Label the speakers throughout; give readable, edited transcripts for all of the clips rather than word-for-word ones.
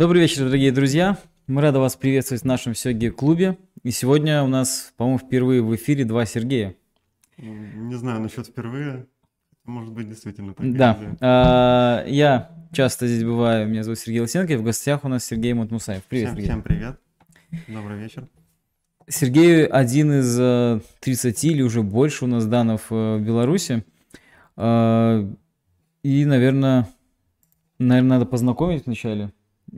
Speaker 1: Добрый вечер, дорогие друзья. Мы рады вас приветствовать в нашем Сёги-клубе. И сегодня у нас, по-моему, впервые в эфире два Сергея.
Speaker 2: Не знаю насчет впервые. Может быть, действительно так.
Speaker 1: Да. Я часто здесь бываю. Меня зовут Сергей Лысенко, и в гостях у нас Сергей Мутмусаев. Привет, Сергей.
Speaker 2: Всем привет. Добрый вечер.
Speaker 1: Сергей один из 30 или уже больше у нас данов в Беларуси. И, наверное, надо познакомить вначале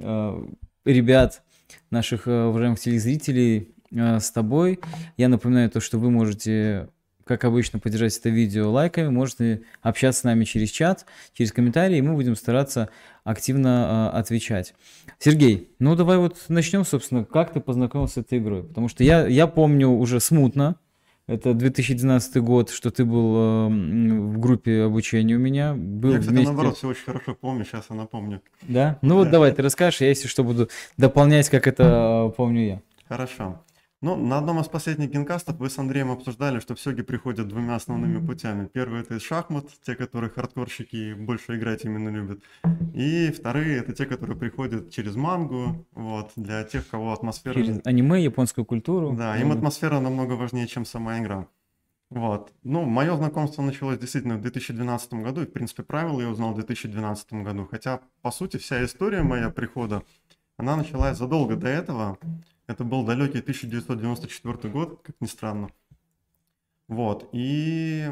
Speaker 1: ребят, наших уважаемых телезрителей, с тобой. Я напоминаю то, что вы можете, как обычно, поддержать это видео лайками, можете общаться с нами через чат, через комментарии, и мы будем стараться активно отвечать. Сергей, ну давай вот начнем, собственно, как ты познакомился с этой игрой, потому что я помню уже смутно, это 2012 год, что ты был в группе обучения у меня.
Speaker 2: Я, кстати, наоборот, все очень хорошо помню, сейчас я напомню.
Speaker 1: Да? Ну вот давай, ты расскажешь, я, если что, буду дополнять, как это помню я.
Speaker 2: Хорошо. Ну, на одном из последних генкастов вы с Андреем обсуждали, что в Сёги приходят двумя основными путями. Первый — это из шахмат, те, которые хардкорщики больше играть именно любят. И вторые — это те, которые приходят через мангу, вот, для тех, кого атмосфера...
Speaker 1: Через аниме, японскую культуру.
Speaker 2: Да, им атмосфера намного важнее, чем сама игра. Вот. Ну, мое знакомство началось действительно в 2012 году, и, в принципе, правила я узнал в 2012 году. Хотя, по сути, вся история моя прихода, она началась задолго до этого. Это был далекий 1994 год, как ни странно. Вот, и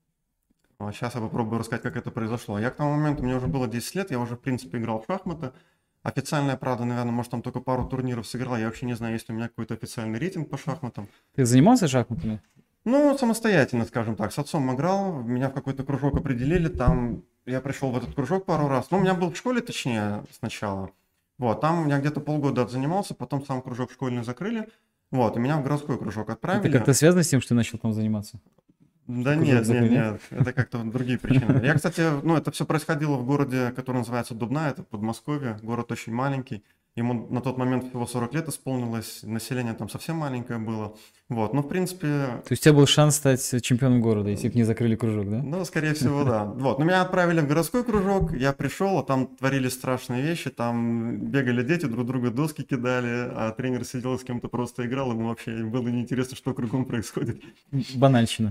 Speaker 2: сейчас я попробую рассказать, как это произошло. Я к тому моменту, мне уже было 10 лет, я уже, в принципе, играл в шахматы. Официально, правда, наверное, может, там только пару турниров сыграл. Я вообще не знаю, есть ли у меня какой-то официальный рейтинг по шахматам.
Speaker 1: Ты занимался шахматами?
Speaker 2: Ну, самостоятельно, скажем так. С отцом играл, меня в какой-то кружок определили, там я пришел в этот кружок пару раз. Ну, у меня был в школе, точнее, сначала. Вот, там я где-то полгода отзанимался, потом сам кружок школьный закрыли. Вот, и меня в городской кружок отправили.
Speaker 1: Это как-то связано с тем, что ты начал там заниматься?
Speaker 2: Да нет, это как-то другие причины. Я, кстати, ну, это все происходило в городе, который называется Дубна, это Подмосковье, город очень маленький. Ему на тот момент всего 40 лет исполнилось, население там совсем маленькое было. Вот, ну, в принципе...
Speaker 1: То есть у тебя был шанс стать чемпионом города, если бы не закрыли кружок, да?
Speaker 2: Ну, скорее всего, да. Вот, но меня отправили в городской кружок, я пришел, а там творились страшные вещи, там бегали дети, друг друга доски кидали, а тренер сидел с кем-то просто играл, ему вообще было неинтересно, что кругом происходит.
Speaker 1: Банальщина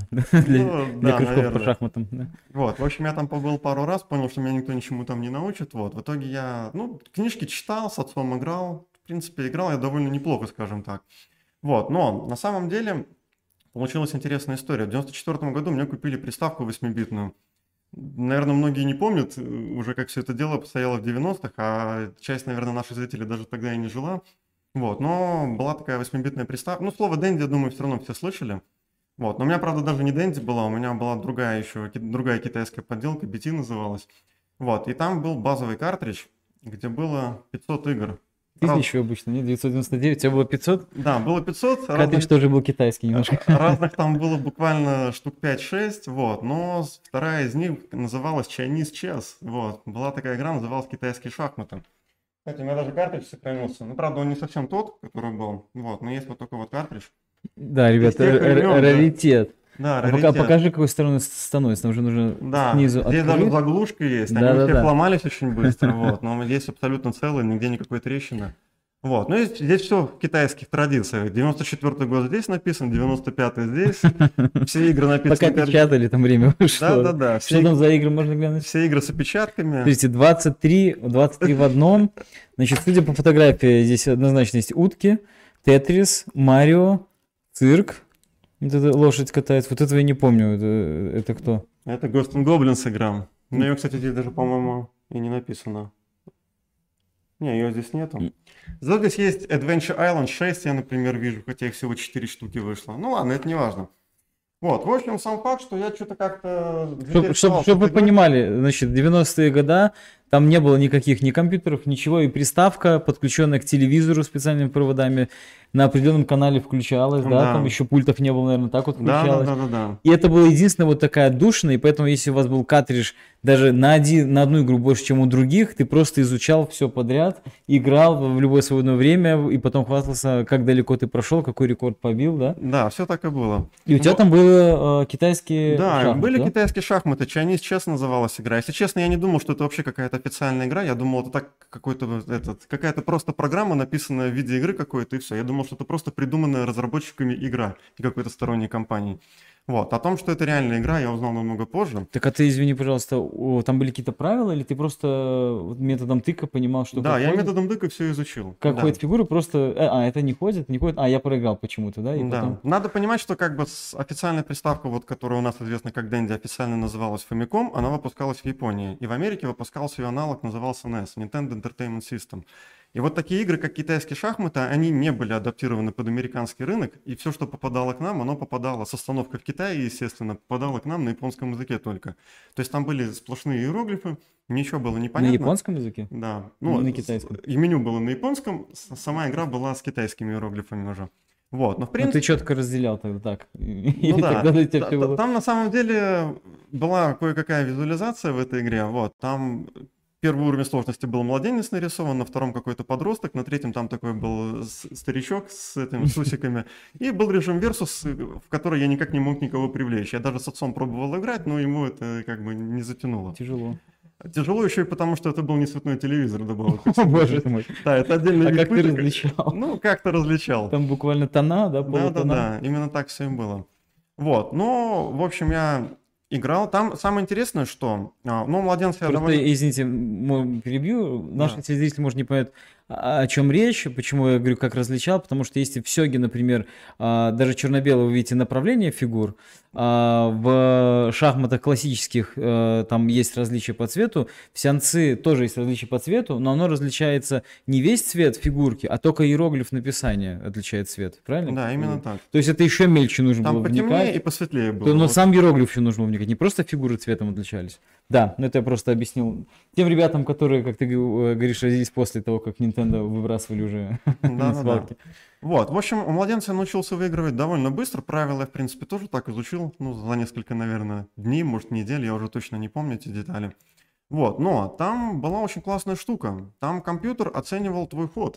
Speaker 1: для кружков по шахматам.
Speaker 2: Вот, в общем, я там побыл пару раз, понял, что меня никто ничему там не научит. Вот, в итоге я, ну, книжки читал, с отцом играл. В принципе, играл я довольно неплохо, скажем так. Вот, но на самом деле получилась интересная история. В 1994 году мне купили приставку 8-битную. Наверное, многие не помнят уже, как все это дело постояло в 90-х, а часть, наверное, наших зрителей даже тогда и не жила. Вот, но была такая 8-битная приставка. Ну, слово Dendy, я думаю, все равно все слышали. Вот, но у меня, правда, даже не Dendy была, у меня была другая китайская подделка, BT называлась. Вот, и там был базовый картридж, где было 500 игр.
Speaker 1: 1000 обычно, нет? 999, у тебя было 500?
Speaker 2: Да, было 500.
Speaker 1: Картридж тоже был китайский немножко.
Speaker 2: Разных там было буквально штук 5-6, вот, но вторая из них называлась Chinese Chess, вот, была такая игра, называлась «Китайские шахматы». Кстати, у меня даже картридж сохранился, ну, правда, он не совсем тот, который был, вот, но есть вот такой вот картридж.
Speaker 1: Да, ребята, раритет.
Speaker 2: Да,
Speaker 1: раритет. Покажи, какой стороной становится, нам уже нужно снизу
Speaker 2: здесь
Speaker 1: открыть.
Speaker 2: даже заглушка есть, они все ломались очень быстро, вот, но здесь абсолютно целый, нигде никакой трещины. Вот, ну и здесь все в китайских традициях. 94-й год здесь написан, 95-й здесь. Все игры написаны...
Speaker 1: Пока печатали, там время вышло.
Speaker 2: Да.
Speaker 1: Что там за игры, можно глянуть?
Speaker 2: Все игры с опечатками.
Speaker 1: Смотрите, 23 в одном. Значит, судя по фотографии, здесь однозначно есть утки, Тетрис, Марио, цирк. Вот эта лошадь катается. Вот этого я не помню. Это кто?
Speaker 2: Это Ghost and Goblins игра. Но ее, кстати, здесь даже, по-моему, и не написано. Не, ее здесь нету. Зато здесь есть Adventure Island 6, я, например, вижу, хотя их всего 4 штуки вышло. Ну ладно, это не важно. Вот, в общем, сам факт, что я что-то как-то...
Speaker 1: Чтобы вы понимали, значит, 90-е годы там не было никаких ни компьютеров, ничего, и приставка, подключенная к телевизору специальными проводами, на определенном канале включалась, да, там еще пультов не было, наверное, так вот включалась.
Speaker 2: Да.
Speaker 1: И это была единственная вот такая отдушина, и поэтому, если у вас был картридж даже на одну игру больше, чем у других, ты просто изучал все подряд, играл в любое свободное время, и потом хвастался, как далеко ты прошел, какой рекорд побил, да?
Speaker 2: Да, все так и было.
Speaker 1: И у тебя там были китайские шахматы,
Speaker 2: были китайские шахматы, Chinese Chess называлась игра. Если честно, я не думал, что это вообще какая-то официальная игра. Я думал, это так какая-то просто программа, написанная в виде игры какой-то, и все. Я думал, что это просто придуманная разработчиками игра и какой-то сторонней компании. Вот. О том, что это реальная игра, я узнал намного позже.
Speaker 1: Так, а ты, извини, пожалуйста, там были какие-то правила, или ты просто методом тыка понимал, что
Speaker 2: Да,
Speaker 1: как
Speaker 2: я
Speaker 1: ходит?
Speaker 2: методом тыка все изучил.
Speaker 1: Как
Speaker 2: Да.
Speaker 1: ходят фигуры, просто... это не ходит, я проиграл почему-то, да? И
Speaker 2: Да.
Speaker 1: потом...
Speaker 2: Надо понимать, что как бы официальная приставка, вот, которая у нас известна как Dendy, официально называлась Famicom, она выпускалась в Японии. И в Америке выпускался ее аналог, назывался NES, Nintendo Entertainment System. И вот такие игры, как китайские шахматы, они не были адаптированы под американский рынок, и все, что попадало к нам, оно попадало с остановкой в Китае, естественно, попадало к нам на японском языке только. То есть там были сплошные иероглифы, ничего было непонятно.
Speaker 1: На японском языке?
Speaker 2: Да.
Speaker 1: Не на китайском?
Speaker 2: И меню было на японском, сама игра была с китайскими иероглифами уже. Вот, но в принципе...
Speaker 1: Ну ты четко разделял тогда так.
Speaker 2: Ну да,
Speaker 1: тогда для тебя всё было...
Speaker 2: там на самом деле была кое-какая визуализация в этой игре, вот, там первый уровень сложности был младенец нарисован, на втором какой-то подросток, на третьем там такой был старичок с этими с усиками, и был режим Versus, в который я никак не мог никого привлечь. Я даже с отцом пробовал играть, но ему это как бы не затянуло.
Speaker 1: Тяжело.
Speaker 2: Тяжело еще и потому, что это был не цветной телевизор, добавок.
Speaker 1: О, боже мой.
Speaker 2: Да, это отдельный
Speaker 1: А
Speaker 2: вид
Speaker 1: как ты
Speaker 2: пыток.
Speaker 1: различал?
Speaker 2: Ну, как-то различал.
Speaker 1: Там буквально тона, да, полутона?
Speaker 2: Да, именно так все и было. Вот, ну, в общем, я играл. Там самое интересное, что, ну, младенца я
Speaker 1: Просто,
Speaker 2: довольно...
Speaker 1: извините, перебью. Наши
Speaker 2: Да.
Speaker 1: телезрители, может, не понимают, о чем речь, почему я говорю, как различал, потому что если в Сёге, например, даже черно-белое вы видите направление фигур, в шахматах классических там есть различия по цвету, в сянцы тоже есть различия по цвету, но оно различается не весь цвет фигурки, а только иероглиф написания отличает цвет, правильно?
Speaker 2: Да, именно так.
Speaker 1: То есть это еще мельче нужно
Speaker 2: Там
Speaker 1: было
Speaker 2: потемнее
Speaker 1: вникать.
Speaker 2: и посветлее было.
Speaker 1: Но
Speaker 2: Вот.
Speaker 1: сам иероглиф еще нужно вникать, не просто фигуры цветом отличались. Да, ну это я просто объяснил тем ребятам, которые, как ты говоришь, родились после того, как Nintendo выбрасывали уже на
Speaker 2: Да.
Speaker 1: свалке.
Speaker 2: Вот, в общем, у младенца я научился выигрывать довольно быстро. Правила я, в принципе, тоже так изучил. Ну, за несколько, наверное, дней, может, недель, я уже точно не помню эти детали. Вот, но там была очень классная штука. Там компьютер оценивал твой ход.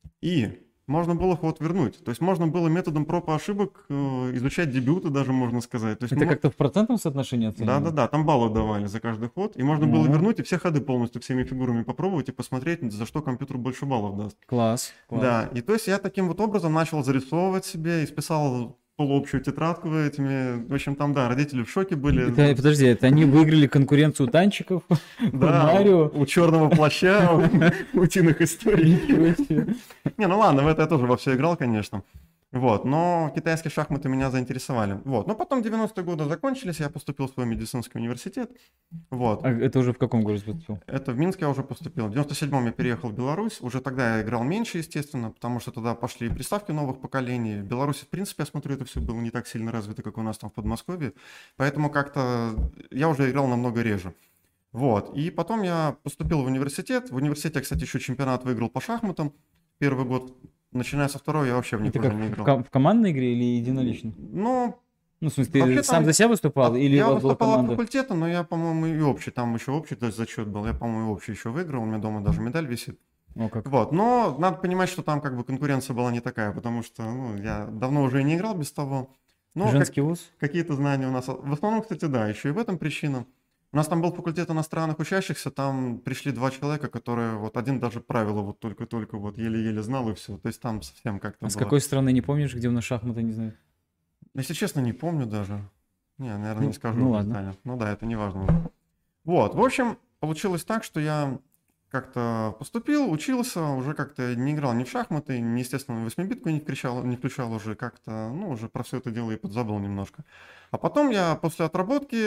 Speaker 2: И можно было ход вернуть. То есть можно было методом проб и ошибок изучать дебюты даже, можно сказать. То есть,
Speaker 1: Это как-то в процентном соотношении оценивали?
Speaker 2: Да, там баллы давали за каждый ход. И можно было
Speaker 1: Мгм.
Speaker 2: вернуть и все ходы полностью всеми фигурами попробовать и посмотреть, за что компьютер больше баллов даст.
Speaker 1: Класс.
Speaker 2: Да, и то есть я таким вот образом начал зарисовывать себе, исписал полуобщую тетрадку этими. В общем, там, да, родители в шоке были.
Speaker 1: Подожди, это они выиграли конкуренцию танчиков в
Speaker 2: Да,
Speaker 1: Марио?
Speaker 2: у черного плаща, у утиных историй.
Speaker 1: Ничего себе.
Speaker 2: Не, ну ладно, в это я тоже во все играл, конечно. Вот, но китайские шахматы меня заинтересовали. Вот, но потом 90-е годы закончились, я поступил в свой медицинский университет. Вот.
Speaker 1: А это уже в каком городе поступил?
Speaker 2: Это в Минск я уже поступил. В 97-м я переехал в Беларусь. Уже тогда я играл меньше, естественно, потому что тогда пошли приставки новых поколений. В Беларуси, в принципе, я смотрю, это все было не так сильно развито, как у нас там в Подмосковье. Поэтому как-то я уже играл намного реже. Вот. И потом я поступил в университет. В университете я, кстати, еще чемпионат выиграл по шахматам. Первый год. Начиная со второго я вообще в них
Speaker 1: Это
Speaker 2: уже
Speaker 1: как
Speaker 2: не играл.
Speaker 1: в командной игре или единолично?
Speaker 2: Ну,
Speaker 1: Ну, в смысле,
Speaker 2: вообще
Speaker 1: ты сам
Speaker 2: там
Speaker 1: за себя выступал или
Speaker 2: я
Speaker 1: у вас была
Speaker 2: выступал от
Speaker 1: команда?
Speaker 2: факультета, но я, по-моему, и общий, там еще общий, то есть зачет был. Я, по-моему, и общий еще выиграл. У меня дома даже медаль висит.
Speaker 1: О, как.
Speaker 2: Вот, но надо понимать, что там как бы конкуренция была не такая, потому что ну, я давно уже и не играл без того. Но
Speaker 1: Женский вуз?
Speaker 2: какие-то знания у нас. В основном, кстати, да, еще и в этом причина. У нас там был факультет иностранных учащихся, там пришли два человека, которые вот один даже правила вот только-только вот еле-еле знал и все. То есть там совсем как-то
Speaker 1: А с
Speaker 2: было.
Speaker 1: какой страны не помнишь, где у нас шахматы, не знаю?
Speaker 2: Если честно, не помню даже. Не, наверное, не скажу.
Speaker 1: ну ладно.
Speaker 2: детально. Ну да, это не важно уже. Вот, в общем, получилось так, что я как-то поступил, учился, уже как-то не играл ни в шахматы, ни, естественно, в 8-битку не включал уже как-то, ну, уже про все это дело и подзабыл немножко. А потом я после отработки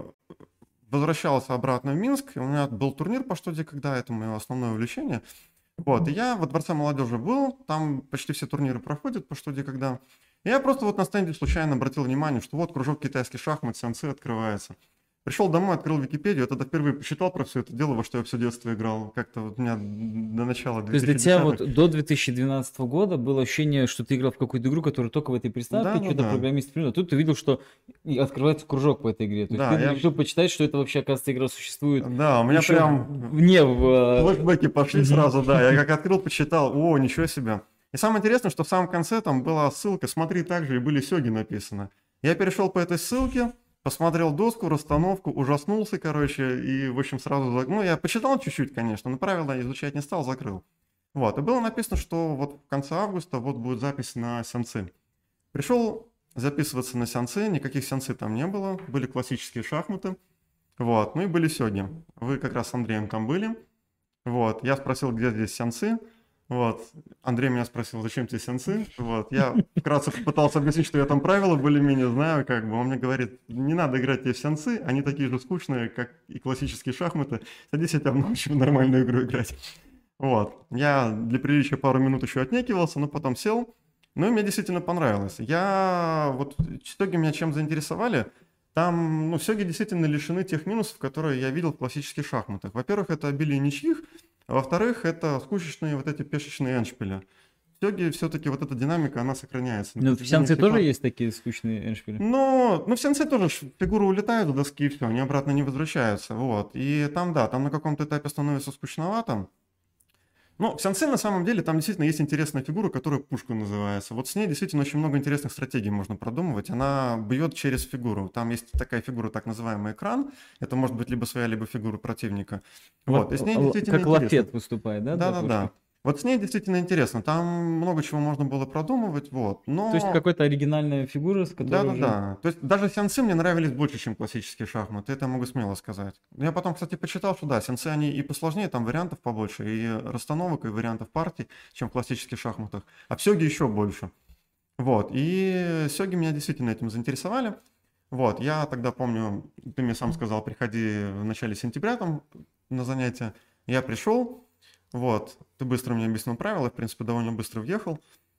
Speaker 2: возвращался обратно в Минск, и у меня был турнир по что, где, когда, это мое основное увлечение. Вот, и я во Дворце молодежи был, там почти все турниры проходят по что, где, когда. И я просто вот на стенде случайно обратил внимание, что вот кружок китайских шахмат, сеансы открывается. Пришел домой, открыл Википедию, я тогда впервые почитал про все это дело, во что я все детство играл. Как-то вот у меня до начала 2010-х.
Speaker 1: То есть для тебя вот до 2012 года было ощущение, что ты играл в какую-то игру, которая только в этой приставке,
Speaker 2: Да,
Speaker 1: что-то
Speaker 2: да.
Speaker 1: программист принял. А тут ты видел, что открывается кружок по этой игре. То есть
Speaker 2: Да,
Speaker 1: ты
Speaker 2: я-
Speaker 1: решил почитать, что это вообще, оказывается, игра существует.
Speaker 2: Да, у меня
Speaker 1: Еще
Speaker 2: прям
Speaker 1: вне в...
Speaker 2: флешбеки пошли
Speaker 1: Мгм.
Speaker 2: сразу, да. Я как открыл, почитал, о, ничего себе. И самое интересное, что в самом конце там была ссылка, смотри, так же и были сёги написано. Я перешел по этой ссылке, посмотрел доску, расстановку, ужаснулся, короче, и, в общем, сразу... Ну, я почитал чуть-чуть, конечно, но правила изучать не стал, закрыл. Вот, и было написано, что вот в конце августа вот будет запись на сеансы. Пришел записываться на сеансы, никаких сеансов там не было, были классические шахматы, вот, ну и были сёги. Вы как раз с Андреем там были, вот, я спросил, где здесь сеансы, вот, Андрей меня спросил, зачем тебе сеансы, вот, я вкратце попытался объяснить, что я там правила более-менее знаю, как бы, он мне говорит, не надо играть тебе в сеансы, они такие же скучные, как и классические шахматы, садись, я тебя научу в нормальную игру играть. Вот, я для приличия пару минут еще отнекивался, но потом сел, ну и мне действительно понравилось. Вот сёги меня чем заинтересовали, там, ну, сёги действительно лишены тех минусов, которые я видел в классических шахматах. Во-первых, это обилие ничьих, а во-вторых, это скучные вот эти пешечные эндшпили. В сёге все-таки вот эта динамика, она сохраняется.
Speaker 1: Ну, в сеансе тоже есть такие скучные эндшпили?
Speaker 2: Ну, в сеансе тоже фигуры улетают с доски и все, они обратно не возвращаются, вот. И там, да, там на каком-то этапе становится скучновато. Ну, в сеансе на самом деле там действительно есть интересная фигура, которая пушка называется. Вот с ней действительно очень много интересных стратегий можно продумывать. Она бьет через фигуру. Там есть такая фигура, так называемый экран. Это может быть либо своя, либо фигура противника. Вот, и с ней действительно
Speaker 1: как
Speaker 2: интересно.
Speaker 1: лафет выступает, да?
Speaker 2: Да. Вот с ней действительно интересно. Там много чего можно было продумывать, вот. Но...
Speaker 1: То есть какая-то оригинальная фигура, с которой уже...
Speaker 2: Да. То есть даже сеансы мне нравились больше, чем классические шахматы. Это могу смело сказать. Я потом, кстати, почитал, что да, сеансы они и посложнее, там вариантов побольше, и расстановок, и вариантов партий, чем в классических шахматах. А в сёге еще больше. Вот. И сёги меня действительно этим заинтересовали. Вот. Я тогда помню, ты мне сам сказал, приходи в начале сентября там на занятия. Я пришел. Вот, ты быстро мне объяснил правила, в принципе, довольно быстро въехал.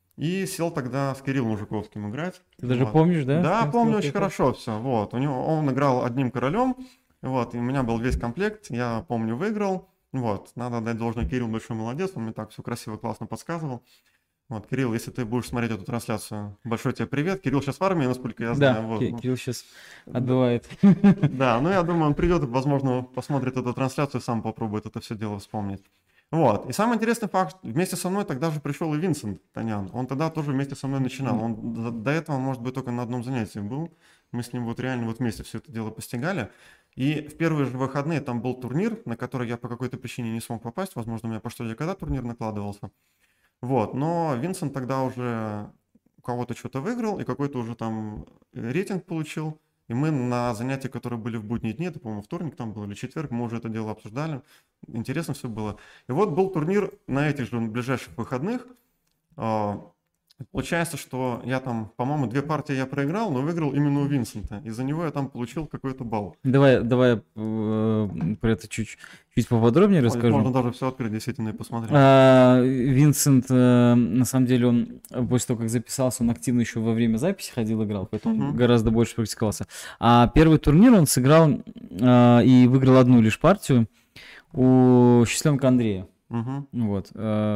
Speaker 2: И сел тогда с Кириллом Мужиковским играть.
Speaker 1: Ты даже помнишь, да?
Speaker 2: Да, помню очень хорошо все. Вот, он играл одним королем, вот, и у меня был весь комплект, я помню, выиграл. Вот, надо отдать должное, Кирилл большой молодец, он мне так все красиво, классно подсказывал. Вот, Кирилл, если ты будешь смотреть эту трансляцию, большой тебе привет. Кирилл сейчас в армии, насколько я знаю.
Speaker 1: Да,
Speaker 2: вот.
Speaker 1: Кирилл сейчас отбывает.
Speaker 2: Да, ну я думаю, он придет и, возможно, посмотрит эту трансляцию, сам попробует это все дело вспомнить. Вот. И самый интересный факт, вместе со мной тогда же пришел и Винсент Тонян. Он тогда тоже вместе со мной начинал. Он до этого, может быть, только на одном занятии был. Мы с ним вот реально вот вместе все это дело постигали. И в первые же выходные там был турнир, на который я по какой-то причине не смог попасть. Возможно, у меня по что когда турнир накладывался. Вот. Но Винсент тогда уже у кого-то что-то выиграл и какой-то уже там рейтинг получил. И мы на занятия, которые были в будние дни, это, по-моему, вторник там был или четверг, мы уже это дело обсуждали. Интересно все было. И вот был турнир на этих же ближайших выходных. Получается, что я там, по-моему, 2 партии я проиграл, но выиграл именно у Винсента. Из-за него я там получил какой-то балл.
Speaker 1: Давай про это чуть поподробнее расскажу.
Speaker 2: Можно даже все открыть, действительно, и посмотреть.
Speaker 1: Винсент, на самом деле, он после того, как записался, он активно еще во время записи ходил, играл, поэтому он гораздо больше практиковался. А первый турнир он сыграл и выиграл одну лишь партию у Счастленка Андрея. Вот.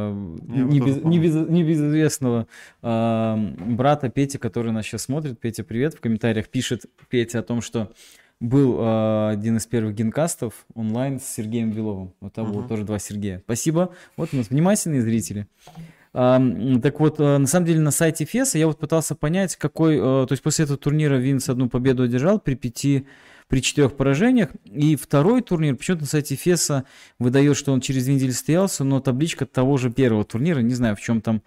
Speaker 1: Небезызвестного брата Пети, который нас сейчас смотрит. Петя, привет. В комментариях пишет Петя о том, что был один из первых генкастов онлайн с Сергеем Беловым. Вот там было тоже 2 Сергея. Спасибо. Вот у нас внимательные зрители. Так вот, на самом деле на сайте ФЕСа я вот пытался понять, какой... То есть после этого турнира Винс одну победу одержал при 4 поражениях. И второй турнир, почему-то на сайте ФЕСа выдает, что он через 2 недели состоялся, но табличка того же первого турнира, не знаю, в чем там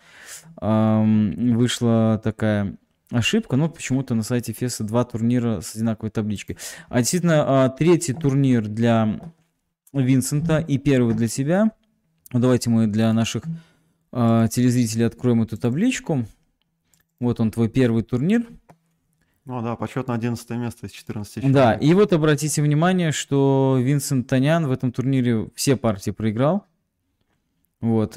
Speaker 1: вышла такая ошибка, но почему-то на сайте ФЕСа 2 турнира с одинаковой табличкой. А действительно, 3-й турнир для Винсента и 1-й для тебя. Давайте мы для наших телезрителей откроем эту табличку. Вот он, твой 1-й турнир.
Speaker 2: Ну да, почетно 11 место из 14 человек.
Speaker 1: Да, и вот обратите внимание, что Винсент Тонян в этом турнире все партии проиграл. Вот.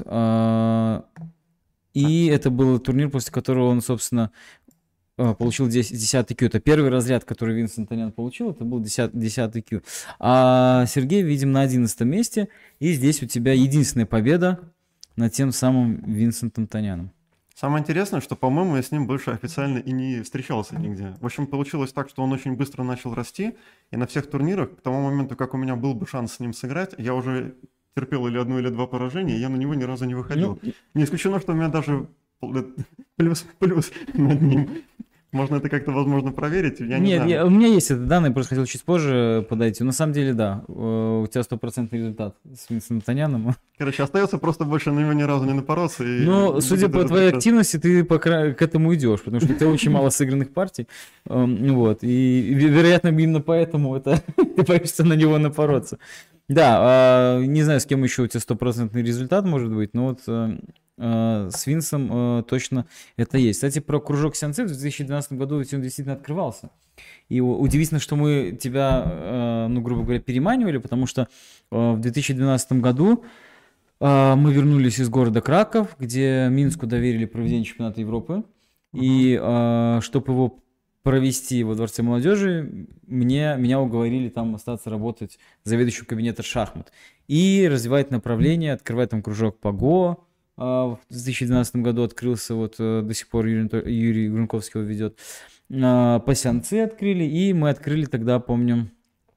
Speaker 1: И это был турнир, после которого он, собственно, получил 10-й Q. Это первый разряд, который Винсент Тонян получил, это был 10-й Q. А Сергей, видим, на 11 месте. И здесь у тебя единственная победа над тем самым Винсентом Тоняном.
Speaker 2: Самое интересное, что, по-моему, я с ним больше официально и не встречался нигде. В общем, получилось так, что он очень быстро начал расти, и на всех турнирах, к тому моменту, как у меня был бы шанс с ним сыграть, я уже терпел или 1 или 2 поражения, и я на него ни разу не выходил. Не исключено, что у меня даже плюс над ним. Можно это как-то, возможно, проверить, я не
Speaker 1: Нет,
Speaker 2: знаю.
Speaker 1: у меня есть это данные, просто хотел чуть позже подойти. На самом деле, да, у тебя стопроцентный результат с Винсентом Таняном.
Speaker 2: Короче, остается просто больше на него ни разу не напороться. И
Speaker 1: Но, судя
Speaker 2: будет
Speaker 1: по
Speaker 2: этот
Speaker 1: твоей
Speaker 2: раз.
Speaker 1: активности, ты к этому идешь, потому что у тебя очень мало сыгранных партий. Вот. И, вероятно, именно поэтому это ты боишься на него напороться. Да, не знаю, с кем еще у тебя стопроцентный результат может быть, но вот с Винсом точно это есть. Кстати, про кружок Сянцы в 2012 году он действительно открывался. И удивительно, что мы тебя, ну, грубо говоря, переманивали, потому что в 2012 году мы вернулись из города Краков, где Минску доверили проведение чемпионата Европы. И чтобы его провести во Дворце молодежи, меня уговорили там остаться работать заведующим кабинета шахмат. И развивать направление, открывать там кружок по ГО. В 2012 году открылся, вот до сих пор Юрий Грунковский его ведет. По Сянцы открыли, и мы открыли тогда, помню,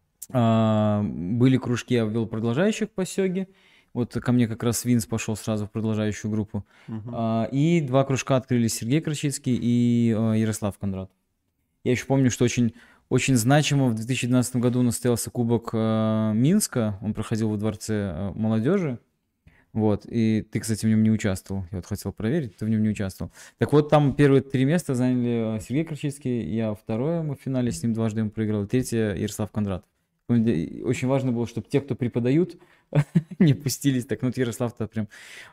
Speaker 1: были кружки, я ввел продолжающих по сёге. Вот ко мне как раз Винс пошел сразу в продолжающую группу. И 2 кружка открыли Сергей Крачицкий и Ярослав Кондратов. Я еще помню, что очень, очень значимо в 2012 году у нас состоялся Кубок Минска. Он проходил во Дворце молодежи. Вот, и ты, кстати, в нем не участвовал. Я вот хотел проверить, ты в нем не участвовал. Так вот, там первые 3 места заняли Сергей Крачицкий, я второе, мы в финале с ним дважды ему проиграл, и третье Ярослав Кондратов. Очень важно было, чтобы те, кто преподают, не пустились так. Ну, вот Ярослав-то прям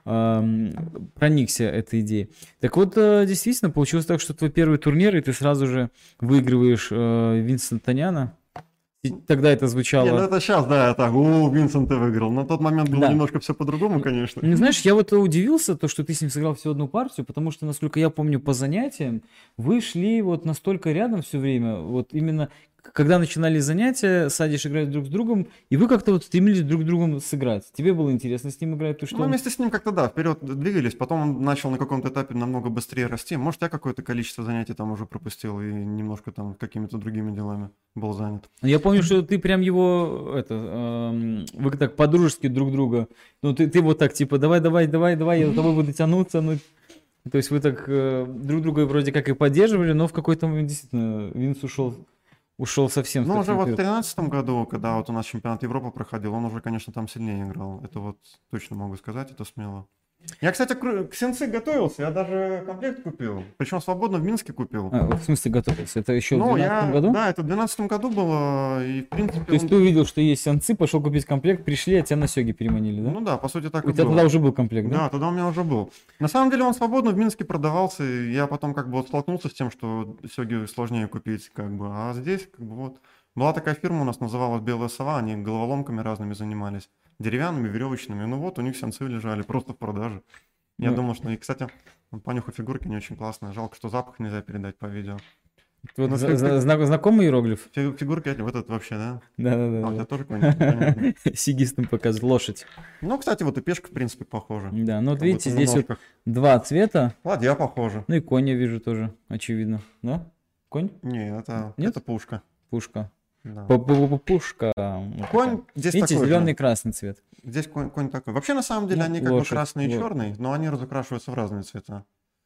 Speaker 1: проникся этой идеей. Так вот, действительно, получилось так, что твой первый турнир, и ты сразу же выигрываешь Винсента Таняна. И тогда это звучало...
Speaker 2: Не, ну это сейчас, да, так, Винсент ты выиграл. На тот момент было немножко все по-другому, конечно.
Speaker 1: Ну, знаешь, я вот удивился, то, что ты с ним сыграл всю одну партию, потому что, насколько я помню, по занятиям вы шли вот настолько рядом все время, вот именно когда начинали занятия, садишь играть друг с другом, и вы как-то вот стремились друг с другом сыграть. Тебе было интересно с ним играть?
Speaker 2: Мы вместе с ним как-то, да, вперед двигались, потом он начал на каком-то этапе намного быстрее расти. Может, я какое-то количество занятий там уже пропустил и немножко там какими-то другими делами был занят.
Speaker 1: Я помню, что ты прям его, вы так по-дружески друг друга, ну ты вот так типа давай, я за тобой буду тянуться, ну, то есть вы так друг друга вроде как и поддерживали, но в какой-то момент действительно Винс ушел совсем.
Speaker 2: Ну, уже вот в 2013 году, когда вот у нас чемпионат Европы проходил, он уже, конечно, там сильнее играл. Это вот точно могу сказать, это смело. Я, кстати, к Сенсы готовился, я даже комплект купил. Причем свободно в Минске купил.
Speaker 1: В смысле готовился? Это еще в 2012 году?
Speaker 2: Да, это в 2012 году было, и в принципе...
Speaker 1: То есть ты увидел, что есть сенцы, пошел купить комплект, пришли, а тебя на сёге переманили, да?
Speaker 2: Ну да, по сути так и
Speaker 1: было. У тебя тогда уже был комплект, да?
Speaker 2: Да, тогда у меня уже был. На самом деле он свободно в Минске продавался, и я потом как бы вот столкнулся с тем, что сёги сложнее купить, как бы, а здесь как бы вот... Была такая фирма у нас, называлась «Белая сова», они головоломками разными занимались, деревянными, веревочными, ну вот у них сенцы лежали просто в продаже. Я думал, что... И, кстати, понюхай фигурки не очень классно. Жалко, что запах нельзя передать по видео.
Speaker 1: Вот знакомый иероглиф?
Speaker 2: Фигурки, вот этот вообще, да?
Speaker 1: Да.
Speaker 2: У тебя тоже какой-нибудь?
Speaker 1: Сигистом показывает лошадь.
Speaker 2: Ну, кстати, вот и пешка, в принципе, похожа.
Speaker 1: Да, ну вот видите, здесь вот 2 цвета.
Speaker 2: Ладья похожа.
Speaker 1: Ну и конь я вижу тоже, очевидно. Да? Конь?
Speaker 2: Не, это пушка.
Speaker 1: Пушка.
Speaker 2: Да.
Speaker 1: Пушка.
Speaker 2: Конь здесь
Speaker 1: видите,
Speaker 2: такой
Speaker 1: зеленый и красный цвет.
Speaker 2: Здесь конь такой. Вообще, на самом деле, они как бы красный и черный, но они разукрашиваются в разные цвета.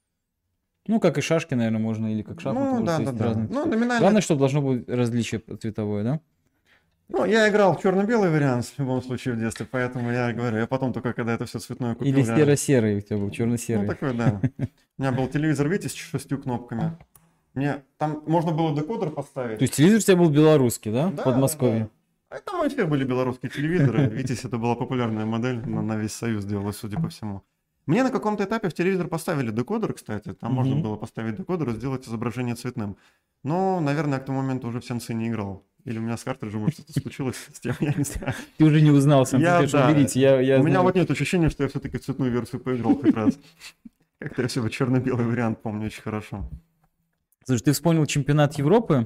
Speaker 1: Ну, как и шашки, наверное, можно, или как шахматы.
Speaker 2: Ну, да.
Speaker 1: Ну, номинально... Главное, чтобы должно быть различие цветовое, да?
Speaker 2: Ну, я играл в черно-белый вариант в любом случае в детстве, поэтому я говорю, я потом только, когда это все цветное купил...
Speaker 1: Или серо-серый у тебя был, черно-серый.
Speaker 2: Ну, такой, да. У меня был телевизор, видите, с 6 кнопками. Мне там можно было декодер поставить.
Speaker 1: То есть телевизор у тебя был белорусский, да? В Подмосковье?
Speaker 2: Да. Там у всех были белорусские телевизоры. Видите, это была популярная модель, на весь Союз делалась, судя по всему. Мне на каком-то этапе в телевизор поставили декодер, кстати. Там можно было поставить декодер и сделать изображение цветным. Но, наверное, к тому моменту уже в Сенсы не играл. Или у меня с картриджем что-то случилось с тем, я не знаю.
Speaker 1: Ты уже не узнал сам, уберите.
Speaker 2: У меня вот нет ощущения, что я все-таки в цветную версию поиграл хоть раз. Как-то я все черно-белый вариант помню очень хорошо.
Speaker 1: Слушай, ты вспомнил чемпионат Европы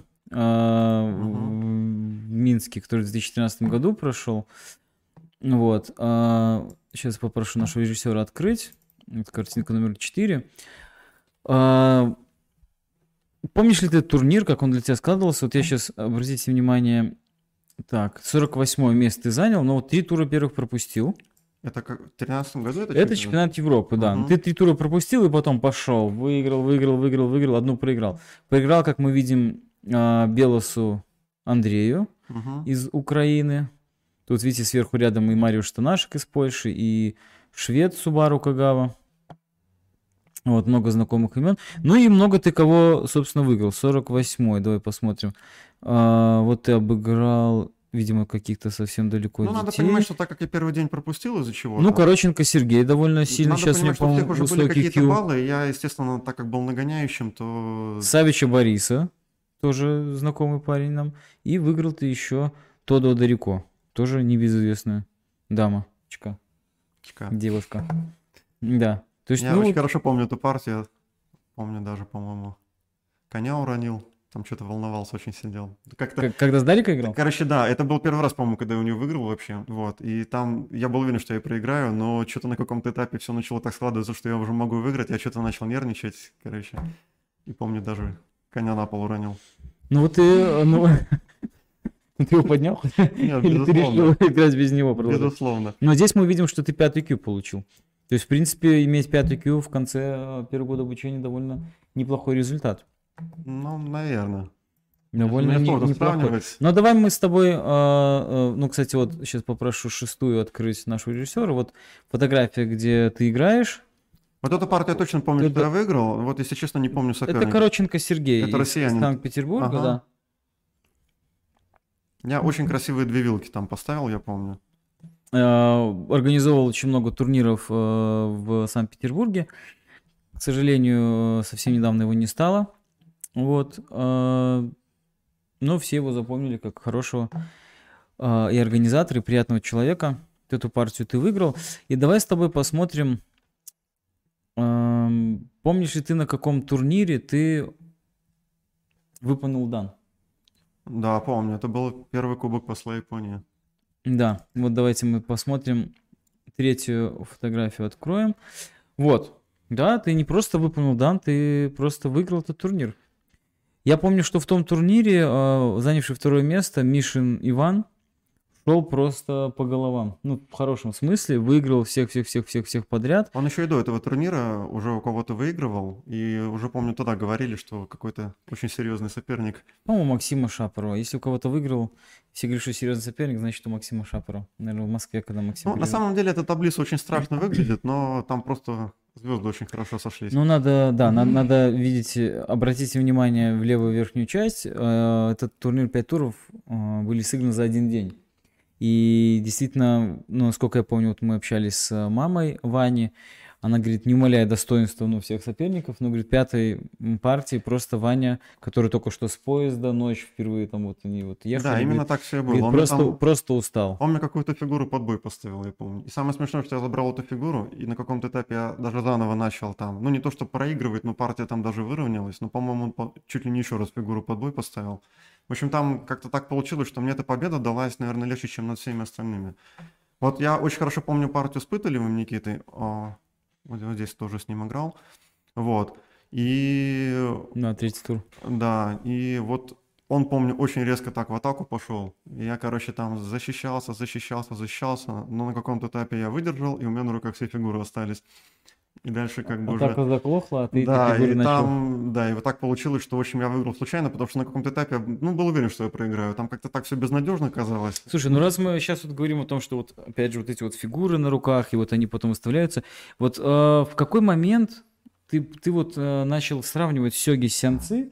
Speaker 1: в Минске, который в 2013 году прошел. Вот. Сейчас попрошу нашего режиссера открыть. Это картинка номер 4. Помнишь ли ты турнир, как он для тебя складывался? Вот я сейчас, обратите внимание, так, 48-е место ты занял, но вот 3 тура первых пропустил.
Speaker 2: Это как в 2013 году это
Speaker 1: Это
Speaker 2: чемпионат?
Speaker 1: чемпионат Европы, да.
Speaker 2: Мгм.
Speaker 1: Ты 3 тура пропустил и потом пошел. Выиграл, одну проиграл. Проиграл, как мы видим, Белосу Андрею
Speaker 2: Мгм.
Speaker 1: из Украины. Тут, видите, сверху рядом и Мариуш Танашек из Польши, и швед Субару Кагава. Вот, много знакомых имен. Ну и много ты кого, собственно, выиграл. 48-й, давай посмотрим. Вот ты обыграл, видимо, каких-то совсем далеко
Speaker 2: Ну, надо
Speaker 1: детей.
Speaker 2: понимать, что так как я первый день пропустил из-за
Speaker 1: Ну,
Speaker 2: чего-то,
Speaker 1: Короченко Сергей довольно сильно.
Speaker 2: надо
Speaker 1: Сейчас у него,
Speaker 2: понимать, что у всех
Speaker 1: по-моему,
Speaker 2: уже были
Speaker 1: высокий
Speaker 2: какие-то
Speaker 1: Q.
Speaker 2: баллы, и я, естественно, так как был нагоняющим, то...
Speaker 1: Савича Бориса, тоже знакомый парень нам. И выиграл ты еще Тодо Дарико, тоже небезызвестная дамочка,
Speaker 2: Чка.
Speaker 1: девушка. Да. То есть,
Speaker 2: Я
Speaker 1: ну,
Speaker 2: очень
Speaker 1: вот
Speaker 2: хорошо помню эту партию. Помню даже, по-моему, коня уронил. Там что-то волновался, очень сидел. Как-то...
Speaker 1: когда с Дарикой играл?
Speaker 2: Короче, да, это был первый раз, по-моему, когда я у него выиграл вообще. Вот. И там я был уверен, что я проиграю, но что-то на каком-то этапе все начало так складываться, что я уже могу выиграть. Я что-то начал нервничать, короче. И помню, даже коня на пол уронил.
Speaker 1: Ну вот ты, ну, ты его поднял?
Speaker 2: Нет,
Speaker 1: Или ты решил
Speaker 2: безусловно.
Speaker 1: играть без него продолжать?
Speaker 2: Безусловно.
Speaker 1: Но здесь мы видим, что ты 5-й Q получил. То есть, в принципе, иметь 5-й Q в конце первого года обучения довольно неплохой результат.
Speaker 2: Ну, наверное.
Speaker 1: Довольно
Speaker 2: Мне сложно
Speaker 1: неплохой.
Speaker 2: сравнивать.
Speaker 1: Но давай мы с тобой, ну, кстати, вот сейчас попрошу 6-ю открыть нашего режиссера. Вот фотография, где ты играешь.
Speaker 2: Вот эту партию я точно помню, что
Speaker 1: Это-
Speaker 2: я выиграл. Вот, если честно, не помню
Speaker 1: Это
Speaker 2: соперника.
Speaker 1: Короченко Сергей
Speaker 2: Это
Speaker 1: из
Speaker 2: россиянин.
Speaker 1: Санкт-Петербурга,
Speaker 2: Ага.
Speaker 1: да.
Speaker 2: Я очень красивые 2 вилки там поставил, я помню.
Speaker 1: Организовал очень много турниров в Санкт-Петербурге. К сожалению, совсем недавно его не стало. Вот. Но все его запомнили как хорошего и организатора, и приятного человека. Вот эту партию ты выиграл. И давай с тобой посмотрим. Помнишь ли ты, на каком турнире ты выполнил дан?
Speaker 2: Да, помню. Это был первый кубок посла Японии.
Speaker 1: Да, вот давайте мы посмотрим. 3-ю фотографию откроем. Вот. Да, ты не просто выполнил дан, ты просто выиграл этот турнир. Я помню, что в том турнире, занявший 2-е место, Мишин Иван шел просто по головам. Ну, в хорошем смысле, выиграл всех подряд.
Speaker 2: Он еще и до этого турнира уже у кого-то выигрывал. И уже, помню, тогда говорили, что какой-то очень серьезный соперник.
Speaker 1: По-моему, Максима Шапорова. Если у кого-то выиграл, все говорят, что серьезный соперник, значит, у Максима Шапорова. Наверное, в Москве, когда Максим
Speaker 2: Ну, на
Speaker 1: приезжал.
Speaker 2: самом деле, эта таблица очень страшно выглядит, но там просто звезды очень хорошо сошлись.
Speaker 1: Ну, надо видеть, обратите внимание в левую верхнюю часть. Этот турнир 5 туров были сыграны за один день. И действительно, ну, насколько я помню, вот мы общались с мамой Вани, она говорит, не умаляя достоинства, ну, всех соперников, но, говорит, 5-й партии просто Ваня, который только что с поезда, ночь впервые там вот они вот ехали,
Speaker 2: Да, именно
Speaker 1: говорит,
Speaker 2: так все и было.
Speaker 1: говорит,
Speaker 2: Он мне
Speaker 1: просто,
Speaker 2: там-
Speaker 1: просто устал.
Speaker 2: он мне какую-то фигуру под бой поставил, я помню. И самое смешное, что я забрал эту фигуру, и на каком-то этапе я даже заново начал там, ну не то, что проигрывать, но партия там даже выровнялась, но, по-моему, он чуть ли не еще раз фигуру под бой поставил. В общем, там как-то так получилось, что мне эта победа далась, наверное, легче, чем над всеми остальными. Вот я очень хорошо помню партию с Пыталевым Никитой, вот здесь тоже с ним играл, вот. И
Speaker 1: На 3-й тур.
Speaker 2: да, и вот он, помню, очень резко так в атаку пошел. И я, короче, там защищался, но на каком-то этапе я выдержал, и у меня на руках все фигуры остались. И дальше как бы уже...
Speaker 1: Атака заглохла, а ты эти
Speaker 2: Да,
Speaker 1: фигуры
Speaker 2: и
Speaker 1: начал.
Speaker 2: там, да, и вот так получилось, что, в общем, я выиграл случайно, потому что на каком-то этапе, ну, был уверен, что я проиграю. Там как-то так все безнадежно казалось.
Speaker 1: Слушай, ну раз мы сейчас вот говорим о том, что вот опять же вот эти вот фигуры на руках, и вот они потом выставляются, вот в какой момент ты вот начал сравнивать сёги с сянцы,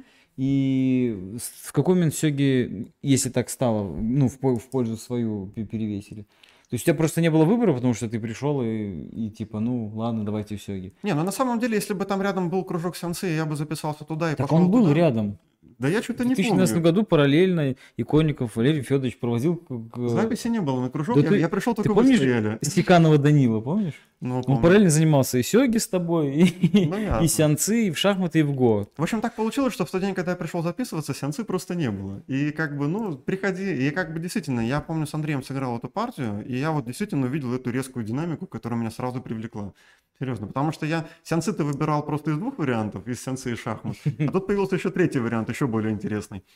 Speaker 1: и в какой момент сёги, если так стало, ну, в пользу свою перевесили? То есть у тебя просто не было выбора, потому что ты пришел и типа, ну ладно, давайте в сёги.
Speaker 2: Не, ну на самом деле, если бы там рядом был кружок сенсы, я бы записался туда и
Speaker 1: Так
Speaker 2: пошел
Speaker 1: он был
Speaker 2: туда.
Speaker 1: рядом.
Speaker 2: Да я что-то
Speaker 1: В
Speaker 2: не
Speaker 1: 2012
Speaker 2: помню.
Speaker 1: году параллельно Иконников Валерий Федорович проводил
Speaker 2: Записи не было на кружок,
Speaker 1: Да
Speaker 2: я пришел
Speaker 1: ты
Speaker 2: только вы
Speaker 1: помнишь
Speaker 2: стояли.
Speaker 1: Стеканова Данила, помнишь?
Speaker 2: Ну,
Speaker 1: Он
Speaker 2: помню.
Speaker 1: параллельно занимался и сёги с тобой, и
Speaker 2: ясно.
Speaker 1: сянцы, и в шахматы, и в го.
Speaker 2: В общем, так получилось, что в тот день, когда я пришел записываться, сеансы просто не было. И как бы, ну, приходи. И как бы действительно, я помню, с Андреем сыграл эту партию, и я вот действительно увидел эту резкую динамику, которая меня сразу привлекла. Серьезно, потому что я сеансы-то выбирал просто из 2 вариантов, из сеансы и шахмат. А тут появился еще 3-й вариант, еще более интересный.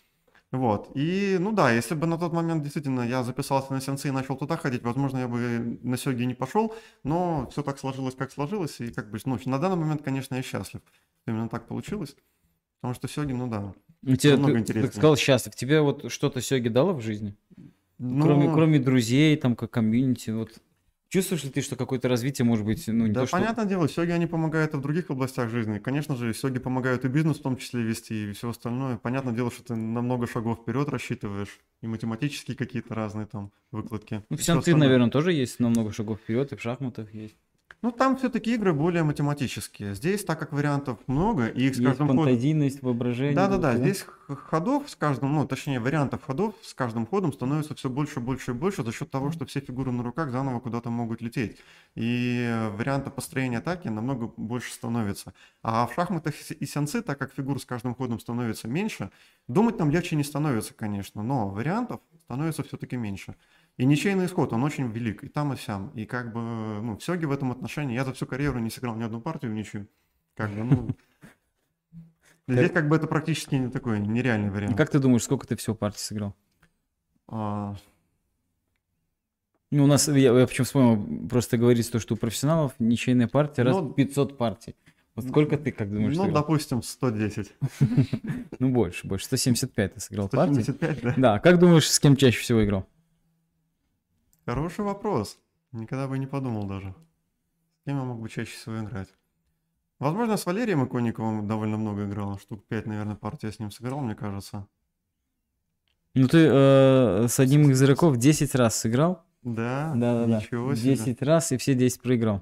Speaker 2: Вот. И, ну да, если бы на тот момент действительно я записался на сенсы и начал туда ходить, возможно, я бы на сёги не пошел, но все так сложилось, как сложилось, и как бы, ну, на данный момент, конечно, я счастлив. Именно так получилось, потому что сёги, ну да, намного
Speaker 1: Ты так
Speaker 2: интереснее.
Speaker 1: сказал счастлив. Тебе вот что-то сёги дало в жизни? Кроме,
Speaker 2: Ну,
Speaker 1: кроме друзей, там, как комьюнити, вот чувствуешь ли ты, что какое-то развитие может быть, ну, не
Speaker 2: да,
Speaker 1: то, что...
Speaker 2: понятное дело, сёги, они помогают и в других областях жизни. Конечно же, сёги помогают и бизнес в том числе вести, и все остальное. Понятное дело, что ты на много шагов вперед рассчитываешь, и математические какие-то разные там выкладки,
Speaker 1: Ну,
Speaker 2: и
Speaker 1: в
Speaker 2: все
Speaker 1: сенсы,
Speaker 2: остальное.
Speaker 1: наверное, тоже есть на много шагов вперед, и в шахматах есть.
Speaker 2: Ну, там все-таки игры более математические. Здесь, так как вариантов много, и их с
Speaker 1: Есть
Speaker 2: каждым ходом...
Speaker 1: фантазийность, воображение, вот
Speaker 2: Да-да-да,
Speaker 1: это, да?
Speaker 2: здесь ходов с каждым, ну, точнее, вариантов ходов с каждым ходом становится все больше, больше и больше за счет того, что все фигуры на руках заново куда-то могут лететь. И вариантов построения атаки намного больше становится. А в шахматах и сянцы, так как фигур с каждым ходом становится меньше, думать нам легче не становится, конечно, но вариантов становится все-таки меньше. И ничейный исход, он очень велик, и там, и сям. И как бы, ну, в Сёге в этом отношении, я за всю карьеру не сыграл ни одну партию в ничью. Как бы, ну, здесь
Speaker 1: Как-
Speaker 2: как бы это практически не такой нереальный
Speaker 1: И
Speaker 2: вариант.
Speaker 1: как ты думаешь, сколько ты всего партий сыграл?
Speaker 2: А,
Speaker 1: Ну, у нас, я почему вспомнил, просто говорится то, что у профессионалов ничейная партия раз в
Speaker 2: ну,
Speaker 1: 500 партий. Вот сколько ты, как думаешь,
Speaker 2: ну,
Speaker 1: сыграл?
Speaker 2: допустим, 110.
Speaker 1: Ну, больше. 175 ты сыграл партий.
Speaker 2: 175, да?
Speaker 1: Да, как думаешь, с кем чаще всего играл?
Speaker 2: Хороший вопрос. Никогда бы не подумал даже. С кем я мог бы чаще всего играть? Возможно, с Валерием Иконниковым довольно много играл. Штук 5, наверное, партий я с ним сыграл, мне кажется.
Speaker 1: Ну, ты с одним из игроков 10 раз сыграл.
Speaker 2: Да,
Speaker 1: Да-да-да.
Speaker 2: ничего себе.
Speaker 1: 10 раз, и все 10 проиграл.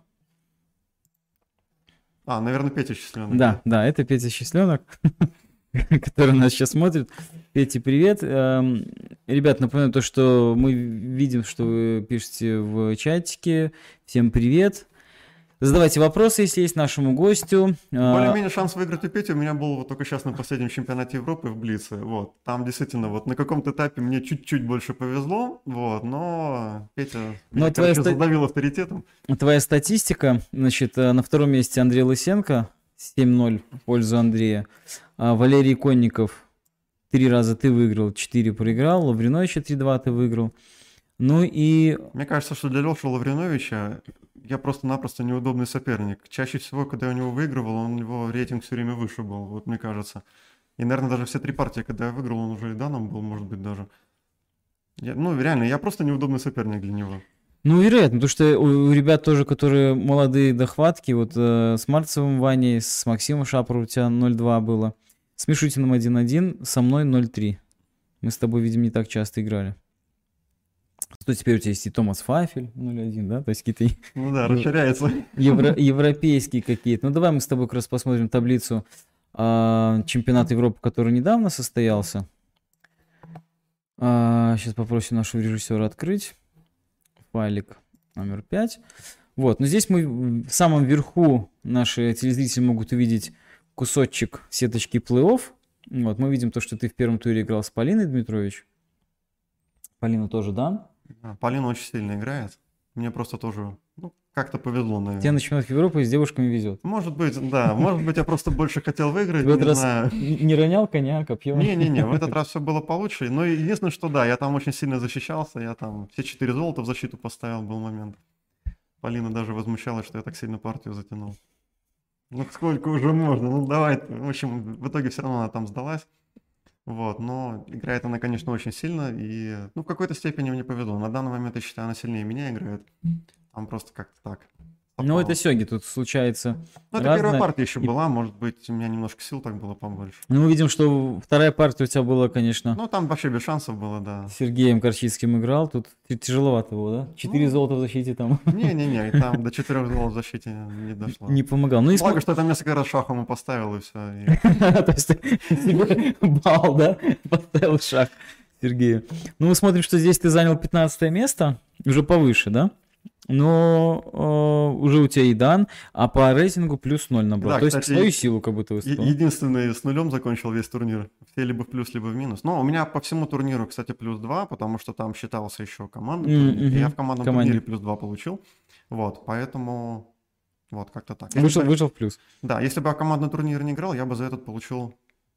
Speaker 2: А, наверное, Петя Счастленок,
Speaker 1: Да,
Speaker 2: да?
Speaker 1: да, это Петя Счастленок, который нас сейчас смотрит. Петя, привет. Ребят, напоминаю то, что мы видим, что вы пишете в чатике. Всем привет. Задавайте вопросы, если есть, нашему гостю.
Speaker 2: Более-менее шанс выиграть у Пети у меня был вот только сейчас на последнем чемпионате Европы в Блице. Вот. Там действительно вот на каком-то этапе мне чуть-чуть больше повезло, вот, но Петя
Speaker 1: Но
Speaker 2: меня, короче, задавил авторитетом.
Speaker 1: твоя статистика, значит, на втором месте Андрей Лысенко, 7-0 в пользу Андрея. Валерий Конников 3 раза ты выиграл, 4 проиграл. Лавриновича 3-2 ты выиграл. Ну и
Speaker 2: Мне кажется, что для Леши Лавриновича я просто-напросто неудобный соперник. Чаще всего, когда я у него выигрывал, у него рейтинг все время выше был, вот мне кажется. И, наверное, даже все 3 партии, когда я выиграл, он уже и данным был, может быть, даже. Ну, реально, я просто неудобный соперник для него.
Speaker 1: Ну, вероятно, потому что у ребят тоже, которые молодые дохватки, вот с Марцевым Ваней, с Максимом Шапором у тебя 0-2 было, с Мишутиным 1-1, со мной 0-3. Мы с тобой, видимо, не так часто играли. То теперь у тебя есть и Томас Фафель 0-1, да? То есть какие-то
Speaker 2: Ну да, расширяется.
Speaker 1: европейские какие-то. Ну, давай мы с тобой как раз посмотрим таблицу чемпионата Европы, который недавно состоялся. Сейчас попросим нашего режиссера открыть файлик номер 5. Вот, но здесь мы в самом верху, наши телезрители могут увидеть кусочек сеточки плей-офф. Вот, мы видим то, что ты в первом туре играл с Полиной Дмитрович. Полина тоже, да?
Speaker 2: Полина очень сильно играет. Мне просто тоже, ну, как-то повезло,
Speaker 1: Тебе
Speaker 2: наверное.
Speaker 1: на чемпионат Европы с девушками везет.
Speaker 2: Может быть, да. Может быть, я просто больше хотел выиграть,
Speaker 1: В этот
Speaker 2: не
Speaker 1: раз
Speaker 2: знаю.
Speaker 1: не ронял коня, копье.
Speaker 2: Не-не-не, в этот раз все было получше. Но единственное, что да, я там очень сильно защищался. Я там все 4 золота в защиту поставил, был момент. Полина даже возмущалась, что я так сильно партию затянул. Ну сколько уже можно? Ну давай. В общем, в итоге все равно она там сдалась. Вот, но играет она, конечно, очень сильно, и, ну, в какой-то степени мне повезло. На данный момент, я считаю, она сильнее меня играет. Там просто как-то так.
Speaker 1: Ну, это
Speaker 2: Попало.
Speaker 1: сёги, тут случается
Speaker 2: Ну, это первая
Speaker 1: разное.
Speaker 2: партия еще
Speaker 1: И-
Speaker 2: была, может быть, у меня немножко сил так было побольше.
Speaker 1: Ну, мы видим, что вторая партия у тебя была, конечно,
Speaker 2: Ну, там вообще без шансов было, да.
Speaker 1: с Сергеем Корчинским играл. Тут тяжеловато было, да? 4
Speaker 2: Ну,
Speaker 1: золота в защите там
Speaker 2: не-не-не, там до 4 золот в защите не дошло.
Speaker 1: не помогал. Ну, и
Speaker 2: Благо, что я там несколько раз шах ему поставил, и все.
Speaker 1: То есть ты себе балл, да, поставил шаг Сергею. Ну, мы смотрим, что здесь ты занял 15 место, уже повыше, да? Но уже у тебя и дан, а по рейтингу плюс 0 набрал.
Speaker 2: Да,
Speaker 1: То есть в
Speaker 2: кстати,
Speaker 1: свою силу как будто выступил.
Speaker 2: Единственный с нулем закончил весь турнир. Все либо в плюс, либо в минус. Но у меня по всему турниру, кстати, плюс 2, потому что там считался еще командный турнир. И я в командном турнире плюс 2 получил. Вот, поэтому вот как-то так.
Speaker 1: Вышел в плюс.
Speaker 2: Да, если бы я в командный турнир не играл, я бы за этот получил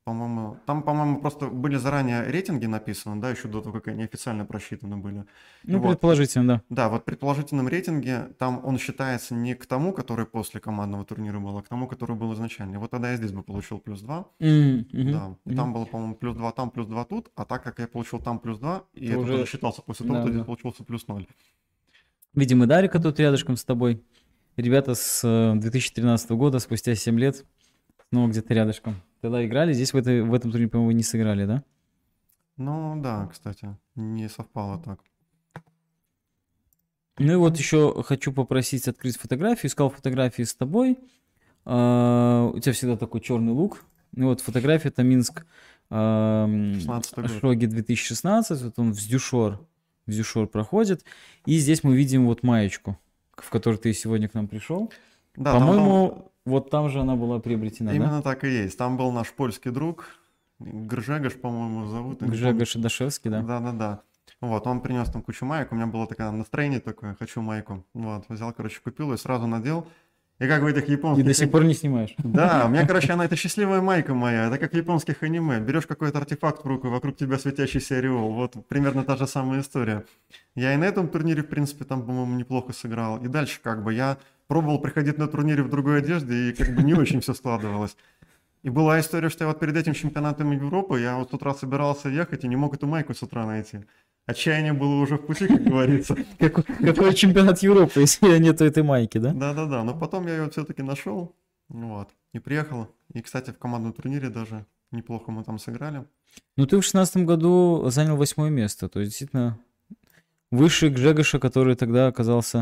Speaker 2: по-моему, там, по-моему, просто были заранее рейтинги написаны, да, еще до того, как они официально просчитаны были.
Speaker 1: Ну,
Speaker 2: Вот.
Speaker 1: предположительно, да.
Speaker 2: Да, вот в предположительном рейтинге там он считается не к тому, который после командного турнира был, а к тому, который был изначально. И вот тогда я здесь бы получил +2. Да, и там было, по-моему, +2 там, +2 тут, а так как я получил там +2, и
Speaker 1: То
Speaker 2: это
Speaker 1: уже-
Speaker 2: тоже считался после того,
Speaker 1: да,
Speaker 2: то здесь
Speaker 1: да.
Speaker 2: получился +0.
Speaker 1: Видимо, Дарика тут рядышком с тобой. Ребята с 2013 года, спустя 7 лет, снова где-то рядышком. Тогда играли, здесь в этом турнире, по-моему, вы не сыграли, да?
Speaker 2: Ну да, кстати, не совпало так.
Speaker 1: Ну и вот еще хочу попросить открыть фотографию. Искал фотографии с тобой. У тебя всегда такой черный лук. Ну вот фотография, это Минск
Speaker 2: 16-й год.
Speaker 1: Шоги 2016. Вот он в проходит. И здесь мы видим вот маечку, в которой ты сегодня к нам пришел.
Speaker 2: Да, там
Speaker 1: По-моему, вот там же она была приобретена, да?
Speaker 2: именно так и есть. Там был наш польский друг, Гржегош, по-моему, зовут. я не помню.
Speaker 1: Гжегош Дашевский, да?
Speaker 2: Да-да-да. Вот, он принес там кучу маек, у меня было такое настроение такое, хочу майку. Вот, взял, короче, купил и сразу надел. И как в этих
Speaker 1: И
Speaker 2: японских...
Speaker 1: до сих пор не снимаешь.
Speaker 2: Да, у меня, короче, она, это счастливая майка моя, это как в японских аниме. Берешь какой-то артефакт в руку, и вокруг тебя светящийся ореол. Вот примерно та же самая история. Я и на этом турнире, в принципе, там, по-моему, неплохо сыграл. И дальше как бы я пробовал приходить на турнире в другой одежде, и как бы не очень все складывалось. И была история, что я вот перед этим чемпионатом Европы, я вот с утра собирался ехать и не мог эту майку с утра найти. Отчаяние было уже в пути, как говорится.
Speaker 1: Какой чемпионат Европы, если нету этой майки, да?
Speaker 2: Да-да-да, но потом я ее все-таки нашел, вот, и приехал. И, кстати, в командном турнире даже неплохо мы там сыграли.
Speaker 1: Ну, ты в 2016 году занял 8 место, то есть действительно выше Гжегоша, который тогда оказался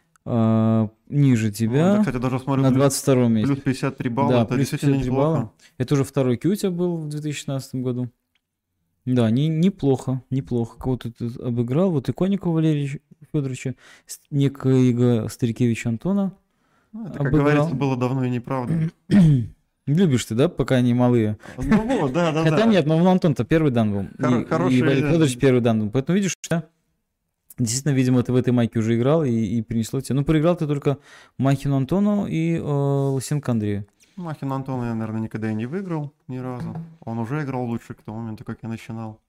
Speaker 1: ниже
Speaker 2: Ну, да,
Speaker 1: тебя,
Speaker 2: кстати, даже смотрю,
Speaker 1: на 22 месте.
Speaker 2: плюс 53 балла,
Speaker 1: Да,
Speaker 2: это
Speaker 1: плюс
Speaker 2: действительно
Speaker 1: 53
Speaker 2: неплохо.
Speaker 1: балла. Это уже второй Q у тебя был в 2016 году. Да, неплохо. Кого-то тут обыграл. Вот Иконникова Валерия Федоровича, некоего Старикевича Антона
Speaker 2: Ну, это, как
Speaker 1: обыграл.
Speaker 2: говорится, было давно и неправда.
Speaker 1: Любишь ты, да, пока они малые?
Speaker 2: Ну вот, да-да-да.
Speaker 1: Хотя нет, но Антон-то первый дан был.
Speaker 2: Хороший-
Speaker 1: И Валерий Федорович первый дан был. Поэтому видишь, да? Действительно, видимо, ты в этой майке уже играл и принесло тебе. Ну, проиграл ты только Махину Антону и Лысенко Андрею.
Speaker 2: Махин Антона я, наверное, никогда и не выиграл ни разу. Он уже играл лучше к тому моменту, как я начинал.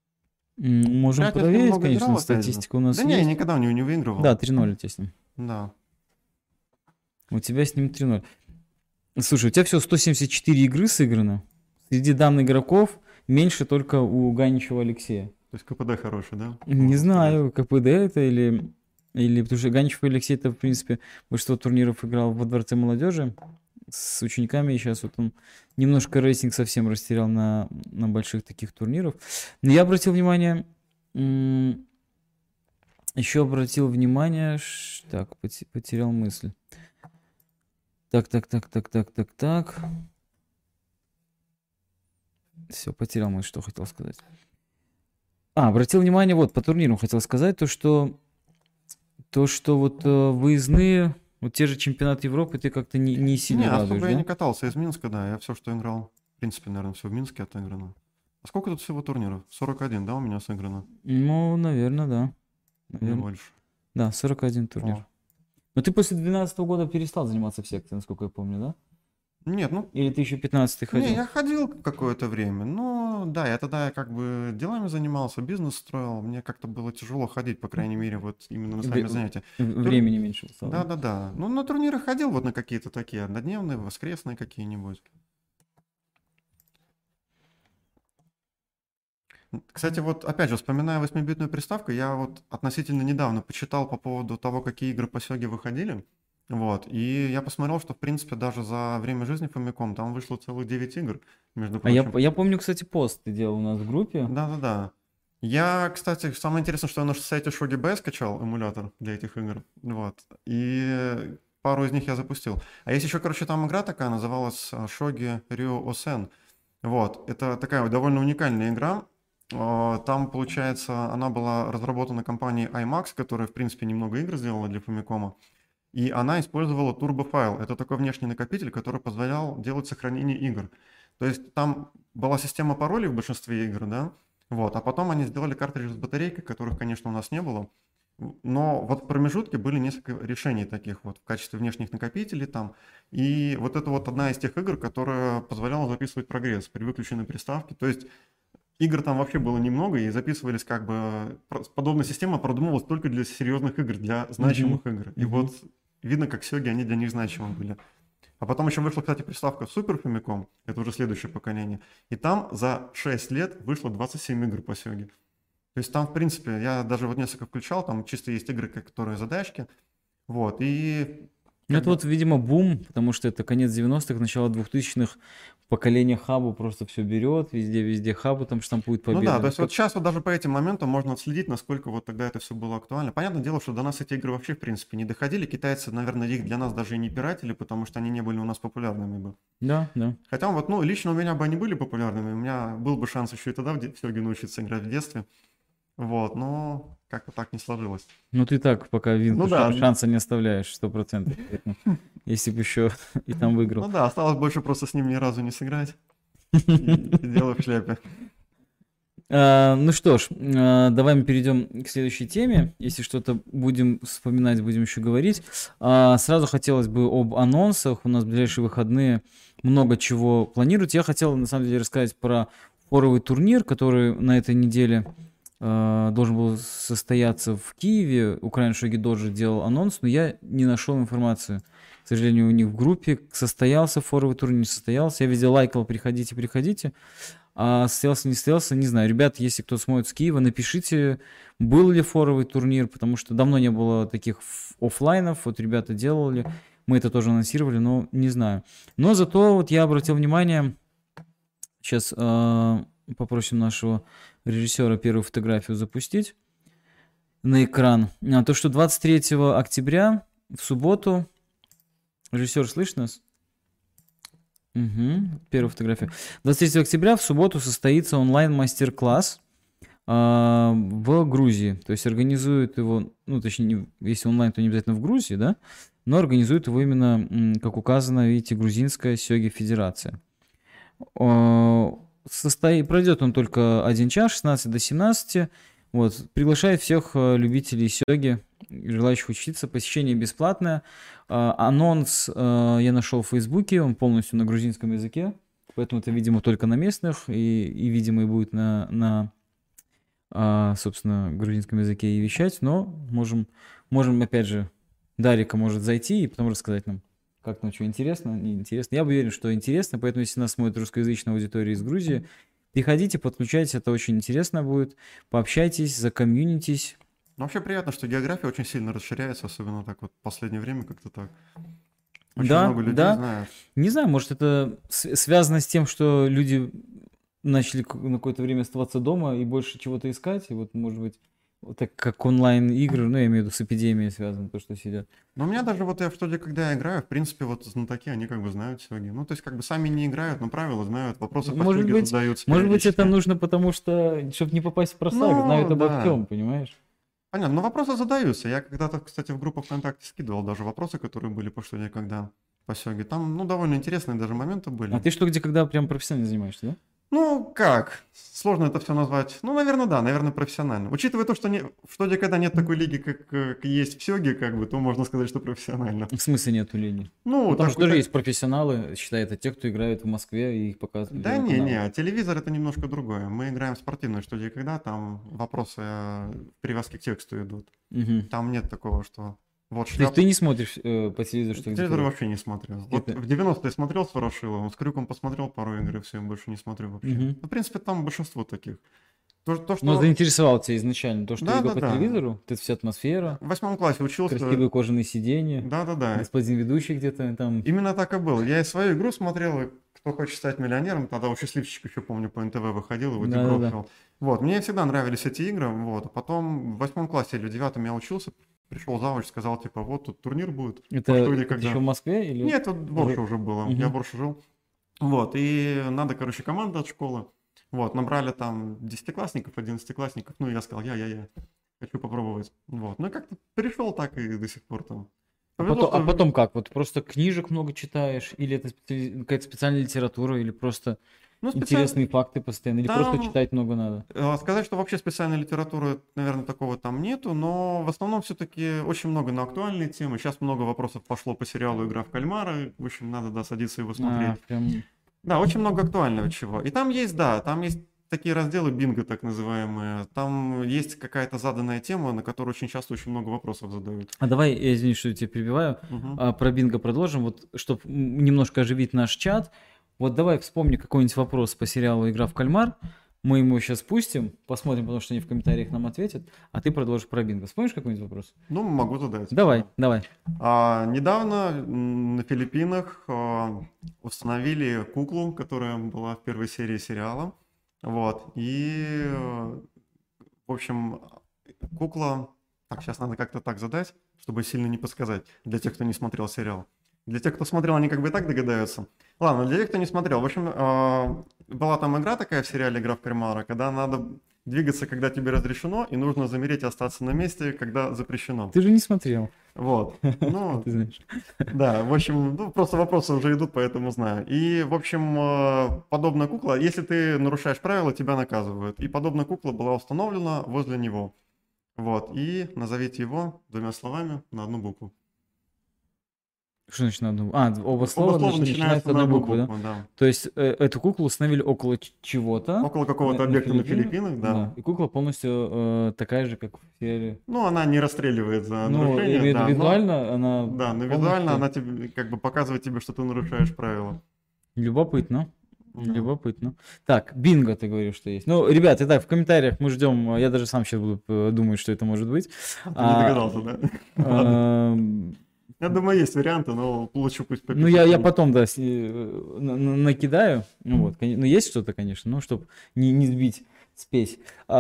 Speaker 1: Можем
Speaker 2: Вряд ли с ним
Speaker 1: проверить,
Speaker 2: много
Speaker 1: конечно,
Speaker 2: играл, опять же.
Speaker 1: статистика у нас
Speaker 2: Да не, я
Speaker 1: есть.
Speaker 2: никогда у него не выигрывал.
Speaker 1: Да, 3-0 у тебя с ним.
Speaker 2: Да.
Speaker 1: У тебя с ним 3-0. Слушай, у тебя всего 174 игры сыграно. Среди данных игроков меньше только у Ганичева Алексея.
Speaker 2: То есть КПД хороший, да?
Speaker 1: Не знаю, КПД это или потому что Ганичев Алексей это, в принципе, большинство турниров играл во Дворце молодежи с учениками, и сейчас вот он немножко рейтинг совсем растерял на больших таких турнирах. Но я обратил внимание, еще обратил внимание, так, потерял мысль. Так. Все, потерял мысль, что хотел сказать. Обратил внимание, вот по турнирам хотел сказать, то, что вот выездные, вот те же чемпионаты Европы, ты как-то не сильно
Speaker 2: Не,
Speaker 1: радуешь,
Speaker 2: особо я
Speaker 1: да?
Speaker 2: не катался из Минска, да. Я все, что играл, в принципе, наверное, все в Минске отыграно. А сколько тут всего турниров? 41, да, у меня сыграно?
Speaker 1: Ну, наверное, да.
Speaker 2: Не
Speaker 1: Наверно.
Speaker 2: больше.
Speaker 1: Да, 41 турнир.
Speaker 2: О.
Speaker 1: Но ты после 2012 года перестал заниматься в секции, насколько я помню, да?
Speaker 2: Нет, ну,
Speaker 1: Или ты еще 15 ходил?
Speaker 2: не, я ходил какое-то время, но да, я тогда как бы делами занимался, бизнес строил, мне как-то было тяжело ходить, по крайней мере, вот именно на сами занятия.
Speaker 1: Времени меньше стало.
Speaker 2: Да-да-да, ну на турниры ходил вот на какие-то такие однодневные, воскресные какие-нибудь. Кстати, вот опять же, вспоминая 8-битную приставку, я вот относительно недавно почитал по поводу того, какие игры по Сёге выходили. Вот, и я посмотрел, что, в принципе, даже за время жизни Famicom там вышло целых 9 игр, между прочим.
Speaker 1: Я помню, кстати, пост ты делал у нас в группе.
Speaker 2: Да-да-да. Я, кстати, самое интересное, что я на сайте Shogi B скачал эмулятор для этих игр. Вот. И пару из них я запустил. А есть еще, короче, там игра такая, называлась Shogi Ryu Osen. Вот. Это такая вот довольно уникальная игра. Там, получается, она была разработана компанией IMAX, которая, в принципе, немного игр сделала для Famicom. И она использовала турбофайл. Это такой внешний накопитель, который позволял делать сохранение игр. То есть там была система паролей в большинстве игр, да? Вот. А потом они сделали картриджи с батарейкой, которых, конечно, у нас не было. Но вот в промежутке были несколько решений таких вот в качестве внешних накопителей там. И вот это вот одна из тех игр, которая позволяла записывать прогресс при выключенной приставке. То есть игр там вообще было немного, и записывались как бы... Подобная система продумывалась только для серьезных игр, для значимых игр. И вот видно, как Сёги, они для них значимы были. А потом еще вышла, кстати, приставка Super Famicom, это уже следующее поколение. И там за 6 лет вышло 27 игр по Сёге. То есть там, в принципе, я даже вот несколько включал, там чисто есть игры, которые задачки. Вот, и...
Speaker 1: Это вот, видимо, бум, потому что это конец 90-х, начало 2000-х, поколение хабу просто все берет, везде хабу там штампует победу.
Speaker 2: Ну да, то есть вот сейчас вот даже по этим моментам можно отследить, насколько вот тогда это все было актуально. Понятное дело, что до нас эти игры вообще, в принципе, не доходили. Китайцы, наверное, их для нас даже и не пиратили, потому что они не были у нас популярными бы.
Speaker 1: Да.
Speaker 2: Хотя вот, ну, лично у меня бы они были популярными, у меня был бы шанс еще и тогда в Сёге научиться играть в детстве. Вот, но как-то так не сложилось.
Speaker 1: Ну ты так, пока Винку шанса не оставляешь, 100%. Если бы еще и там выиграл.
Speaker 2: Ну да, осталось больше просто с ним ни разу не сыграть. И дело в шляпе.
Speaker 1: Ну что ж, давай мы перейдем к следующей теме. Если что-то будем вспоминать, будем еще говорить. Сразу хотелось бы об анонсах. У нас в ближайшие выходные много чего планируется. Я хотел, на самом деле, рассказать про форовый турнир, который на этой неделе должен был состояться в Киеве. Украин Шоги Доджи делал анонс, но я не нашел информацию. К сожалению, у них в группе состоялся форовый турнир, не состоялся. Я везде лайкал, приходите. А состоялся, не состоялся, не знаю. Ребят, если кто смотрит с Киева, напишите, был ли форовый турнир, потому что давно не было таких оффлайнов. Вот ребята делали, мы это тоже анонсировали, но не знаю. Но зато вот я обратил внимание, сейчас попросим нашего режиссера первую фотографию запустить на экран. То, что 23 октября в субботу... Режиссер, слышишь нас? Первая фотография. 23 октября в субботу состоится онлайн-мастер-класс в Грузии. То есть организует его, ну точнее, если онлайн, то не обязательно в Грузии, да? Но организует его именно, как указано, видите, грузинская Сёги Федерация. Пройдет он только 1 час, 16 до 17. Вот. Приглашает всех любителей сёги, желающих учиться. Посещение бесплатное. Анонс я нашел в Фейсбуке, он полностью на грузинском языке. Поэтому это, видимо, только на местных. И видимо, и будет на собственно, грузинском языке и вещать. Но можем, опять же, Дарика может зайти и потом рассказать нам, как там, что интересно, неинтересно. Я уверен, что интересно, поэтому если нас смотрит русскоязычная аудитория из Грузии, приходите, подключайтесь, это очень интересно будет. Пообщайтесь, закомьюнитесь.
Speaker 2: Ну, вообще приятно, что география очень сильно расширяется, особенно так вот в последнее время как-то так. Очень много людей знают.
Speaker 1: Не знаю, может это связано с тем, что люди начали на какое-то время оставаться дома и больше чего-то искать, и вот, может быть, вот так как онлайн-игры, ну, я имею в виду с эпидемией связано, то, что сидят.
Speaker 2: Но у меня даже вот я в студии, когда я играю, в принципе, вот знатоки, они как бы знают сёги. Ну, то есть, как бы сами не играют, но правила знают, вопросы по сёге задаются.
Speaker 1: Может быть, это нужно, потому что, чтобы не попасть в просак, знают обо всем, понимаешь?
Speaker 2: Понятно, но вопросы задаются. Я когда-то, кстати, в группу ВКонтакте скидывал даже вопросы, которые были по студии, когда по сёге. Там, ну, довольно интересные даже моменты были.
Speaker 1: А ты что, где, когда прям профессионально занимаешься, да?
Speaker 2: Ну, как? Сложно это все назвать. Ну, наверное, да, наверное, профессионально. Учитывая то, что в Штоде, когда нет такой лиги, как есть в Сёге, как бы, то можно сказать, что профессионально.
Speaker 1: В смысле нету лиги?
Speaker 2: Ну,
Speaker 1: там же тоже есть профессионалы, считай, это те, кто играет в Москве и их показывают.
Speaker 2: Да не, телевизор это немножко другое. Мы играем в спортивной Штоде, когда там вопросы привязки к тексту идут. Там нет такого, что... Вот
Speaker 1: ты не смотришь по телевизору, что где-то?
Speaker 2: Телевизор вообще не смотрел. Вот в 90-е смотрел с Ворошиловым, с Крюком посмотрел пару игр, и все, я больше не смотрю вообще. Ну, в принципе, там большинство таких.
Speaker 1: Что... Но заинтересовал тебя изначально то, что игра по телевизору? Это вся атмосфера?
Speaker 2: В 8 классе учился.
Speaker 1: Красивые кожаные сиденья.
Speaker 2: Да.
Speaker 1: Господин ведущий где-то там.
Speaker 2: Именно так и было. Я и свою игру смотрел, и «Кто хочет стать миллионером», тогда у «Счастливчик» еще, помню, по НТВ выходил, его деброшил. Вот, мне всегда нравились эти игры, вот. А потом в 8 классе или 9 я учился, пришел завуч, сказал, типа, вот тут турнир будет.
Speaker 1: Это еще в Москве? Или...
Speaker 2: Нет, вот в Борше уже было, я в Борше жил. Вот, и надо, короче, команда от школы. Вот, набрали там 10-классников, 11-классников, ну, я сказал, я хочу попробовать. Вот, ну, и как-то перешел так и до сих пор там.
Speaker 1: А потом как? Вот просто книжек много читаешь, или это какая-то специальная литература, или просто
Speaker 2: Ну,
Speaker 1: интересные факты постоянно, или просто
Speaker 2: там
Speaker 1: читать много надо?
Speaker 2: сказать, что вообще специальной литературы, наверное, такого там нету, но в основном все-таки очень много на актуальные темы. Сейчас много вопросов пошло по сериалу «Игра в кальмара». В общем, надо, да, садиться его смотреть.
Speaker 1: Прям...
Speaker 2: Да, очень много актуального чего. И там есть, да, там есть такие разделы бинго, так называемые. Там есть какая-то заданная тема, на которую очень часто очень много вопросов задают.
Speaker 1: А давай, я извини, что я тебя перебиваю,
Speaker 2: Мгм.
Speaker 1: про бинго продолжим, вот, чтобы немножко оживить наш чат. Вот давай вспомни какой-нибудь вопрос по сериалу «Игра в кальмар». Мы ему сейчас пустим, посмотрим, потому что они в комментариях нам ответят, а ты продолжишь про бинго. Вспомнишь какой-нибудь вопрос?
Speaker 2: Ну, могу задать.
Speaker 1: Давай, давай.
Speaker 2: Недавно на Филиппинах установили куклу, которая была в первой серии сериала. Вот. И, в общем, кукла... Так, сейчас надо как-то так задать, чтобы сильно не подсказать. Для тех, кто не смотрел сериал. Для тех, кто смотрел, они как бы и так догадаются. Ладно, для тех, кто не смотрел. В общем, была там игра такая в сериале «Игра в кальмара», когда надо двигаться, когда тебе разрешено, и нужно замереть и остаться на месте, когда запрещено.
Speaker 1: Ты же не смотрел.
Speaker 2: Вот. Ну,
Speaker 1: Ты знаешь.
Speaker 2: да, в общем, ну, просто вопросы уже идут, поэтому знаю. И, в общем, подобная кукла, если ты нарушаешь правила, тебя наказывают. И подобная кукла была установлена возле него. Вот. И назовите его двумя словами на одну букву.
Speaker 1: Что значит на одну? Оба слова
Speaker 2: Оба слова
Speaker 1: начинаются с
Speaker 2: начинаются на
Speaker 1: одной
Speaker 2: одну
Speaker 1: буквы, да?
Speaker 2: букву, да.
Speaker 1: То есть эту куклу установили около чего-то
Speaker 2: Около какого-то объекта на Филиппинах, да.
Speaker 1: И кукла полностью такая же, как в серии.
Speaker 2: Ну, она не расстреливает за
Speaker 1: Ну,
Speaker 2: нарушение, да, но,
Speaker 1: визуально она
Speaker 2: да, но
Speaker 1: полностью
Speaker 2: визуально она тебе как бы показывает тебе, что ты нарушаешь правила.
Speaker 1: любопытно.
Speaker 2: Да.
Speaker 1: Любопытно. Так, бинго, ты говоришь, что есть. Ну, ребят, итак, в комментариях мы ждем. Я даже сам сейчас буду думать, что это может быть.
Speaker 2: Ты не догадался, да?
Speaker 1: А,
Speaker 2: Я думаю, есть варианты, но лучше пусть
Speaker 1: Ну, я потом, да, накидаю. Ну, вот, ну, есть что-то, конечно, но чтобы не сбить спесь.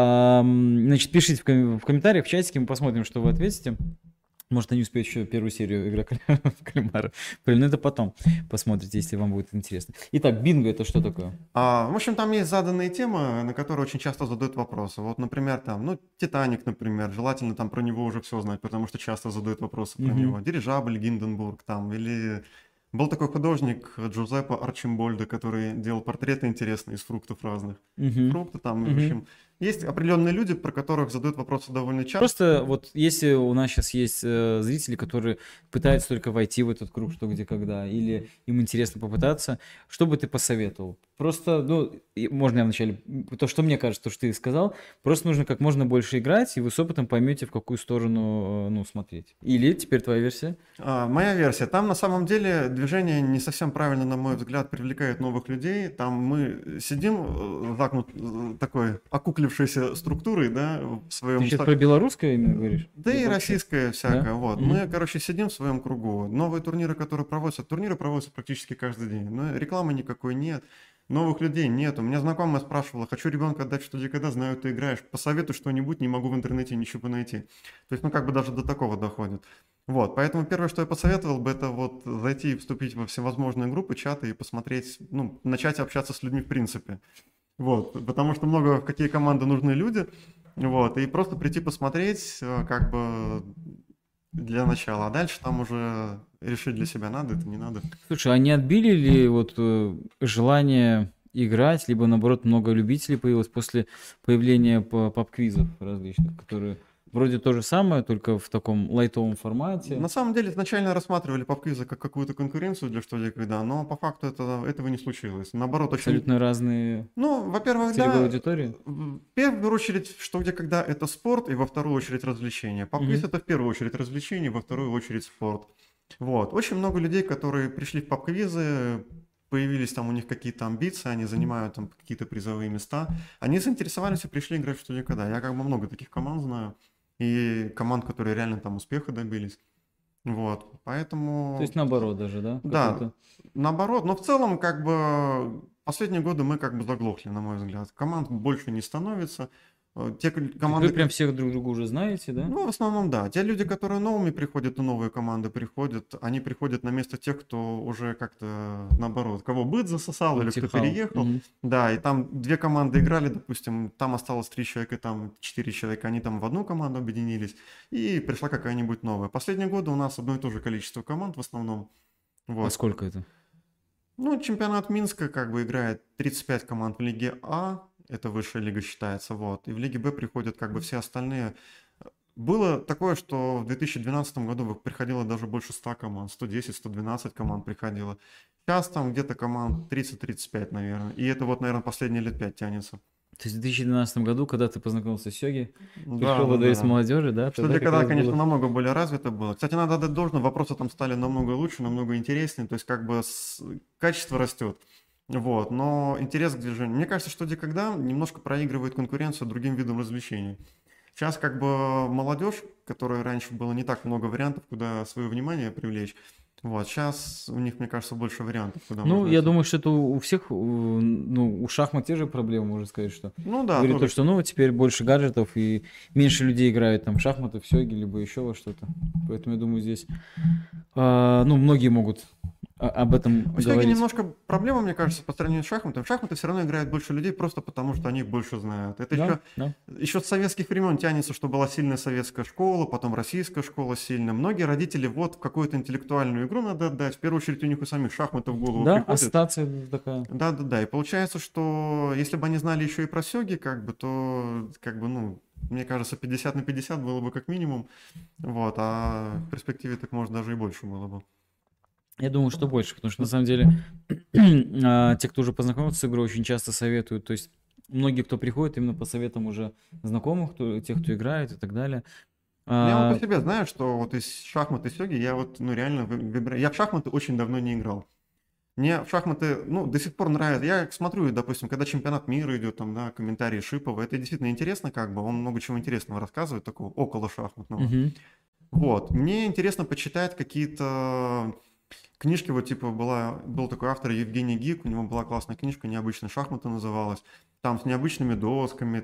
Speaker 1: Значит, пишите в комментариях, в чатике, мы посмотрим, что вы ответите. Может, они успеют еще первую серию «Игра в кальмара». Блин, ну это потом посмотрите, если вам будет интересно. Итак, бинго — это что такое?
Speaker 2: В общем, там есть заданные темы, на которые очень часто задают вопросы. Вот, например, там, ну, «Титаник», например, желательно там про него уже все знать, потому что часто задают вопросы про него. «Дирижабль», «Гинденбург», там, или... Был такой художник Джузеппе Арчимбольдо, который делал портреты интересные из фруктов разных. Фрукты там, в общем... Есть определенные люди, про которых задают вопросы довольно часто.
Speaker 1: Просто вот если у нас сейчас есть зрители, которые пытаются только войти в этот круг, что, где, когда, или им интересно попытаться, что бы ты посоветовал? Просто, ну, можно я вначале, то, что мне кажется, то, что ты сказал, просто нужно как можно больше играть, и вы с опытом поймете, в какую сторону, ну, смотреть. Или теперь твоя версия?
Speaker 2: Моя версия. Там на самом деле движение не совсем правильно, на мой взгляд, привлекает новых людей. Там мы сидим такой окуклившейся структурой, да, в своем...
Speaker 1: Ты сейчас про белорусское именно говоришь?
Speaker 2: Да и российское всякое,
Speaker 1: Да?
Speaker 2: вот. Мы, короче, сидим в своем кругу. Новые турниры, которые турниры проводятся практически каждый день. Но рекламы никакой нет. Новых людей нет. У меня знакомая спрашивала: хочу ребенка отдать что когда, знаю, ты играешь, посоветуй что-нибудь, не могу в интернете ничего найти. То есть, ну, как бы даже до такого доходит. Вот, поэтому первое, что я посоветовал бы, это вот зайти и вступить во всевозможные группы, чаты и посмотреть, ну, начать общаться с людьми в принципе. Вот, потому что много в какие команды нужны люди, вот, и просто прийти посмотреть, как бы для начала, а дальше там уже решить для себя, надо это, не надо.
Speaker 1: Слушай, а не отбили ли вот желание играть, либо наоборот много любителей появилось после появления паб-квизов различных, которые вроде то же самое, только в таком лайтовом формате?
Speaker 2: На самом деле изначально рассматривали паб-квизы как какую-то конкуренцию для что где когда, но по факту этого не случилось. Наоборот, очень...
Speaker 1: Абсолютно разные
Speaker 2: Ну, во-первых,
Speaker 1: целевые
Speaker 2: да,
Speaker 1: аудитории?
Speaker 2: в первую очередь, что где когда это спорт, и во вторую очередь развлечение. Паб-квиз это в первую очередь развлечение, во вторую очередь спорт. Вот. Очень много людей, которые пришли в паб-квизы, появились там у них какие-то амбиции, они занимают там какие-то призовые места. Они заинтересовались и пришли играть в что где когда. Я как бы много таких команд знаю. И команд, которые реально там успеха добились. Вот, поэтому...
Speaker 1: То есть наоборот даже, да?
Speaker 2: Да, наоборот. Но в целом, как бы, последние годы мы как бы заглохли, на мой взгляд. Команд больше не становится. Те команды...
Speaker 1: Вы прям всех друг друга уже знаете, да?
Speaker 2: Ну, в основном, да. Те люди, которые новыми приходят, и новые команды приходят, они приходят на место тех, кто уже как-то, наоборот, кого быт засосал или кто переехал. Да, и там две команды играли, допустим, там осталось 3 человека, там 4 человека, они там в одну команду объединились, и пришла какая-нибудь новая. Последние годы у нас одно и то же количество команд в основном. Вот.
Speaker 1: А сколько это?
Speaker 2: Ну, чемпионат Минска как бы играет 35 команд в Лиге А, это высшая лига считается, вот. И в Лиге Б приходят как бы все остальные. Было такое, что в 2012 году приходило даже больше 100 команд, 110, 112 команд приходило. Сейчас там где-то команд 30-35, наверное. И это вот, наверное, последние лет 5 тянется.
Speaker 1: То есть в 2012 году, когда ты познакомился с Сёги,
Speaker 2: Да,
Speaker 1: пришел во
Speaker 2: да,
Speaker 1: дворец
Speaker 2: да.
Speaker 1: молодежи, да,
Speaker 2: Что
Speaker 1: тогда
Speaker 2: для
Speaker 1: как
Speaker 2: когда,
Speaker 1: раз
Speaker 2: конечно,
Speaker 1: было.
Speaker 2: намного более развито было. Кстати, надо отдать должное, вопросы там стали намного лучше, намного интереснее, то есть как бы качество растет. Вот, но интерес к движению. Мне кажется, что где когда немножко проигрывает конкуренцию другим видам развлечений. Сейчас как бы молодежь, которая раньше было не так много вариантов, куда свое внимание привлечь, вот, сейчас у них, мне кажется, больше вариантов, куда
Speaker 1: Ну,
Speaker 2: можно
Speaker 1: я
Speaker 2: идти.
Speaker 1: думаю, что это у всех, ну, у шахмат те же проблемы, можно сказать, что
Speaker 2: Ну да,
Speaker 1: говорит то,
Speaker 2: тоже.
Speaker 1: что, ну, теперь больше гаджетов и меньше людей играют там в шахматы, в сёги, либо еще во что-то. Поэтому я думаю, здесь, ну, многие могут об этом
Speaker 2: У Сёги
Speaker 1: говорить.
Speaker 2: немножко проблема, мне кажется, по сравнению с шахматом. В шахматы все равно играет больше людей просто потому, что они их больше знают. Это
Speaker 1: Да, да.
Speaker 2: еще с советских времен тянется, что была сильная советская школа, потом российская школа сильная. Многие родители вот в какую-то интеллектуальную игру надо отдать. В первую очередь у них у самих шахматы в голову
Speaker 1: Да,
Speaker 2: приходят.
Speaker 1: ассоциация такая.
Speaker 2: Да. И получается, что если бы они знали еще и про Сёги, как бы, то, как бы, ну, мне кажется, 50 на 50 было бы как минимум. Вот, а в перспективе так может даже и больше было бы.
Speaker 1: Я думаю, что больше, потому что на самом деле те, кто уже познакомился с игрой, очень часто советуют. То есть многие, кто приходит именно по советам уже знакомых, тех, кто играет и так далее.
Speaker 2: Я вот по
Speaker 1: А,
Speaker 2: себе знаю, что вот из шахмат и сёги я вот, ну, реально выбираю. Я в шахматы очень давно не играл. Мне в шахматы, ну, до сих пор нравится. Я смотрю, допустим, когда чемпионат мира идет, там, да, комментарии Шипова, это действительно интересно, как бы, он много чего интересного рассказывает, такого около шахматного.
Speaker 1: мгм.
Speaker 2: Вот, мне интересно почитать какие-то книжки, вот, типа, был такой автор Евгений Гик, у него была классная книжка, «Необычные шахматы» называлась, там с необычными досками,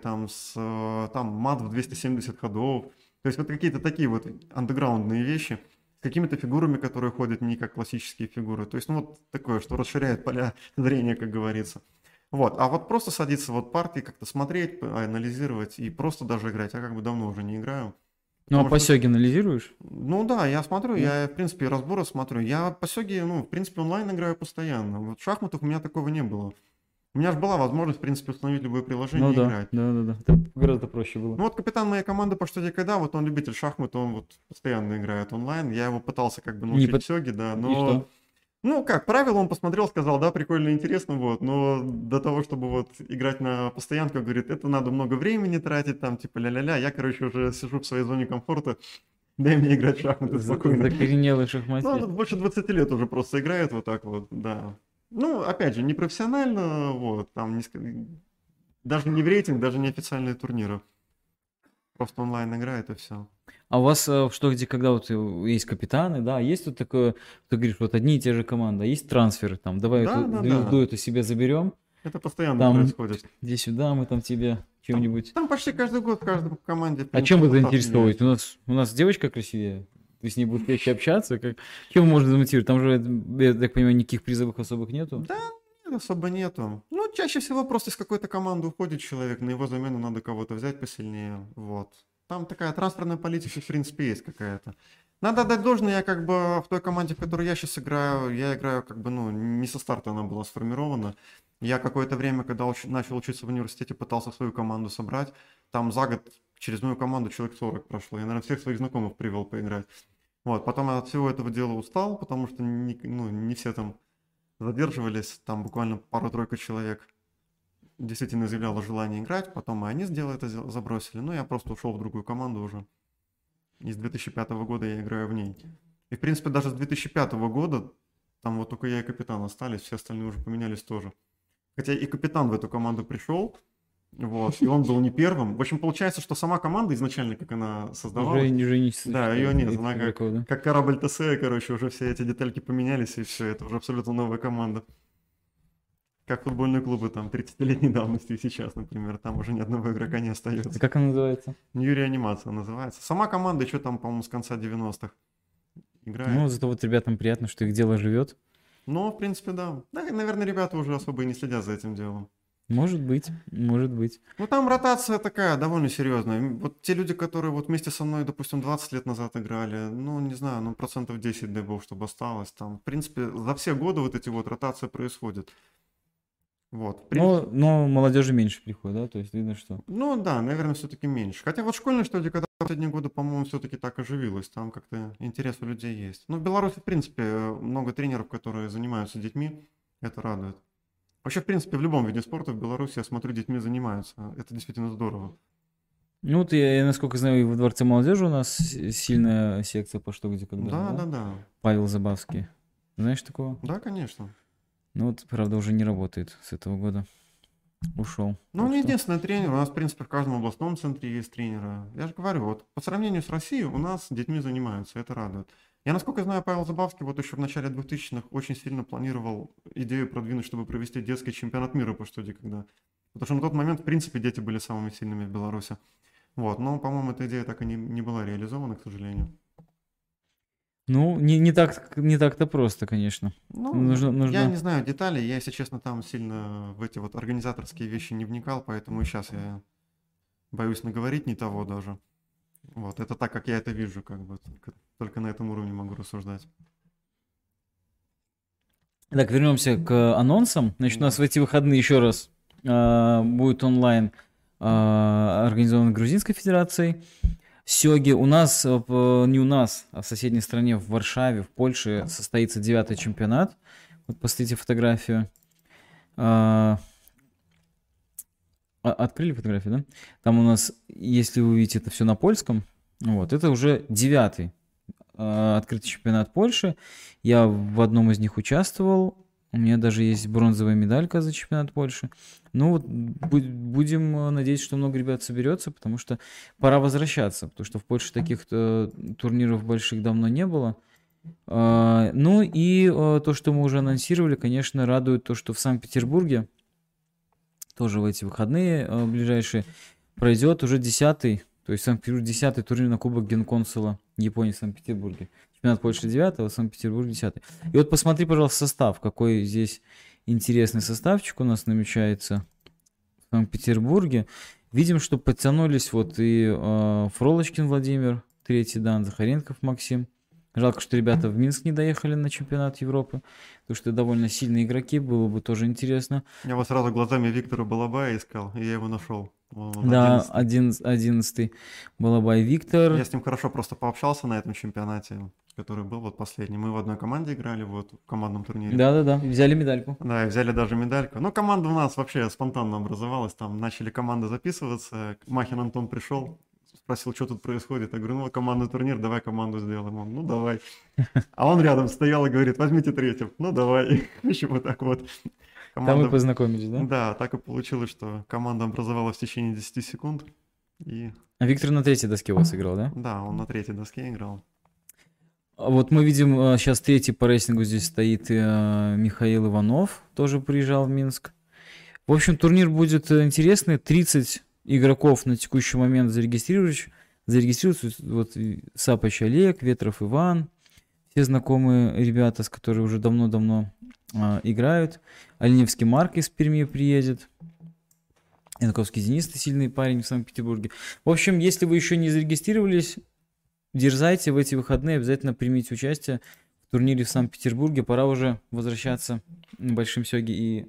Speaker 2: там мат в 270 ходов, то есть вот какие-то такие вот андеграундные вещи, с какими-то фигурами, которые ходят не как классические фигуры, то есть, ну, вот такое, что расширяет поля зрения, как говорится. Вот, а вот просто садиться вот партии, как-то смотреть, анализировать и просто даже играть, я как бы давно уже не играю.
Speaker 1: Ну, а
Speaker 2: Потому
Speaker 1: по
Speaker 2: что
Speaker 1: сёге анализируешь?
Speaker 2: ну да, я смотрю,
Speaker 1: Да?
Speaker 2: я, в принципе, разборы смотрю. Я по сёге, ну, в принципе, онлайн играю постоянно. Вот в шахматах у меня такого не было. У меня же была возможность, в принципе, установить любое
Speaker 1: Ну
Speaker 2: приложение и
Speaker 1: да,
Speaker 2: играть.
Speaker 1: да, да, да. Это гораздо проще было.
Speaker 2: Ну вот капитан моей команды по что где когда, вот он любитель шахмат, он вот постоянно играет онлайн. Я его пытался как бы
Speaker 1: Не
Speaker 2: научить
Speaker 1: по-
Speaker 2: сёге, да,
Speaker 1: И
Speaker 2: но,
Speaker 1: что?
Speaker 2: ну как, правила он посмотрел, сказал, да, прикольно, интересно, вот, но до того, чтобы вот играть на постоянку, говорит, это надо много времени тратить, там, типа, ля-ля-ля. Я, короче, уже сижу в своей зоне комфорта, дай мне играть в шахматы спокойно.
Speaker 1: Закоренелый
Speaker 2: Ну,
Speaker 1: шахматист.
Speaker 2: он больше 20 лет уже просто играет вот так вот, да. Ну, опять же, не профессионально, вот, там даже не в рейтинг, даже не официальные турниры. Просто онлайн играет и все.
Speaker 1: А у вас что, где, когда вот есть капитаны, да, есть вот такое, ты говоришь, вот одни и те же команды, а есть трансферы, там, давай
Speaker 2: Да,
Speaker 1: эту
Speaker 2: да,
Speaker 1: звезду
Speaker 2: да.
Speaker 1: эту себе заберем,
Speaker 2: Это постоянно
Speaker 1: там,
Speaker 2: происходит.
Speaker 1: иди сюда, мы там тебе
Speaker 2: Там,
Speaker 1: чем-нибудь.
Speaker 2: там почти каждый год в каждой команде, в
Speaker 1: А чем
Speaker 2: принципе,
Speaker 1: вы
Speaker 2: состав
Speaker 1: заинтересовываете?
Speaker 2: меняется.
Speaker 1: У нас девочка красивее, ты с ней будешь легче общаться, как, чем можно замотивировать? Там же, я так понимаю, никаких призовых особых нету.
Speaker 2: Да, нет, особо нету. Ну, чаще всего просто из какой-то команды уходит человек, на его замену надо кого-то взять посильнее, вот. Там такая трансферная политика, в принципе, есть какая-то. Надо отдать должное, я как бы в той команде, в которой я сейчас играю, я играю как бы, ну, не со старта она была сформирована. Я какое-то время, когда начал учиться в университете, пытался свою команду собрать. Там за год через мою команду человек 40 прошло. Я, наверное, всех своих знакомых привел поиграть. Вот, потом я от всего этого дела устал, потому что ну, не все там задерживались, там буквально пару-тройку человек действительно заявляло желание играть, потом и они сделали это, забросили, но я просто ушел в другую команду уже. И с 2005 года я играю в ней. И, в принципе, даже с 2005 года там вот только я и капитан остались, все остальные уже поменялись тоже. Хотя и капитан в эту команду пришел, вот, и он был не первым. В общем, получается, что сама команда изначально, как она создавалась,
Speaker 1: Уже не
Speaker 2: да, ее нет,
Speaker 1: существует
Speaker 2: она
Speaker 1: такого, да?
Speaker 2: как корабль ТСЭ, короче, уже все эти детальки поменялись, и все, это уже абсолютно новая команда. Как футбольные клубы там 30-летней давности и сейчас, например, там уже ни одного игрока не
Speaker 1: А
Speaker 2: остается.
Speaker 1: как она называется?
Speaker 2: Нью-реанимация называется. Сама команда еще там, по-моему, с конца 90-х играет.
Speaker 1: Ну, зато вот ребятам приятно, что их дело живет.
Speaker 2: Но, в принципе, да. Да, и, наверное, ребята уже особо и не следят за этим делом.
Speaker 1: Может быть, может быть.
Speaker 2: Ну, там ротация такая довольно серьезная. Вот те люди, которые вот вместе со мной, допустим, 20 лет назад играли, ну, не знаю, ну, процентов 10, дай бог, чтобы осталось там. В принципе, за все годы вот эти вот ротации происходят. Вот, в принципе,
Speaker 1: Но молодежи меньше приходит, да? То есть видно, что...
Speaker 2: ну, да, наверное, все-таки меньше. Хотя вот школьная студия, когда в последние годы, по-моему, все-таки так оживилась, там как-то интерес у людей есть. Ну, в Беларуси, в принципе, много тренеров, которые занимаются детьми, это радует. Вообще, в принципе, в любом виде спорта в Беларуси, я смотрю, детьми занимаются. Это действительно здорово.
Speaker 1: Ну вот я, насколько знаю, и во Дворце молодежи у нас сильная секция по что, где, когда,
Speaker 2: Да,
Speaker 1: да?
Speaker 2: да, да.
Speaker 1: Павел Забавский. Знаешь такого?
Speaker 2: Да, конечно.
Speaker 1: Ну вот, правда, уже не работает с этого года. Ушел.
Speaker 2: Ну,
Speaker 1: Так
Speaker 2: он не
Speaker 1: что...
Speaker 2: единственный тренер. У нас, в принципе, в каждом областном центре есть тренеры. Я же говорю, вот по сравнению с Россией у нас детьми занимаются, это радует. Я, насколько знаю, Павел Забавский вот еще в начале 2000-х очень сильно планировал идею продвинуть, чтобы провести детский чемпионат мира по штуде, когда... Потому что на тот момент, в принципе, дети были самыми сильными в Беларуси. Вот, но, по-моему, эта идея так и не была реализована, к сожалению.
Speaker 1: Ну, не так-то просто, конечно.
Speaker 2: Ну,
Speaker 1: Нужно,
Speaker 2: я
Speaker 1: нужно...
Speaker 2: не знаю деталей, я, если честно, там сильно в эти вот организаторские вещи не вникал, поэтому и сейчас я боюсь наговорить не того даже. Вот, это так, как я это вижу, как бы, только на этом уровне могу рассуждать.
Speaker 1: Так, вернемся к анонсам. Значит, у нас
Speaker 2: Да.
Speaker 1: в эти выходные еще раз будет онлайн организован Грузинской Федерацией. Сёги у нас, не у нас, а в соседней стране, в Варшаве, в Польше, состоится 9-й чемпионат. Вот посмотрите фотографию. Открыли фотографию, да? Там у нас, если вы увидите это все на польском, вот, это уже 9-й открытый чемпионат Польши. Я в одном из них участвовал. У меня даже есть бронзовая медалька за чемпионат Польши. Ну вот будем надеяться, что много ребят соберется, потому что пора возвращаться, потому что в Польше таких турниров больших давно не было. Ну и то, что мы уже анонсировали, конечно, радует то, что в Санкт-Петербурге тоже в эти выходные ближайшие пройдет уже 10-й, то есть Санкт-Петербург 10-й турнир на Кубок Генконсула Японии в Санкт-Петербурге. Чемпионат Польши 9-го, Санкт-Петербург 10-й. И вот посмотри, пожалуйста, состав, какой здесь интересный составчик у нас намечается в Санкт-Петербурге. Видим, что подтянулись вот и Фролочкин Владимир, третий дан, Захаренков Максим. Жалко, что ребята в Минск не доехали на чемпионат Европы, потому что довольно сильные игроки, было бы тоже интересно.
Speaker 2: Я вот сразу глазами Виктора Балабая искал, и я его нашел. Он
Speaker 1: Да,
Speaker 2: 11-й.
Speaker 1: 11-й Балабай Виктор.
Speaker 2: Я с ним хорошо просто пообщался на этом чемпионате, который был вот последний. Мы в одной команде играли, вот в командном турнире.
Speaker 1: Да-да-да, взяли медальку.
Speaker 2: Да, и взяли даже медальку. Ну, команда у нас вообще спонтанно образовалась. Там начали команды записываться. Махин Антон пришел, спросил, что тут происходит. Я говорю, ну, командный турнир, давай команду сделаем. Он, ну, давай. А он рядом стоял и говорит, возьмите третьим. Ну, давай. Еще вот так вот.
Speaker 1: Там мы познакомились, да?
Speaker 2: Да, так и получилось, что команда образовалась в течение 10 секунд. И
Speaker 1: А Виктор на третьей доске у вас играл, да?
Speaker 2: да, он на третьей доске играл.
Speaker 1: Вот мы видим, сейчас третий по рейтингу здесь стоит Михаил Иванов, тоже приезжал в Минск. В общем, турнир будет интересный. 30 игроков на текущий момент зарегистрируются. Вот Сапоч Олег, Ветров Иван, все знакомые ребята, с которыми уже давно-давно играют. Оленевский Марк из Перми приедет. Янковский Денис, сильный парень в Санкт-Петербурге. В общем, если вы еще не зарегистрировались, дерзайте в эти выходные, обязательно примите участие в турнире в Санкт-Петербурге. Пора уже возвращаться на Большим Сёге и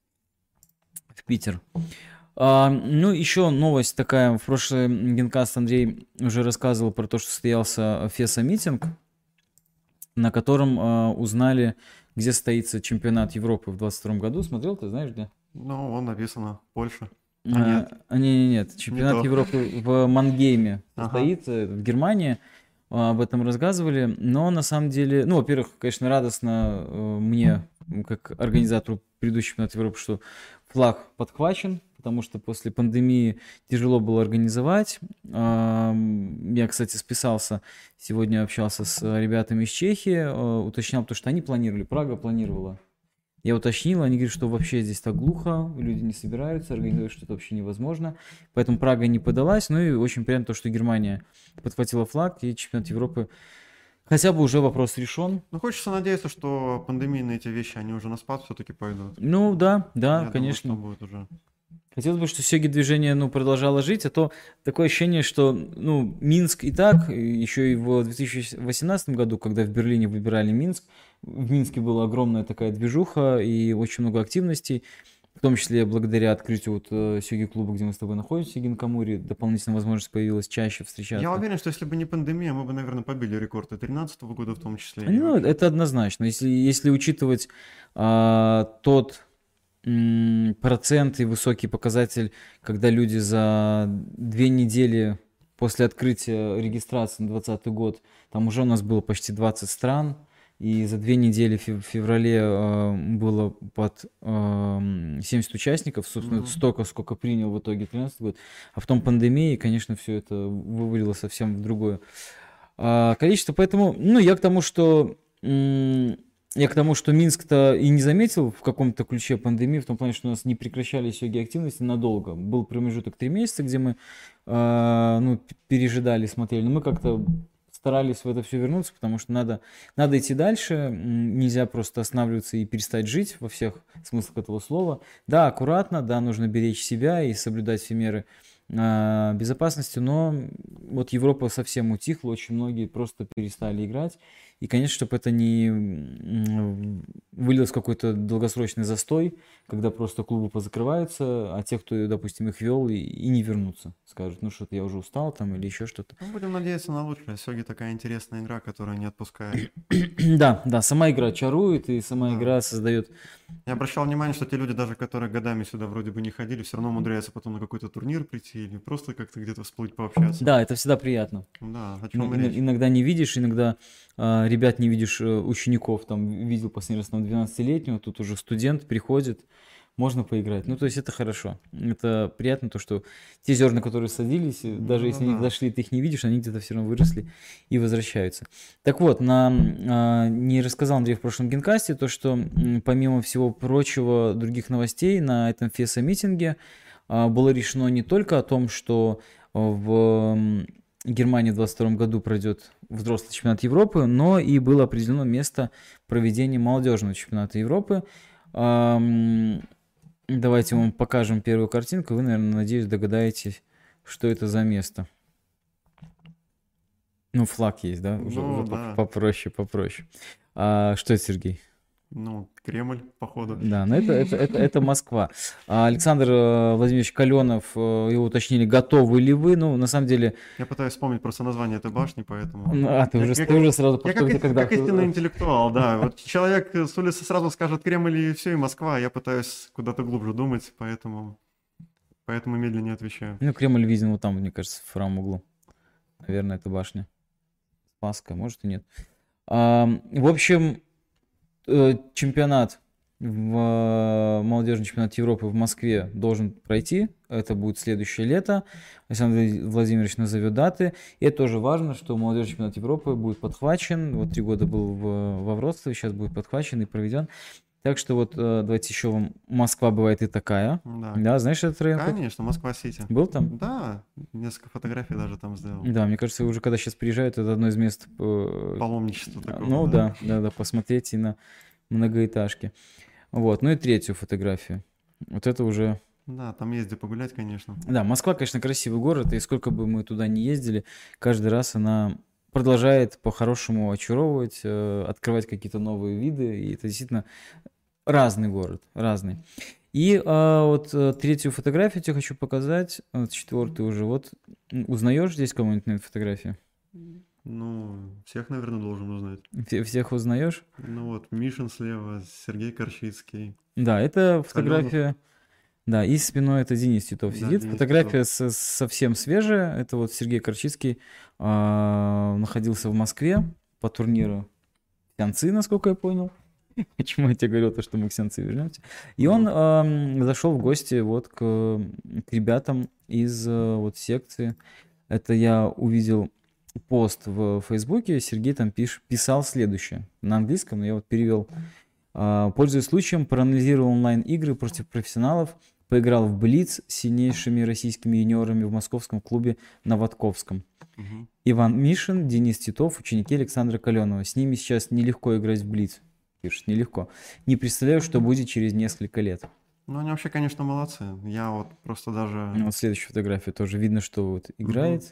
Speaker 1: в Питер. Ну, еще новость такая. В прошлый генкаст Андрей уже рассказывал про то, что состоялся ФЕСА-митинг, на котором узнали, где состоится чемпионат Европы в 2022 году. Смотрел, ты знаешь, где?
Speaker 2: Ну, он написано Польша.
Speaker 1: Нет. Чемпионат Европы в Мангейме состоится, в Германии. Об этом рассказывали. Но на самом деле, ну, во-первых, конечно, радостно мне, как организатору предыдущего чемпионата Европы, что флаг подхвачен, потому что после пандемии тяжело было организовать. Я, кстати, списался, сегодня общался с ребятами из Чехии, уточнял, потому что они планировали, Прага планировала. Я уточнил, они говорят, что вообще здесь так глухо, люди не собираются, организовать что-то вообще невозможно. Поэтому Прага не подалась. Ну и очень приятно то, что Германия подхватила флаг, и чемпионат Европы Хотя бы уже вопрос решен.
Speaker 2: Ну, хочется надеяться, что пандемийные эти вещи, они уже на спад все-таки пойдут.
Speaker 1: Ну да, да,
Speaker 2: Я думаю, что
Speaker 1: конечно.
Speaker 2: будет уже.
Speaker 1: Хотелось бы, что Сёги движение, ну, продолжало жить, а то такое ощущение, что, ну, Минск и так, еще и в 2018 году, когда в Берлине выбирали Минск, в Минске была огромная такая движуха и очень много активностей, в том числе благодаря открытию вот Сёги-клуба, где мы с тобой находимся, в Гинкамури, дополнительная возможность появилась чаще
Speaker 2: Я
Speaker 1: встречаться.
Speaker 2: уверен, что если бы не пандемия, мы бы, наверное, побили рекорд и 2013 года в том числе. И
Speaker 1: Ну,
Speaker 2: вообще.
Speaker 1: это однозначно. Если учитывать тот процент и высокий показатель, когда люди за 2 недели после открытия регистрации на 2020 год, там уже у нас было почти 20 стран, и за 2 недели в феврале было под 70 участников, собственно,
Speaker 2: Мгм.
Speaker 1: столько, сколько принял в итоге 2013 год. А потом пандемия, и, конечно, все это вывалило совсем в другое количество. Поэтому, ну, я к тому, что Минск-то и не заметил в каком-то ключе пандемии, в том плане, что у нас не прекращались йоги активности надолго. Был промежуток 3 месяца, где мы ну, пережидали, смотрели, но мы как-то старались в это все вернуться, потому что надо идти дальше, нельзя просто останавливаться и перестать жить во всех смыслах этого слова. Да, аккуратно, да, нужно беречь себя и соблюдать все меры безопасности, но вот Европа совсем утихла, очень многие просто перестали играть. И, конечно, чтобы это не вылилось в какой-то долгосрочный застой, когда просто клубы позакрываются, а те, кто, допустим, их вел, и не вернутся. Скажут, ну что-то я уже устал там или еще что-то.
Speaker 2: Ну, будем надеяться на лучшее. Сёги такая интересная игра, которая не отпускает.
Speaker 1: Да, да, сама игра чарует, и сама
Speaker 2: Да.
Speaker 1: игра создает...
Speaker 2: Я обращал внимание, что те люди, даже которые годами сюда вроде бы не ходили, все равно умудряются потом на какой-то турнир прийти или просто как-то где-то всплыть, пообщаться.
Speaker 1: Да, это всегда приятно.
Speaker 2: Да, о чем и речь.
Speaker 1: Иногда не видишь, иногда ребят не видишь, учеников. Там видел последний раз там 12-летнего, тут уже студент приходит, можно поиграть. Ну, то есть это хорошо. Это приятно, то, что те зерна, которые садились, даже если они
Speaker 2: да.
Speaker 1: дошли, ты их не видишь, они где-то все равно выросли и возвращаются. Так вот, не рассказал Андрей в прошлом генкасте, то, что помимо всего прочего других новостей на этом FESA-митинге было решено не только о том, что в Германии в 2022 году пройдет взрослый чемпионат Европы, но и было определено место проведения молодежного чемпионата Европы. Давайте вам покажем первую картинку. Вы, наверное, надеюсь, догадаетесь, что это за место. Ну, флаг есть, да? Уже
Speaker 2: да.
Speaker 1: попроще. Что это, Сергей?
Speaker 2: Ну, Кремль, походу.
Speaker 1: Да, но это Москва. Александр Владимирович Каленов, его уточнили, готовы ли вы? Ну, на самом деле...
Speaker 2: Я пытаюсь вспомнить просто название этой башни, поэтому...
Speaker 1: Ты уже сразу...
Speaker 2: Я как истинный интеллектуал, да. Вот человек с улицы сразу скажет Кремль и все, и Москва. Я пытаюсь куда-то глубже думать, поэтому медленнее отвечаю.
Speaker 1: Ну, Кремль виден вот там, мне кажется, в правом углу. Наверное, это башня. Спасская, может и нет. В общем, чемпионат, молодежный чемпионат Европы в Москве должен пройти. Это будет следующее лето. Александр Владимирович назовет даты. И это тоже важно, что молодежный чемпионат Европы будет подхвачен. Вот 3 года был во Вроцлаве, сейчас будет подхвачен и проведен. Так что вот давайте еще вам... Москва бывает и такая. Да, знаешь этот район?
Speaker 2: Конечно, Москва-Сити.
Speaker 1: Был там?
Speaker 2: Да, несколько фотографий даже там сделал.
Speaker 1: Да, мне кажется, уже когда сейчас приезжают, это одно из мест...
Speaker 2: Паломничества такого.
Speaker 1: Ну да, посмотреть и на многоэтажки. Вот, ну и третью фотографию. Вот это уже...
Speaker 2: Да, там есть где погулять, конечно.
Speaker 1: Да, Москва, конечно, красивый город, и сколько бы мы туда ни ездили, каждый раз она продолжает по-хорошему очаровывать, открывать какие-то новые виды, и это действительно разный город, разный. И вот третью фотографию тебе хочу показать, вот четвертую уже. Вот узнаешь здесь кого-нибудь на этой фотографии?
Speaker 2: Ну, всех, наверное, должен узнать.
Speaker 1: Всех узнаешь?
Speaker 2: Ну вот, Мишин слева, Сергей Корчицкий.
Speaker 1: Да, это фотография... Да, и спиной это Денис Титов сидит.
Speaker 2: Денис
Speaker 1: Фотография совсем свежая. Это вот Сергей Корчицкий находился в Москве по турниру Ксянцы, насколько я понял. Почему я тебе говорил, то, что мы к Ксянцы вернемся. И он зашел в гости вот к ребятам из вот секции. Это я увидел пост в Фейсбуке. Сергей там писал следующее на английском, но я вот перевел. Пользуясь случаем, проанализировал онлайн-игры против профессионалов. поиграл в Блиц с сильнейшими российскими юниорами в московском клубе Новотковском.
Speaker 2: Мгм.
Speaker 1: Иван Мишин, Денис Титов, ученики Александра Каленова. С ними сейчас нелегко играть в Блиц. Пишет, нелегко. Не представляю, что будет через несколько лет.
Speaker 2: Ну, они вообще, конечно, молодцы. Я вот просто даже...
Speaker 1: Вот следующая фотография тоже видно, что вот играет.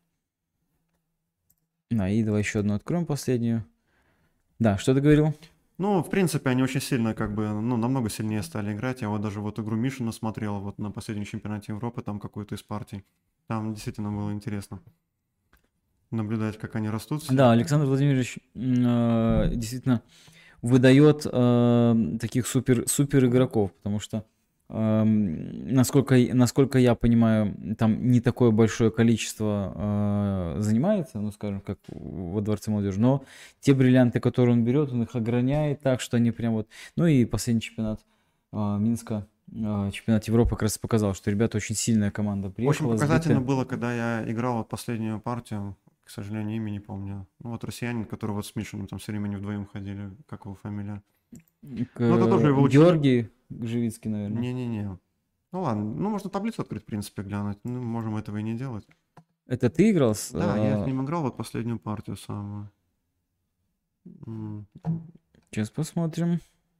Speaker 1: И давай еще одну откроем, последнюю. Да, что ты говорил?
Speaker 2: Ну, в принципе, они очень сильно, как бы, ну, намного сильнее стали играть. Я вот даже вот игру Мишина смотрел вот на последнем чемпионате Европы, там какой-то из партий. Там действительно было интересно наблюдать, как они растут все.
Speaker 1: Да, Александр Владимирович действительно выдает таких супер игроков, потому что насколько я понимаю, там не такое большое количество занимается, ну, скажем, как во Дворце молодежи, но те бриллианты, которые он берет, он их ограняет так, что они прям вот... Ну и последний чемпионат Минска, чемпионат Европы как раз показал, что ребята очень сильная команда
Speaker 2: Очень
Speaker 1: приехала,
Speaker 2: показательно
Speaker 1: сбитая.
Speaker 2: было, когда я играл вот последнюю партию, к сожалению, имя не помню. Ну, вот россиянин, который вот с Мишиным там все время они вдвоем ходили, как его фамилия? Ну, это тоже его ученик.
Speaker 1: Георгий Живицкий, наверное.
Speaker 2: Не-не-не. Ну ладно, ну можно таблицу открыть, в принципе, глянуть. Ну, можем этого и не делать.
Speaker 1: Это ты играл с...
Speaker 2: Да, я с ним играл вот последнюю партию самую.
Speaker 1: Сейчас посмотрим.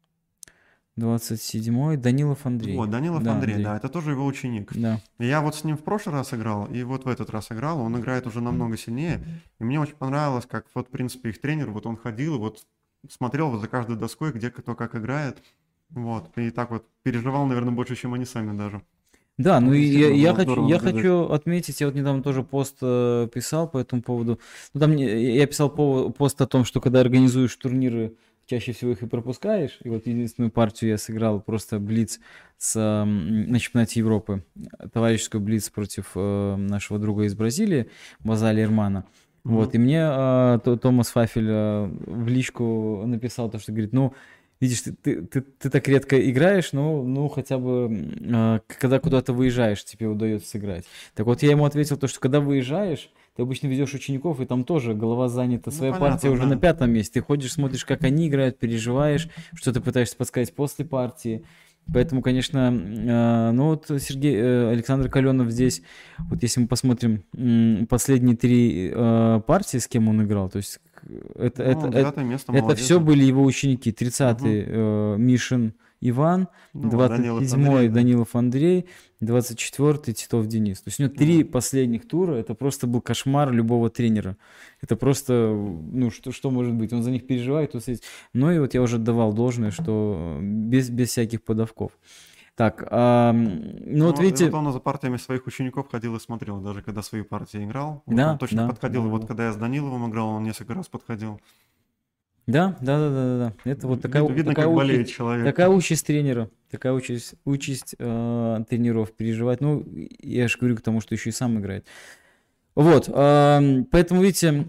Speaker 1: 27-й, Данилов Андрей.
Speaker 2: Вот, Данилов
Speaker 1: Да,
Speaker 2: Андрей, да, это тоже его ученик.
Speaker 1: Да.
Speaker 2: Я вот с ним в прошлый раз играл, и вот в этот раз играл, он играет уже намного сильнее, и мне очень понравилось, как вот, в принципе, их тренер, вот он ходил и вот смотрел вот за каждой доской, где кто как играет, вот, и так вот переживал, наверное, больше, чем они сами даже.
Speaker 1: Да, ну
Speaker 2: Вот
Speaker 1: и
Speaker 2: действительно
Speaker 1: я
Speaker 2: было здорово
Speaker 1: хочу
Speaker 2: наблюдать.
Speaker 1: отметить, я вот недавно тоже пост писал по этому поводу. Ну, там я писал пост о том, что когда организуешь турниры, чаще всего их и пропускаешь. И вот единственную партию я сыграл просто блиц на чемпионате Европы. Товарищескую блиц против нашего друга из Бразилии, Базали Эрмана. Вот, и мне Томас Фафель в личку написал то, что говорит, ну, видишь, ты так редко играешь, ну хотя бы когда куда-то выезжаешь, тебе удается сыграть. Так вот я ему ответил то, что когда выезжаешь, ты обычно ведешь учеников, и там тоже голова занята,
Speaker 2: Ну,
Speaker 1: своя партия
Speaker 2: понятно,
Speaker 1: уже на
Speaker 2: да.
Speaker 1: 5-м месте. Ты ходишь, смотришь, как они играют, переживаешь, что ты пытаешься подсказать после партии. Поэтому, конечно, ну вот Александр Каленов здесь, вот если мы посмотрим последние 3 партии, с кем он играл, то есть
Speaker 2: Ну, 9 место,
Speaker 1: это
Speaker 2: молодец.
Speaker 1: все были его ученики. 30-й Мишин Иван,
Speaker 2: Ну, вот, Данилов
Speaker 1: 27-й
Speaker 2: Андрей, да.
Speaker 1: Данилов Андрей, 24-й Титов Денис. То есть у него 3 последних тура, это просто был кошмар любого тренера. Это просто, ну, что может быть? Он за них переживает. Ну и вот я уже отдавал должное, что без всяких подавков. Так, ну вот
Speaker 2: Ну, и
Speaker 1: видите...
Speaker 2: вот он за партиями своих учеников ходил и смотрел, даже когда свои партии играл. Вот
Speaker 1: Да,
Speaker 2: он точно
Speaker 1: да,
Speaker 2: подходил.
Speaker 1: да,
Speaker 2: И вот
Speaker 1: да.
Speaker 2: когда я с Даниловым играл, он несколько раз подходил.
Speaker 1: Да. Это вот
Speaker 2: Видно, как болеет человек.
Speaker 1: такая участь тренера, такая участь тренеров переживать. Ну, я же говорю к тому, что еще и сам играет. Вот, поэтому, видите,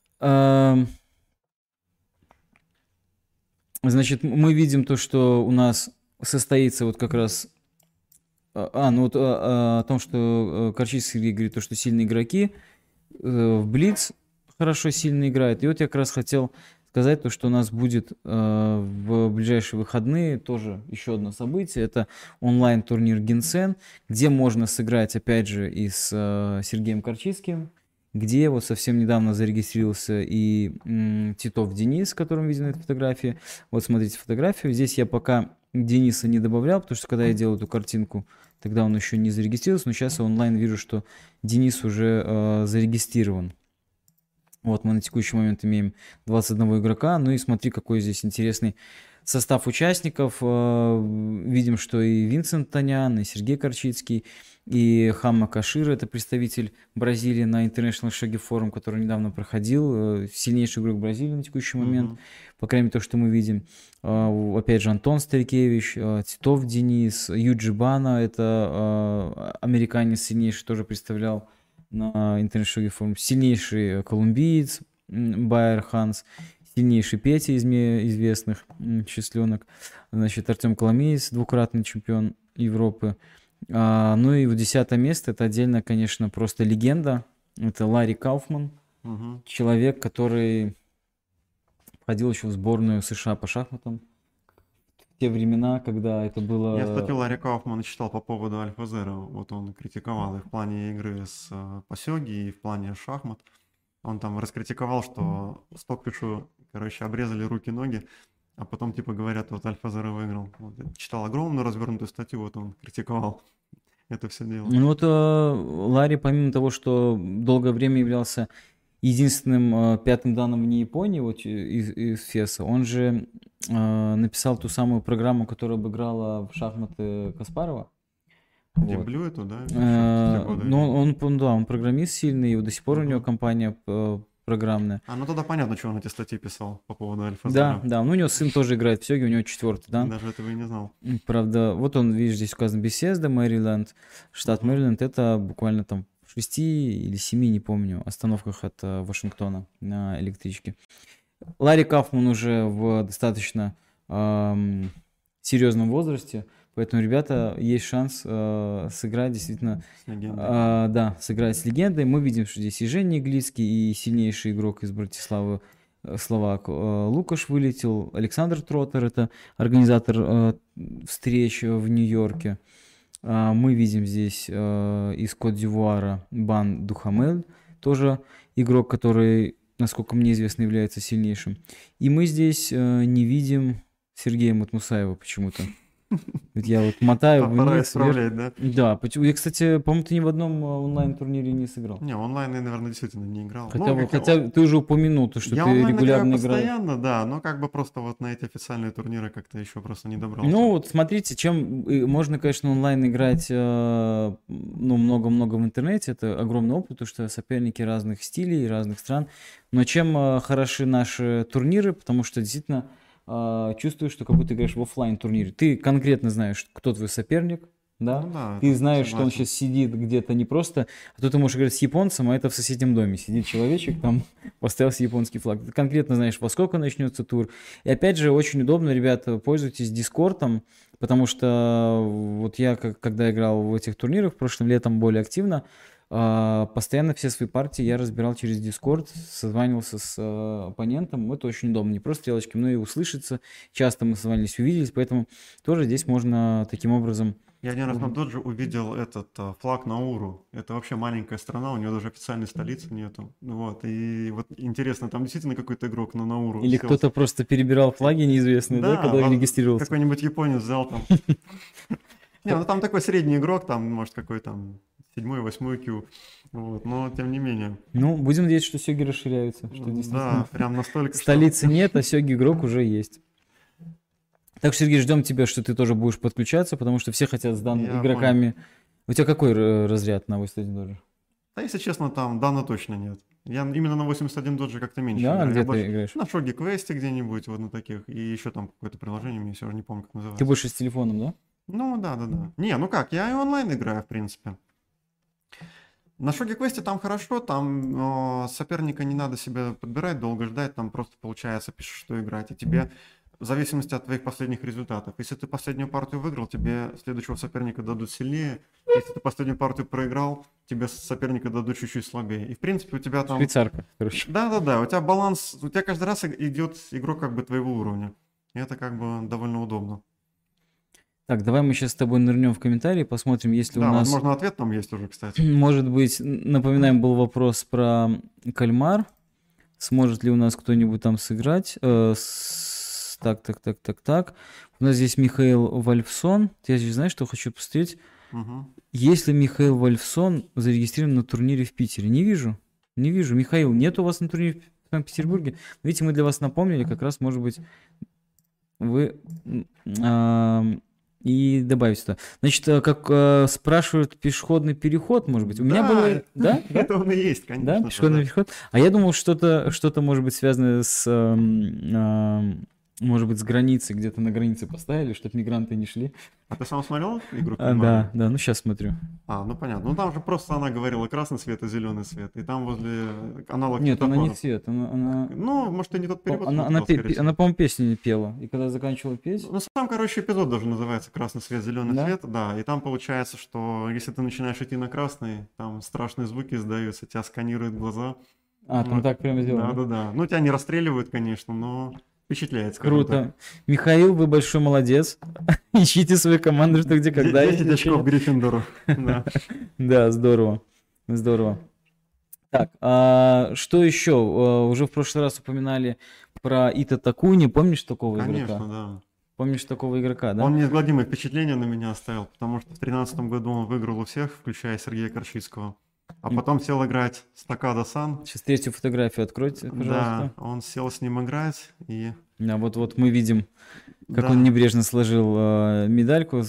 Speaker 1: значит, мы видим то, что у нас состоится вот как раз... ну вот о том, что Корчинский говорит, то, что сильные игроки в Блиц хорошо сильно играют. И вот я как раз хотел сказать то, что у нас будет в ближайшие выходные тоже еще одно событие. Это онлайн-турнир Гинсен, где можно сыграть, опять же, и с Сергеем Корчинским, где вот совсем недавно зарегистрировался и Титов Денис, которым виден на этой фотографии. Вот смотрите фотографию. Здесь я пока Дениса не добавлял, потому что когда я делал эту картинку, тогда он еще не зарегистрировался, но сейчас я онлайн вижу, что Денис уже зарегистрирован. Вот мы на текущий момент имеем 21 игрока. Ну и смотри, какой здесь интересный состав участников. Видим, что и Винсент Танян, и Сергей Корчицкий, и Хамма Кашира, это представитель Бразилии на International Shaggy Forum, который недавно проходил. Сильнейший игрок Бразилии на текущий момент, по крайней мере, то, что мы видим. Опять же, Антон Старикевич, Титов Денис, Юджи Бана, это американец сильнейший, тоже представлял на International Shaggy Forum. Сильнейший колумбиец Байер Ханс, сильнейший Петя из известных численок, значит, Артем Коломеец, двукратный чемпион Европы. Ну и в 10 место, это отдельно, конечно, просто легенда, это Ларри Кауфман, человек, который входил еще в сборную США по шахматам те времена, когда это
Speaker 2: Я статью
Speaker 1: было...
Speaker 2: Ларри Кауфмана читал по поводу Альфа Зеро. Вот он критиковал и в плане игры с по сёге, и в плане шахмат. Он там раскритиковал, что Стокфишу, короче, обрезали руки-ноги, а потом типа говорят, вот Альфа Зеро выиграл. Вот, я читал огромную развернутую статью, вот он критиковал это все дело.
Speaker 1: Ну вот Ларри, помимо того, что долгое время являлся единственным пятым данным вне Японии, вот из ФЕСа, он же написал ту самую программу, которая обыграла в шахматы Каспарова. Вот.
Speaker 2: Деблю эту, да? Еще в те годы.
Speaker 1: Ну, да, он программист сильный, и до сих пор у него компания программная.
Speaker 2: Ну тогда понятно, что он эти статьи писал по поводу Альфа
Speaker 1: Да,
Speaker 2: Зеро.
Speaker 1: да, ну у него сын тоже играет в сёге, у него 4-й, да.
Speaker 2: Даже этого и не знал.
Speaker 1: Правда, вот он, видишь, здесь указан Бесезда, Мэриленд, штат Мэриленд, это буквально там в 6 или 7, не помню, остановках от Вашингтона на электричке. Ларри Кауфман уже в достаточно серьезном возрасте, поэтому, ребята, есть шанс сыграть действительно,
Speaker 2: С легендой.
Speaker 1: да, сыграть с легендой. Мы видим, что здесь и Женя Иглицкий, и сильнейший игрок из Братиславы, словак Лукаш вылетел, Александр Тротер, это организатор встреч в Нью-Йорке. Мы видим здесь из Кот-д'Ивуара Бан Духамель, тоже игрок, который, насколько мне известно, является сильнейшим. И мы здесь не видим Сергея Матмусаева почему-то. Я вот мотаю
Speaker 2: Пора
Speaker 1: вниз, вверх.
Speaker 2: исправлять, да?
Speaker 1: Да, я, кстати, по-моему, ты ни в одном онлайн-турнире не сыграл.
Speaker 2: Не, онлайн я, наверное, действительно не играл.
Speaker 1: Хотя ты уже упомянул, то, что
Speaker 2: я
Speaker 1: ты
Speaker 2: онлайн
Speaker 1: регулярно
Speaker 2: играю
Speaker 1: играл.
Speaker 2: постоянно, да, но как бы просто вот на эти официальные турниры как-то еще просто не добрался.
Speaker 1: Ну, вот смотрите, чем можно, конечно, онлайн играть, ну, много-много в интернете, это огромный опыт, потому что соперники разных стилей, разных стран, но чем хороши наши турниры, потому что действительно чувствуешь, что как будто играешь в оффлайн турнире. Ты конкретно знаешь, кто твой соперник, да?
Speaker 2: Ну да,
Speaker 1: Ты
Speaker 2: это
Speaker 1: знаешь, что он
Speaker 2: согласен.
Speaker 1: сейчас сидит где-то не просто, а то ты можешь играть с японцем, а это в соседнем доме сидит человечек, там поставил себе японский флаг. Ты конкретно знаешь, во сколько начнется тур. И опять же, очень удобно, ребята, пользуйтесь Дискордом, потому что вот я, когда играл в этих турнирах прошлым летом более активно, постоянно все свои партии я разбирал через Discord, созванивался с оппонентом. Это очень удобно, не просто стрелочки, но и услышаться. Часто мы созвонились, увиделись, поэтому тоже здесь можно таким образом...
Speaker 2: Я один раз на Додже увидел этот флаг Науру. Это вообще маленькая страна, у нее даже официальной столицы нету. Вот, и вот интересно, там действительно какой-то игрок на Науру
Speaker 1: Или
Speaker 2: сел.
Speaker 1: кто-то просто перебирал флаги неизвестные, да, когда регистрировался.
Speaker 2: Какой-нибудь японец взял там. Не, ну там такой средний игрок, там, может, какой там 7-й, 8-й Q. Вот, но тем не менее.
Speaker 1: Ну, будем надеяться, что сёги расширяются. Что
Speaker 2: Да,
Speaker 1: действительно
Speaker 2: прям настолько, что...
Speaker 1: столицы нет, а сёги игрок уже есть. Так что, Сергей, ждем тебя, что ты тоже будешь подключаться, потому что все хотят с данными
Speaker 2: Я
Speaker 1: игроками. У тебя какой разряд на 81 доджи?
Speaker 2: Да, если честно, там данных точно нет. Я именно на 81 доджи как-то меньше
Speaker 1: Да,
Speaker 2: играю.
Speaker 1: где
Speaker 2: Я
Speaker 1: ты
Speaker 2: больше
Speaker 1: играешь?
Speaker 2: на Шоги Квесте где-нибудь, вот на таких. И еще там какое-то приложение, мне все равно не помню, как
Speaker 1: Ты
Speaker 2: называется.
Speaker 1: больше с телефоном, да?
Speaker 2: Ну, да. Не, ну как, я и онлайн играю, в принципе. На Шоги Квесте там хорошо, там соперника не надо себе подбирать, долго ждать, там просто получается, пишешь, что играть, и тебе в зависимости от твоих последних результатов. Если ты последнюю партию выиграл, тебе следующего соперника дадут сильнее. Если ты последнюю партию проиграл, тебе соперника дадут чуть-чуть слабее. И в принципе у тебя там...
Speaker 1: Швейцарка, короче.
Speaker 2: Да, у тебя баланс, у тебя каждый раз идет игрок как бы твоего уровня. И это как бы довольно удобно.
Speaker 1: Так, давай мы сейчас с тобой нырнем в комментарии, посмотрим, если у нас...
Speaker 2: возможно, ответ там есть уже, кстати.
Speaker 1: Может быть, напоминаем, был вопрос про кальмар. Сможет ли у нас кто-нибудь там сыграть? Так. У нас здесь Михаил Вольфсон. Я здесь, знаешь, что хочу посмотреть?
Speaker 2: Угу.
Speaker 1: Есть ли Михаил Вольфсон зарегистрирован на турнире в Питере? Не вижу. Михаил, нет у вас на турнире в Санкт-Петербурге? Видите, мы для вас напомнили, как раз, может быть, вы... И добавить сюда. Значит, как спрашивают, пешеходный переход, может быть. У меня было... Да?
Speaker 2: Это он и есть, конечно.
Speaker 1: Да, пешеходный переход. А я думал, что-то может быть связано с... может быть, с границей, где-то на границе поставили, чтобы мигранты не шли.
Speaker 2: А ты сам смотрел игру?
Speaker 1: Да, ну сейчас смотрю.
Speaker 2: Ну понятно. Ну там же просто она говорила красный свет и зеленый свет. И там возле аналог
Speaker 1: Нет, она не
Speaker 2: светофоров.
Speaker 1: цвет. Она...
Speaker 2: Ну, может, ты не тот перевод
Speaker 1: Она,
Speaker 2: смотрел, скорее всего.
Speaker 1: по-моему, песню пела. И когда заканчивала петь...
Speaker 2: Ну, сам, короче, эпизод даже называется «Красный свет, зеленый
Speaker 1: Да?
Speaker 2: свет». Да, и там получается, что если ты начинаешь идти на красный, там страшные звуки издаются, тебя сканируют глаза.
Speaker 1: Там так прямо сделано.
Speaker 2: Да. Ну, тебя не расстреливают, конечно, но Впечатляет, скажем так.
Speaker 1: Круто. Михаил, вы большой молодец. Ищите свою команду, что где, когда.
Speaker 2: 10 очков Гриффиндору. Да.
Speaker 1: Да, здорово. Здорово. Так, что еще? Уже в прошлый раз упоминали про Ита Такуни. Помнишь такого игрока?
Speaker 2: Конечно, да.
Speaker 1: Помнишь такого игрока, да?
Speaker 2: Он неизгладимое впечатление на меня оставил, потому что в 2013 году он выиграл у всех, включая Сергея Корчицкого. А потом сел играть с Такада-сан.
Speaker 1: Сейчас третью фотографию откройте, пожалуйста.
Speaker 2: Да, он сел с ним играть и...
Speaker 1: Да, вот мы видим, как
Speaker 2: Да.
Speaker 1: он небрежно сложил медальку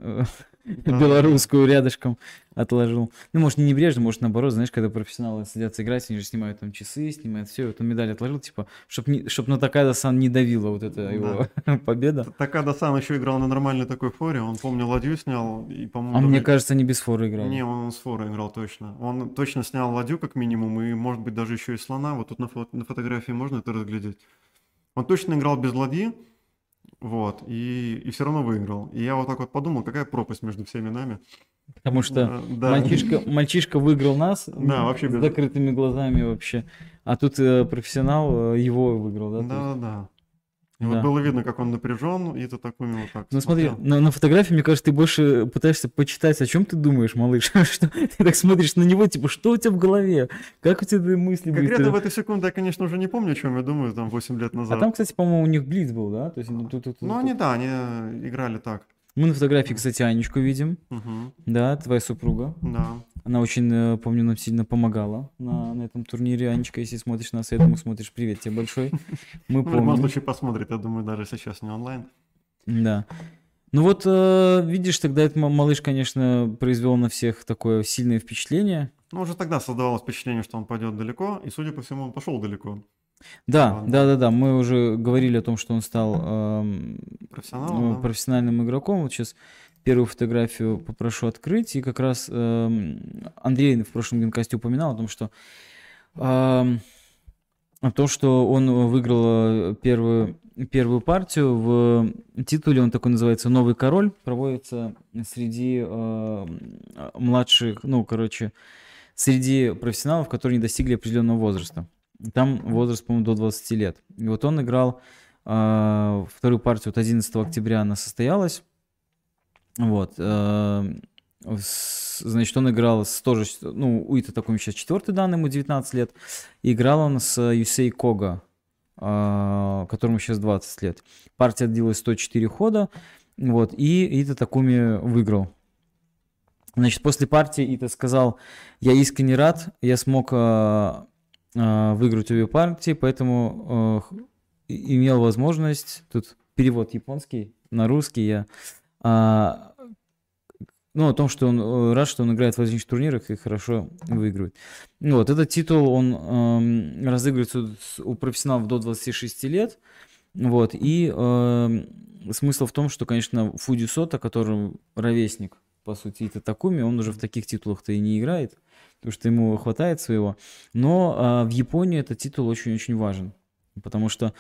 Speaker 2: Да.
Speaker 1: белорусскую рядышком отложил. Ну, может, не небрежно, может, наоборот, знаешь, когда профессионалы садятся играть, они же снимают там часы, снимают все, вот он медаль отложил, типа, чтоб на Такада-сан не давила вот эта его победа.
Speaker 2: Такада-сан еще играл на нормальной такой форе, он, помню, ладью снял и, по-моему...
Speaker 1: А мне
Speaker 2: даже-
Speaker 1: кажется, они без форы играли.
Speaker 2: Не, он с форы играл точно. Он точно снял ладью как минимум, и, может быть, даже еще и слона. Вот тут на фотографии можно это разглядеть. Он точно играл без ладьи, вот, и все равно выиграл. И я вот так вот подумал, какая пропасть между всеми нами.
Speaker 1: Потому что
Speaker 2: Да.
Speaker 1: мальчишка выиграл нас
Speaker 2: Да, вообще
Speaker 1: с
Speaker 2: без-
Speaker 1: закрытыми глазами вообще. А тут профессионал его выиграл, да? то есть?
Speaker 2: Да. И
Speaker 1: Да.
Speaker 2: вот было видно, как он напряжен, и это такой вот так
Speaker 1: Ну смотри,
Speaker 2: смотрел.
Speaker 1: на фотографии, мне кажется, ты больше пытаешься почитать, о чем ты думаешь, малыш. Что ты так смотришь на него, типа, что у тебя в голове? Как у тебя мысли
Speaker 2: Конкретно в
Speaker 1: быстрые?
Speaker 2: эту секунду я, конечно, уже не помню, о чем я думаю, там, 8 лет
Speaker 1: А
Speaker 2: назад.
Speaker 1: там, кстати, по-моему, у них блиц был, да? То есть,
Speaker 2: Ну, они играли так.
Speaker 1: Мы на фотографии, кстати, Анечку видим,
Speaker 2: Мгм.
Speaker 1: да, твоя супруга.
Speaker 2: Да.
Speaker 1: Она очень, помню, нам сильно помогала на этом турнире. Анечка, если смотришь нас, я думаю, смотришь, привет тебе большой. Мы
Speaker 2: Ну, в любом
Speaker 1: помним.
Speaker 2: случае посмотрит, я думаю, даже сейчас не онлайн.
Speaker 1: Да. Ну вот, видишь, тогда этот малыш, конечно, произвел на всех такое сильное впечатление.
Speaker 2: Ну, уже тогда создавалось впечатление, что он пойдет далеко, и, судя по всему, он пошел далеко.
Speaker 1: Да,
Speaker 2: Да.
Speaker 1: да. Мы уже говорили о том, что он стал
Speaker 2: Профессионалом, да.
Speaker 1: профессиональным игроком. Вот сейчас первую фотографию попрошу открыть. И как раз Андрей в прошлом генкасте упоминал о том, что он выиграл первую партию в титуле, он такой называется «Новый король», проводится среди младших, среди профессионалов, которые не достигли определенного возраста. Там возраст, по-моему, до 20 лет. И вот он играл вторую партию, вот 11 октября она состоялась. Вот. Значит, он играл тоже, у Ита такой сейчас 4-й дан, ему 19 лет. И играл он с Юсей Кога, которому сейчас 20 лет. Партия длилась 104 хода, вот, и Ита Такуми выиграл. Значит, после партии Ита сказал: я искренне рад, я смог выиграть обе партии, поэтому имел возможность, тут перевод японский на русский, о том, что он рад, что он играет в различных турнирах и хорошо выигрывает. Вот, этот титул, он разыгрывается у профессионалов до 26 лет, вот, и смысл в том, что, конечно, Фуди Сота, который ровесник, по сути, Ита Такуми, он уже в таких титулах-то и не играет, потому что ему хватает своего, но в Японии этот титул очень-очень важен, потому что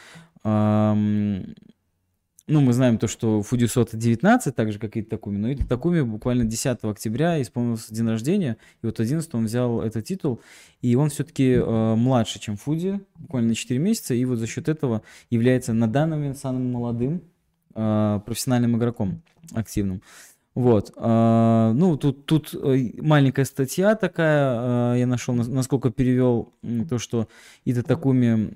Speaker 1: мы знаем то, что Фуди Сота 19, так же, как и Ита Такуми, но Ита Такуми буквально 10 октября исполнился день рождения, и вот 11 он взял этот титул, и он все-таки младше, чем Фуди, буквально на 4 месяца, и вот за счет этого является на данный момент самым молодым профессиональным игроком, активным. Вот. Тут маленькая статья такая, я нашел, насколько перевел то, что Ита Такуми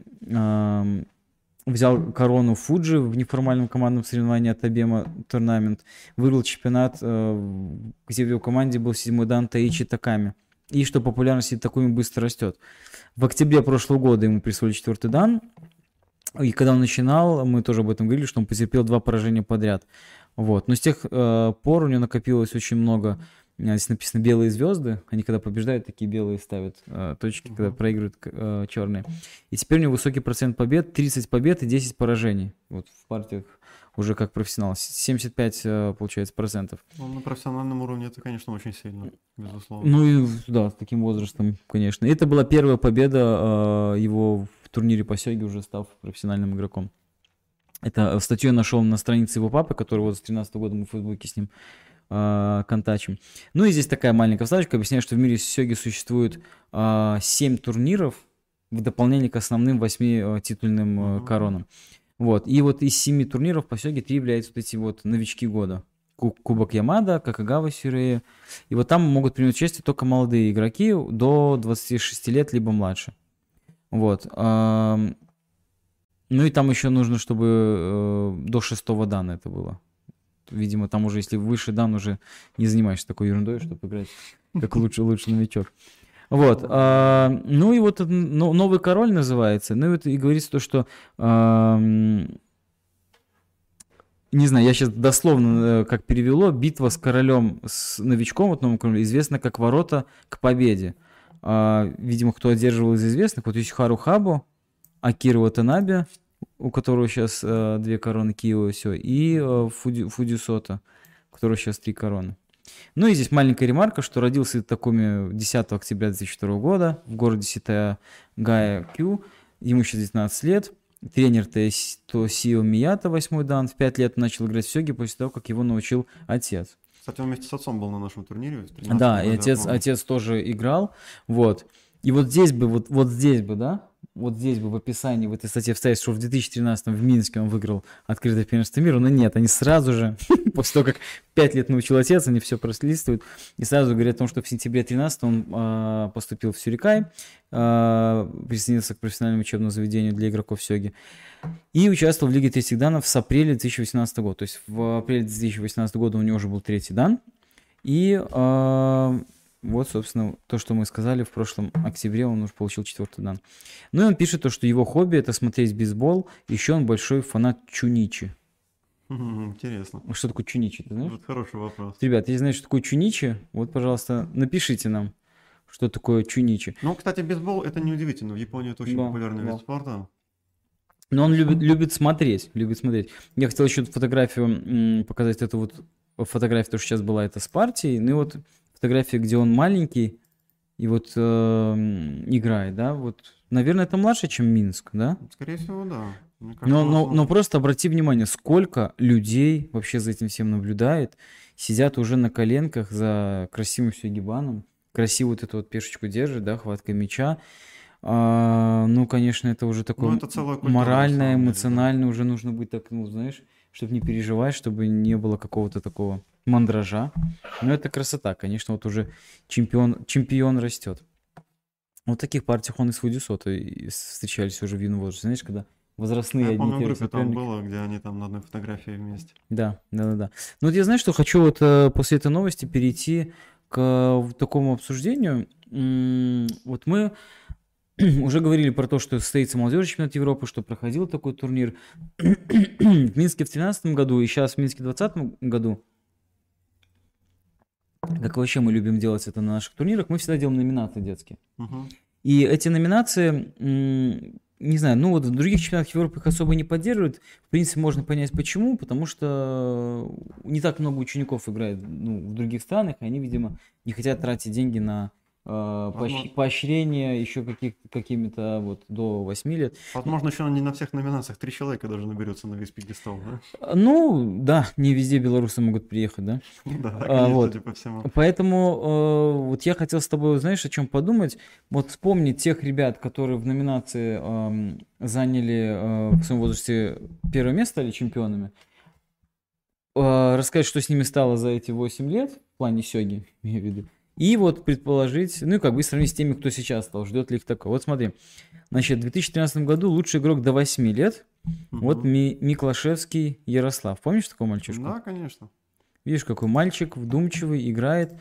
Speaker 1: взял корону Фуджи в неформальном командном соревновании от Абема Турнамент, выиграл чемпионат, где в его команде был 7-й дан Таичи Таками. И что популярность Ита Такуми быстро растет. В октябре прошлого года ему присвоили 4-й дан, и когда он начинал, мы тоже об этом говорили, что он потерпел 2 поражения подряд. Вот. Но с тех пор у него накопилось очень много. Здесь написано белые звезды. Они когда побеждают, такие белые ставят точки, когда проигрывают черные. И теперь у него высокий процент побед, 30 побед и 10 поражений. Вот в партиях уже как профессионал. 75, получается, процентов.
Speaker 2: Ну, на профессиональном уровне это, конечно, очень сильно, безусловно.
Speaker 1: Ну и да, с таким возрастом, конечно. Это была первая победа его в турнире по сёге, уже став профессиональным игроком. Это статью я нашел на странице его папы, который вот с 2013 года мы в Фейсбуке с ним контачим. Ну и здесь такая маленькая вставочка, объясняю, что в мире сёги существует 7 турниров в дополнение к основным 8 титульным коронам. Вот. И вот из 7 турниров по сёге 3 являются вот эти вот новички года. Кубок Ямада, Какагава Сюрэй. И вот там могут принять участие только молодые игроки до 26 лет, либо младше. Вот. Ну и там еще нужно, чтобы до 6-го дана это было. Видимо, там уже, если выше дан, уже не занимаешься такой ерундой, чтобы играть как лучший новичок. Вот. Ну и вот новый король называется. Ну и вот и говорится то, что... Не знаю, я сейчас дословно как перевело. Битва с королем, с новичком, вот новым королем, известна как ворота к победе. Видимо, кто одерживал из известных, вот Юсихару Хабо, Акира Ватанаbe, у которого сейчас 2 короны Киева, все, и Фудзисото, у которого сейчас 3 короны. Ну и здесь маленькая ремарка, что родился Такуми 10 октября 2002 года в городе Ситагая Кю, ему сейчас 19 лет. Тренер Тосио Мията, 8-й дан, в 5 лет начал играть в сёге после того, как его научил отец.
Speaker 2: Кстати, он вместе с отцом был на нашем турнире.
Speaker 1: Да, и отец тоже играл. Вот. И вот здесь бы, вот здесь бы, да, вот здесь бы в описании в этой статье вставить, что в 2013 в Минске он выиграл открытое первенство мира, но нет, они сразу же, после того, как 5 лет научил отец, они все пролистывают, и сразу говорят о том, что в сентябре 2013 он поступил в Сюрикай, присоединился к профессиональному учебному заведению для игроков сёги, и участвовал в Лиге третьих данов с апреля 2018 года. То есть в апреле 2018 года у него уже был 3-й дан, и... Вот, собственно, то, что мы сказали, в прошлом октябре он уже получил 4-й дан. Ну и он пишет то, что его хобби — это смотреть бейсбол, еще он большой фанат Чуничи.
Speaker 2: Интересно.
Speaker 1: Что такое Чуничи, ты знаешь?
Speaker 2: Вот хороший вопрос.
Speaker 1: Ребят, если знаете, что такое Чуничи, вот, пожалуйста, напишите нам, что такое Чуничи.
Speaker 2: Ну, кстати, бейсбол — это неудивительно, в Японии это очень популярный вид спорта.
Speaker 1: Но он любит смотреть, Я хотел еще фотографию показать, эту вот фотографию, то, что сейчас была, это с партией, ну и вот... Фотография, где он маленький и вот играет, да, вот, наверное, это младше, чем Минск, да?
Speaker 2: Скорее всего, да. Кажется,
Speaker 1: но просто обрати внимание, сколько людей вообще за этим всем наблюдает, сидят уже на коленках за красивым сёгибаном, красиво вот эту вот пешечку держит, да, хваткой мяча. Ну, конечно, это уже такое моральное, эмоциональное, уже нужно быть так, ну, знаешь, чтобы не переживать, чтобы не было какого-то такого мандража. Но это красота, конечно, вот уже чемпион растет. Вот в таких партиях он и с Фудзисото встречались уже в юном возрасте, знаешь, когда возрастные одни
Speaker 2: и те же соперники. Там было, где они там на одной фотографии вместе.
Speaker 1: Да. Ну вот я, знаешь, что хочу вот после этой новости перейти к такому обсуждению. Вот мы уже говорили про то, что состоится молодежный чемпионат Европы, что проходил такой турнир в Минске в 2013 году и сейчас в Минске в 2020 году. Как вообще мы любим делать это на наших турнирах, мы всегда делаем номинации детские. И эти номинации, не знаю, ну вот в других чемпионатах Европы их особо не поддерживают. В принципе, можно понять почему, потому что не так много учеников играет в других странах, и они, видимо, не хотят тратить деньги на поощрение еще какими-то вот до 8 лет.
Speaker 2: Возможно, еще не на всех номинациях 3 человека даже наберется на весь пьедестал, да?
Speaker 1: Ну, да, не везде белорусы могут приехать, да?
Speaker 2: Да, вот. Судя по всему.
Speaker 1: Поэтому вот я хотел с тобой, знаешь, о чем подумать. Вот вспомнить тех ребят, которые в номинации заняли в своем возрасте первое место, стали чемпионами. Рассказать, что с ними стало за эти 8 лет, в плане сёги, имею в виду. И вот предположить, ну и как бы сравнить с теми, кто сейчас стал, ждет ли их такое. Вот смотри, значит, в 2013 году лучший игрок до 8 лет, вот Миклашевский Ярослав. Помнишь такого мальчишку?
Speaker 2: Да, конечно.
Speaker 1: Видишь, какой мальчик, вдумчивый, играет.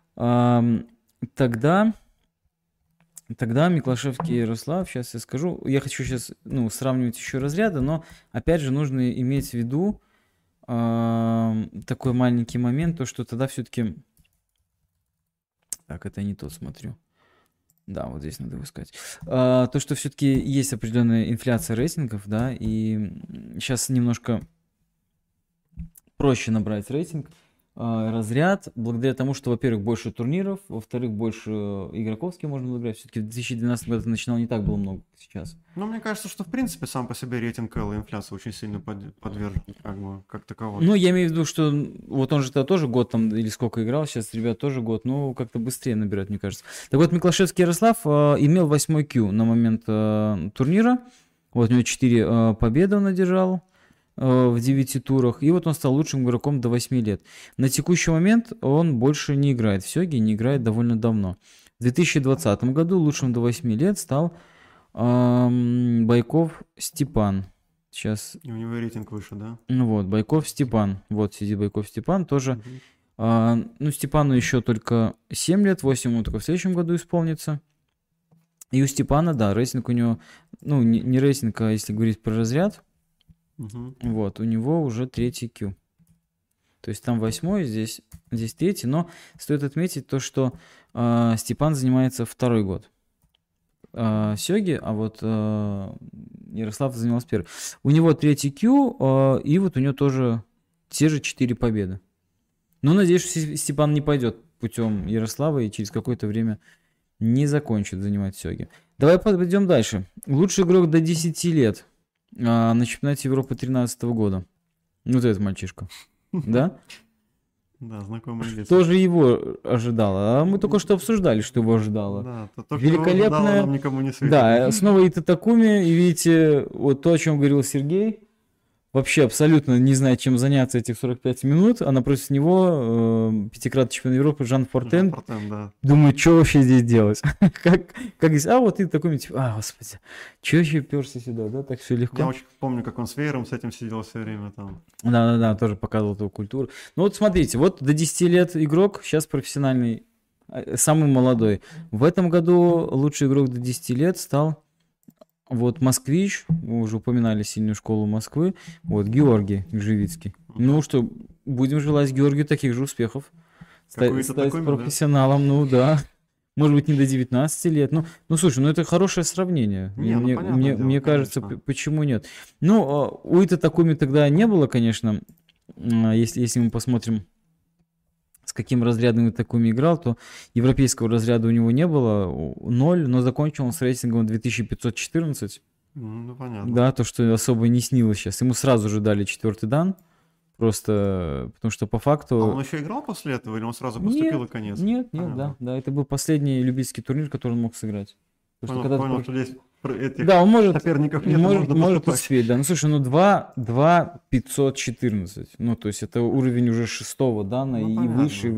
Speaker 1: Тогда Миклашевский Ярослав, сейчас я скажу, я хочу сейчас сравнивать еще разряды, но опять же нужно иметь в виду такой маленький момент, то что тогда все-таки... Так, это я не тот смотрю. Да, вот здесь надо его искать. То, что все-таки есть определенная инфляция рейтингов, да, и сейчас немножко проще набрать рейтинг, разряд, благодаря тому, что, во-первых, больше турниров, во-вторых, больше игроков, с кем можно было играть. Все-таки в 2012 году начинал не так было много, как сейчас.
Speaker 2: Ну, мне кажется, что, в принципе, сам по себе рейтинг КЛ и инфляция очень сильно подвержен, как таковой.
Speaker 1: Ну, я имею в виду, что вот он же тогда тоже год там или сколько играл, сейчас ребят тоже год, но как-то быстрее набирают, мне кажется. Так вот, Миклашевский Ярослав имел 8-й Q на момент турнира. Вот у него 4 победы он одержал в 9 турах. И вот он стал лучшим игроком до 8 лет. На текущий момент он больше не играет в Сёге, не играет довольно давно. В 2020 году лучшим до 8 лет стал Байков Степан. Сейчас.
Speaker 2: И у него рейтинг выше, да?
Speaker 1: Ну вот, Байков Степан. Вот сидит Байков Степан тоже. Ну, Степану еще только 7 лет, 8 ему только в следующем году исполнится. И у Степана, да, рейтинг у него, ну, не рейтинг, а если говорить про разряд, вот, у него уже 3-й Q. То есть там 8-й, здесь 3-й, но стоит отметить то, что Степан занимается 2-й год Сёги, а вот Ярослав занимался 1-й. У него 3-й Q, и вот у него тоже те же 4 победы. Но надеюсь, что Степан не пойдет путем Ярослава и через какое-то время не закончит занимать Сёги. Давай пойдем дальше. Лучший игрок до 10 лет на чемпионате Европы 2013 года. Вот этот мальчишка. Да?
Speaker 2: Да, знакомый лица.
Speaker 1: Что же его ожидало? А мы только что обсуждали, что его ожидало.
Speaker 2: Да, то, что
Speaker 1: Великолепная...
Speaker 2: его ожидало, нам никому не светит.
Speaker 1: Да, снова Ита Такуми. И видите, вот то, о чем говорил Сергей. Вообще абсолютно не знает, чем заняться этих 45 минут, а напротив него 5-кратный чемпион Европы Жан Фортен.
Speaker 2: Да.
Speaker 1: Думаю, что вообще здесь делать? как здесь? А вот ты такой, типа, господи, что еще перся сюда, да, так все легко.
Speaker 2: Я очень помню, как он с веером с этим сидел все время там.
Speaker 1: Да, тоже показывал эту культуру. Ну вот смотрите, вот до 10 лет игрок, сейчас профессиональный, самый молодой. В этом году лучший игрок до 10 лет стал... Вот москвич, мы уже упоминали сильную школу Москвы, вот Георгий Живицкий. Ну что, будем желать Георгию таких же успехов. Стать профессионалом, да? Ну да. Может быть, не до 19 лет. Ну слушай, ну это хорошее сравнение. Мне кажется, почему нет? Ну, у Ита Такуми тогда не было, конечно, если мы посмотрим, с каким разрядом Ита Такуми играл, то европейского разряда у него не было, 0, но закончил он с рейтингом 2514.
Speaker 2: Ну, понятно.
Speaker 1: Да, то, что особо не снилось сейчас. Ему сразу же дали 4-й дан, просто потому что по факту...
Speaker 2: А он еще играл после этого, или он сразу поступил и конец?
Speaker 1: Нет, да, это был последний любительский турнир, который он мог сыграть.
Speaker 2: Понял, что здесь этих
Speaker 1: да, он может,
Speaker 2: соперников нет,
Speaker 1: может успеть, да. Ну, слушай, 2 514. Ну, то есть это уровень уже 6-го дана, и выше.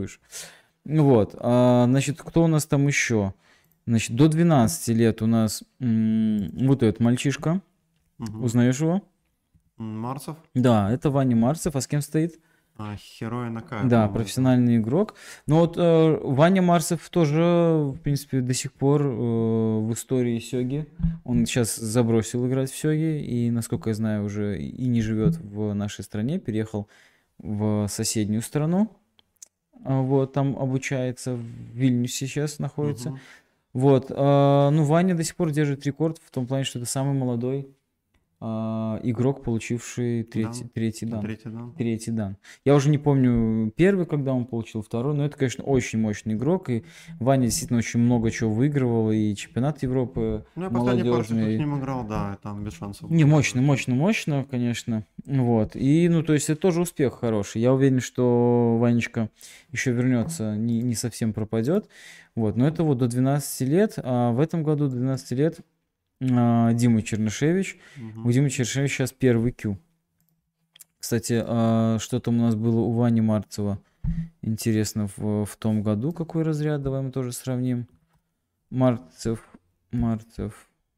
Speaker 1: Ну вот, значит, кто у нас там еще? Значит, до 12 лет у нас вот этот мальчишка. Узнаешь его?
Speaker 2: Марцев?
Speaker 1: Да, это Ваня Марцев. А с кем стоит?
Speaker 2: Хероя Накая.
Speaker 1: Да, профессиональный игрок. Но вот Ваня Марцев тоже, в принципе, до сих пор в истории Сёги. Он сейчас забросил играть в Сёги и, насколько я знаю, уже и не живет в нашей стране. Переехал в соседнюю страну. Вот, там обучается, в Вильнюсе сейчас находится. Вот, ну, Ваня до сих пор держит рекорд в том плане, что это самый молодой игрок, получивший третий дан. Я уже не помню первый, когда он получил второй, но это, конечно, очень мощный игрок, и Ваня действительно очень много чего выигрывал, и чемпионат Европы
Speaker 2: молодежный. Ну, я последний партию с ним играл, да, там без шансов.
Speaker 1: Не, мощно, конечно, вот, и, ну, то есть это тоже успех хороший, я уверен, что Ванечка еще вернется, не совсем пропадет, вот, но это вот до 12 лет, а в этом году до 12 лет Дима Чернышевич. У Димы Чернышевича сейчас 1-й Q. Кстати, что там у нас было у Вани Марцева? Интересно, в том году какой разряд? Давай мы тоже сравним. Марцев.
Speaker 2: Может,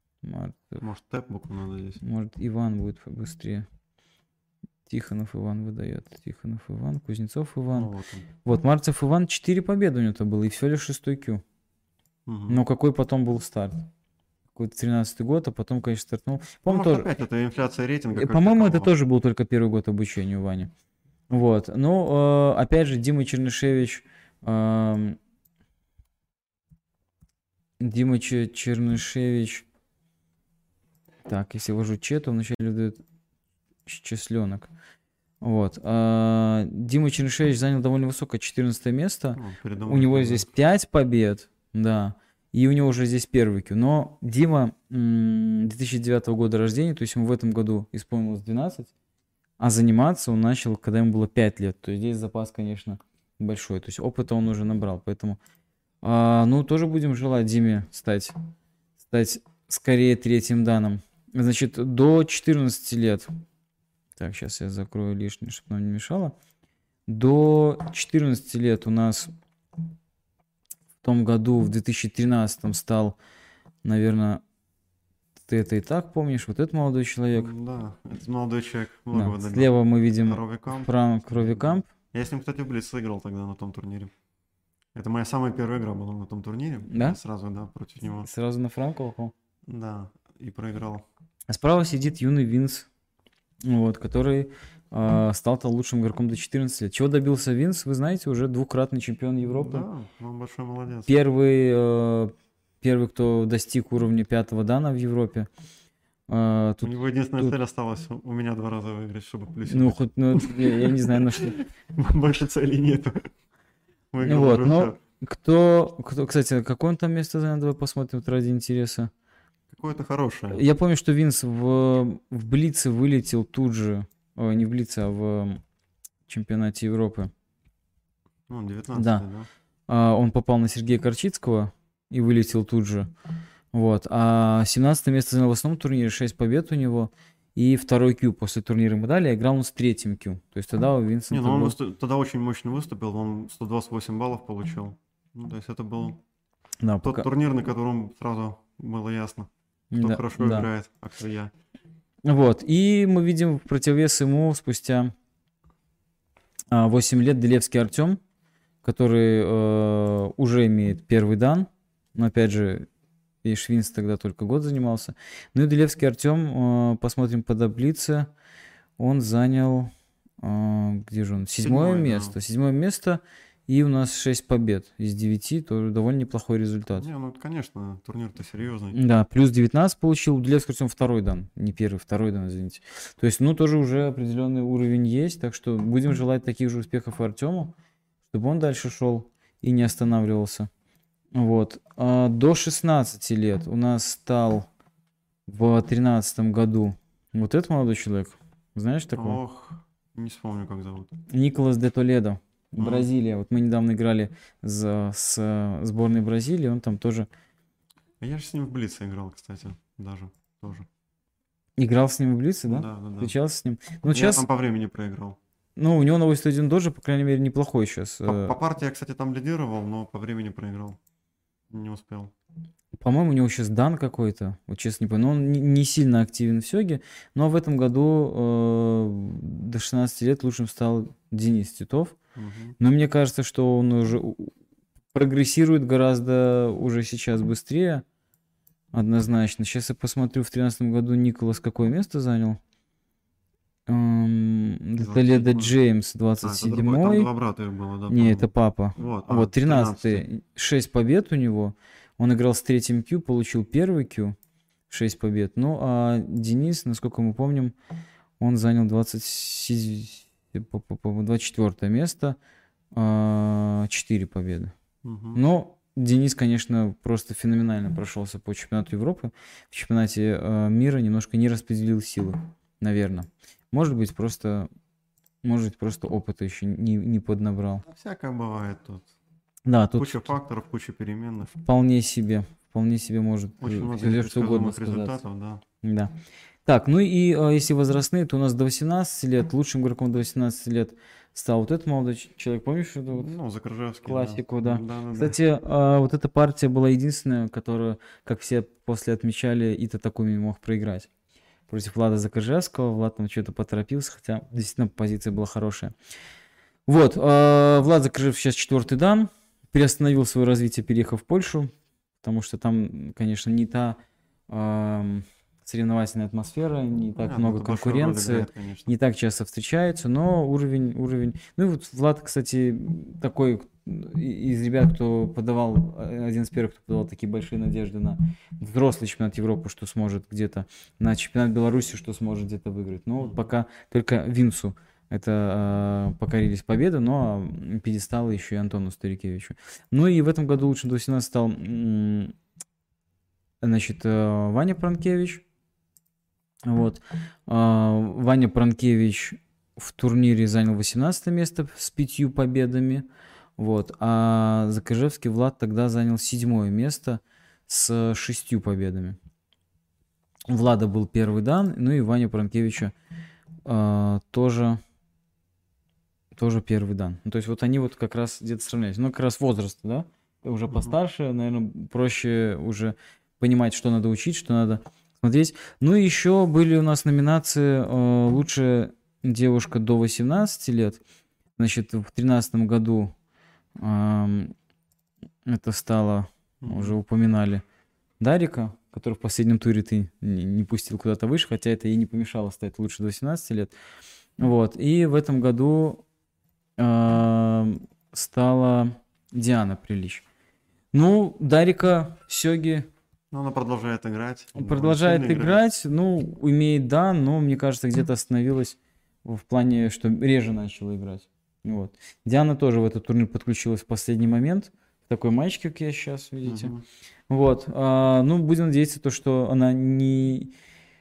Speaker 2: тэп букву надо здесь.
Speaker 1: Может, Иван будет побыстрее. Тихонов Иван выдает. Тихонов Иван, Кузнецов Иван.
Speaker 2: Ну,
Speaker 1: вот Марцев Иван, 4 победы у него-то было, и всего лишь 6-й Q. Но какой потом был старт? Какой-то 13-й год, а потом, конечно, стартнул.
Speaker 2: По-моему, тоже... опять это инфляция рейтинга.
Speaker 1: По-моему, это тоже был только 1-й год обучения у Вани. Вот. Ну, опять же, Дима Чернышевич... Чернышевич... Так, если ввожу че, то вначале выдает численок. Вот. Дима Чернышевич занял довольно высокое 14 место. У него здесь 5 побед. Да. И у него уже здесь 1-й Q. Но Дима 2009 года рождения, то есть ему в этом году исполнилось 12, а заниматься он начал, когда ему было 5 лет. То есть здесь запас, конечно, большой. То есть опыта он уже набрал. Поэтому, ну, тоже будем желать Диме стать скорее 3-м даном Значит, до 14 лет. Так, сейчас я закрою лишнее, чтобы нам не мешало. До 14 лет у нас в том году, в 2013 стал, наверное, ты это и так помнишь, вот этот молодой человек.
Speaker 2: Да, это молодой человек,
Speaker 1: Да.
Speaker 2: многого добился.
Speaker 1: Слева мы видим
Speaker 2: Ровикамп.
Speaker 1: Франк Ровикамп.
Speaker 2: Я с ним, кстати, в Блиц сыграл тогда на том турнире. Это моя самая первая игра была на том турнире.
Speaker 1: Да?
Speaker 2: Я сразу, да, против него.
Speaker 1: Сразу на Франка упал.
Speaker 2: Да, и проиграл.
Speaker 1: А справа сидит юный Винс, вот, который стал-то лучшим игроком до 14 лет. Чего добился Винс, вы знаете, уже двукратный чемпион Европы.
Speaker 2: Да, он большой молодец.
Speaker 1: Первый, кто достиг уровня 5-го дана в Европе.
Speaker 2: У
Speaker 1: Тут,
Speaker 2: него единственная цель осталась у меня 2 раза выиграть, чтобы плюс.
Speaker 1: ну, хоть, ну, я не знаю, на что.
Speaker 2: Больше целей нету.
Speaker 1: Ну вот, но кто, кстати, какое он там место занял, давай посмотрим вот ради интереса.
Speaker 2: Какое-то хорошее.
Speaker 1: Я помню, что Винс в Блице вылетел тут же, не в Блице, а в чемпионате Европы.
Speaker 2: Ну, 19-й,
Speaker 1: Да.
Speaker 2: да?
Speaker 1: Он попал на Сергея Корчицкого и вылетел тут же. Вот. А 17 место занял в основном турнире, 6 побед у него. И второй Q после турнира мы дали, а играл он с третьим Q. То есть тогда у Винсента
Speaker 2: Не, ну он
Speaker 1: был...
Speaker 2: тогда очень мощно выступил, он 128 баллов получил. Ну, то есть это был
Speaker 1: Да,
Speaker 2: тот турнир, на котором сразу было ясно, кто
Speaker 1: да,
Speaker 2: хорошо
Speaker 1: да.
Speaker 2: играет, а кто я.
Speaker 1: Вот. И мы видим в противовес ему спустя 8 лет Делевский Артем, который уже имеет первый дан. Но опять же, и Швинц тогда только год занимался. Ну и Делевский Артем, посмотрим по таблице, он занял, где же он? Седьмое место.
Speaker 2: Да.
Speaker 1: Седьмое место, и у нас 6 побед из 9, тоже довольно неплохой результат.
Speaker 2: Не, ну, конечно, турнир-то серьезный.
Speaker 1: Да, плюс 19 получил, у Делевского Артема второй дан, не первый, второй дан, извините. То есть, ну, тоже уже определенный уровень есть, так что будем желать таких же успехов и Артему, чтобы он дальше шел и не останавливался. Вот. До 16 лет у нас стал в 13 году вот этот молодой человек. Знаешь такого?
Speaker 2: Ох, не вспомню, как зовут.
Speaker 1: Николас де Толедо. Бразилия. Вот мы недавно играли с сборной Бразилии, он там тоже...
Speaker 2: Я же с ним в Блице играл, кстати, даже тоже.
Speaker 1: Играл с ним в Блице, да?
Speaker 2: Да.
Speaker 1: Встречался с ним. Ну,
Speaker 2: Я
Speaker 1: сейчас...
Speaker 2: там по времени проиграл.
Speaker 1: Ну, у него на 81 дождь, по крайней мере, неплохой сейчас.
Speaker 2: По партии я, кстати, там лидировал, но по времени проиграл. Не успел.
Speaker 1: По-моему, у него сейчас дан какой-то, вот честно не помню. Но он не сильно активен в сёге. Но в этом году до 16 лет лучшим стал Денис Титов. Но мне кажется, что он уже прогрессирует гораздо уже сейчас быстрее. Однозначно. Сейчас я посмотрю, в 2013 году Николас какое место занял? Толедо Джеймс, 27-й.
Speaker 2: Там два брата их было, да?
Speaker 1: Не, это папа.
Speaker 2: Вот,
Speaker 1: 13-й. 6 побед у него. Он играл с третьим Q, получил первый Q. 6 побед. Ну, а Денис, насколько мы помним, он занял 24 место. 4 победы. Но Денис, конечно, просто феноменально прошелся по чемпионату Европы. В чемпионате мира немножко не распределил силы, наверное. Может быть, просто опыта еще не поднабрал.
Speaker 2: Всякое бывает тут.
Speaker 1: Да, тут
Speaker 2: куча факторов, куча переменных.
Speaker 1: Вполне себе может
Speaker 2: очень много
Speaker 1: что угодно
Speaker 2: результатов, да.
Speaker 1: Да. Так, ну и если возрастные, то у нас до 18 лет, лучшим игроком до 18 лет стал вот этот молодой человек, помнишь эту вот
Speaker 2: Ну, Закрыжевский.
Speaker 1: классику, да.
Speaker 2: Да.
Speaker 1: Кстати, вот эта партия была единственная, которую, как все после отмечали, Ита Такуми мог проиграть. Против Влада Закрыжевского. Влад там что-то поторопился, хотя действительно позиция была хорошая. Вот, Влад Закрыжев сейчас 4-й дан. Переостановил свое развитие, переехав в Польшу, потому что там, конечно, не та соревновательная атмосфера, не так много конкуренции, не так часто встречаются, но уровень... Ну и вот Влад, кстати, такой из ребят, кто подавал, один из первых, кто подавал такие большие надежды на взрослый чемпионат Европы, что сможет где-то, на чемпионат Беларуси, что сможет где-то выиграть. Но вот пока только Винсу это покорились победы, но пьедестал еще и Антону Старикевичу. Ну и в этом году лучшим до 18 стал, значит, Ваня Пранкевич. Вот. Ваня Пранкевич в турнире занял 18 место с 5 победами. Вот. А Закрыжевский Влад тогда занял 7 место с 6 победами. Влада был первый дан, ну и Ваня Пранкевича тоже первый дан. Ну, то есть вот они вот как раз где-то сравнялись. Ну, как раз возраст, да? Уже постарше, наверное, проще уже понимать, что надо учить, что надо смотреть. Ну и еще были у нас номинации «Лучшая девушка до 18 лет». Значит, в 2013 году это стало, уже упоминали, Дарика, который в последнем туре ты не пустил куда-то выше, хотя это ей не помешало стать лучше до 18 лет. Вот. И в этом году стала Диана Прилич. Ну, Дарика Сёги
Speaker 2: Ну, она продолжает играть.
Speaker 1: продолжает
Speaker 2: сильно
Speaker 1: играть, ну, имеет да, но мне кажется, где-то остановилась в плане, что реже начала играть. Вот. Диана тоже в этот турнир подключилась в последний момент. В такой маечке, как я сейчас, видите. Вот. Ну, будем надеяться, то, что она не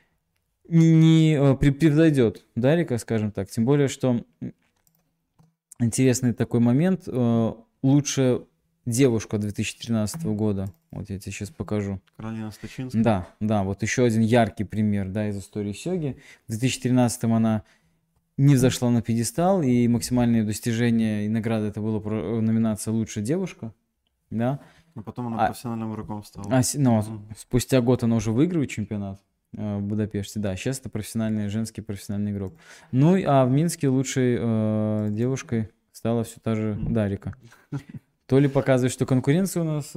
Speaker 1: превзойдет Дарика, скажем так. Тем более, что интересный такой момент. Лучшая девушка 2013 года. Вот я тебе сейчас покажу.
Speaker 2: Каролина Стачинская.
Speaker 1: Да, да, вот еще один яркий пример, да, из истории Сёги. В 2013 она не взошла на пьедестал, и максимальное достижение и награда это была номинация «Лучшая девушка». Да.
Speaker 2: А потом она профессиональным игроком стала.
Speaker 1: Спустя год она уже выигрывает чемпионат в Будапеште. Да, сейчас это женский профессиональный игрок. Ну, а в Минске лучшей девушкой стала все та же Дарика. То ли показывает, что конкуренция у нас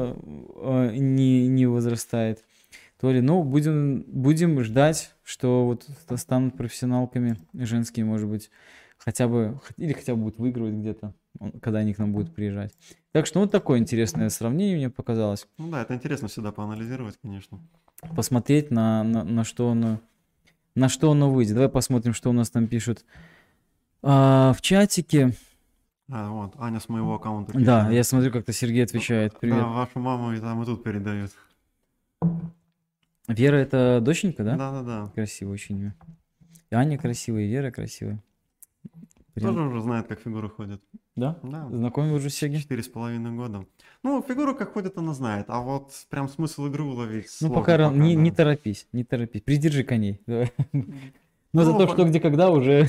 Speaker 1: не возрастает, то ли, ну, будем ждать, что вот станут профессионалками женские, может быть, хотя бы будут выигрывать где-то, когда они к нам будут приезжать. Так что вот такое интересное сравнение мне показалось.
Speaker 2: Ну да, это интересно всегда поанализировать, конечно.
Speaker 1: Посмотреть, на что оно выйдет. Давай посмотрим, что у нас там пишут в чатике.
Speaker 2: Вот, Аня с моего аккаунта
Speaker 1: пишет. Да, я смотрю, как-то Сергей отвечает. Привет.
Speaker 2: Да, вашу маму и там, и тут передают.
Speaker 1: Вера — это доченька, да?
Speaker 2: Да.
Speaker 1: Красивое очень имя. Аня красивая, и Вера красивая.
Speaker 2: Тоже уже знает, как фигуры ходят.
Speaker 1: Да?
Speaker 2: Да.
Speaker 1: Знакомы уже с Сергеем?
Speaker 2: 4,5 года. Ну, фигуру как ходит, она знает. А вот прям смысл игры уловить
Speaker 1: Ну,
Speaker 2: сложно
Speaker 1: пока не торопись, не торопись. Придержи коней. Но за то, что где когда уже...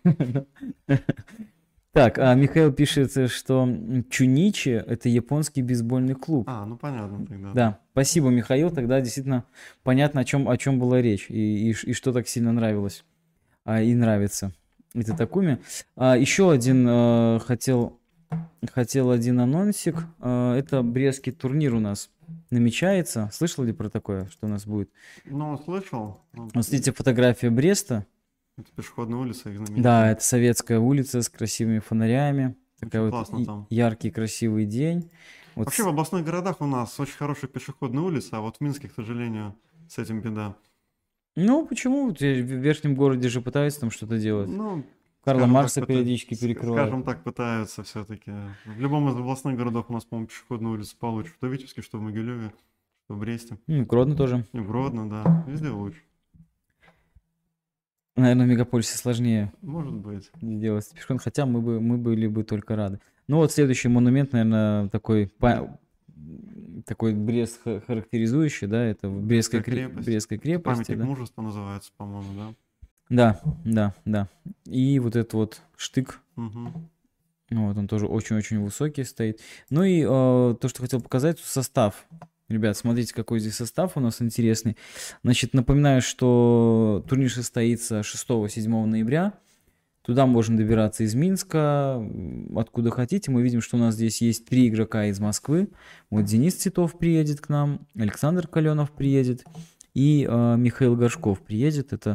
Speaker 1: Так, Михаил пишет, что Чуничи — это японский бейсбольный клуб.
Speaker 2: Ну понятно тогда.
Speaker 1: Да, спасибо, Михаил, тогда действительно понятно, о чем была речь и что так сильно нравилось и нравится. Это Такуми. Еще один хотел один анонсик. Это брестский турнир у нас намечается. Слышал ли про такое, что у нас будет?
Speaker 2: Ну, слышал.
Speaker 1: Вот смотрите, фотография Бреста.
Speaker 2: Это пешеходная улица, их знаменитая.
Speaker 1: Да, это советская улица с красивыми фонарями. Такая вот
Speaker 2: там.
Speaker 1: Яркий, красивый день. Вот
Speaker 2: вообще в областных городах у нас очень хорошая пешеходная улица, а вот в Минске, к сожалению, с этим беда.
Speaker 1: Ну, почему? В верхнем городе же пытаются там что-то делать.
Speaker 2: Ну,
Speaker 1: Карла Маркса периодически перекрывают.
Speaker 2: Скажем так, пытаются все-таки. В любом из областных городов у нас, по-моему, пешеходная улица получше. Что в Витебске, что в Могилеве, что в Бресте.
Speaker 1: В Гродно тоже.
Speaker 2: И в Гродно, да. Везде лучше.
Speaker 1: Наверное, в мегаполисе сложнее.
Speaker 2: Может быть.
Speaker 1: Сделать пешком, хотя мы были бы только рады. Ну вот следующий монумент, наверное, такой Брест характеризующий, да, это Брестская крепость.
Speaker 2: Памятник
Speaker 1: да?
Speaker 2: мужества называется, по-моему, да?
Speaker 1: Да. И вот этот вот штык,
Speaker 2: Угу.
Speaker 1: вот он тоже очень-очень высокий стоит. Ну и то, что хотел показать, состав. Ребят, смотрите, какой здесь состав у нас интересный. Значит, напоминаю, что турнир состоится 6-7 ноября. Туда можно добираться из Минска, откуда хотите. Мы видим, что у нас здесь есть 3 игрока из Москвы. Вот Денис Титов приедет к нам, Александр Каленов приедет и Михаил Горшков приедет. Это,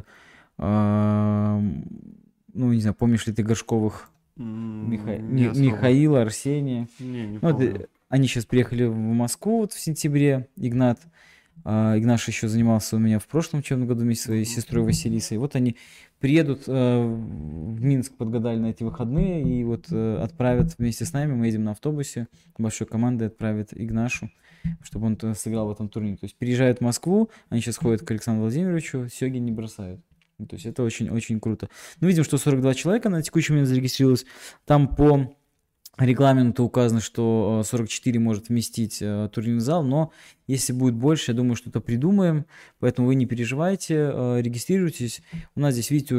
Speaker 1: не знаю, помнишь ли ты Горшковых? Михаила, Арсения.
Speaker 2: Не помню.
Speaker 1: Они сейчас приехали в Москву вот в сентябре, Игнат. Игнаш еще занимался у меня в прошлом учебном году вместе со своей сестрой Василисой. Вот они приедут в Минск, подгадали на эти выходные, и вот отправят вместе с нами, мы едем на автобусе, большой командой отправят Игнашу, чтобы он сыграл в этом турнире. То есть переезжают в Москву, они сейчас ходят к Александру Владимировичу, Сёги не бросают. То есть это очень-очень круто. Ну, видим, что 42 человека на текущий момент зарегистрировалось. Там по регламента указано, что 44 может вместить турнирный зал, но если будет больше, я думаю, что-то придумаем, поэтому вы не переживайте, регистрируйтесь. У нас здесь, видите,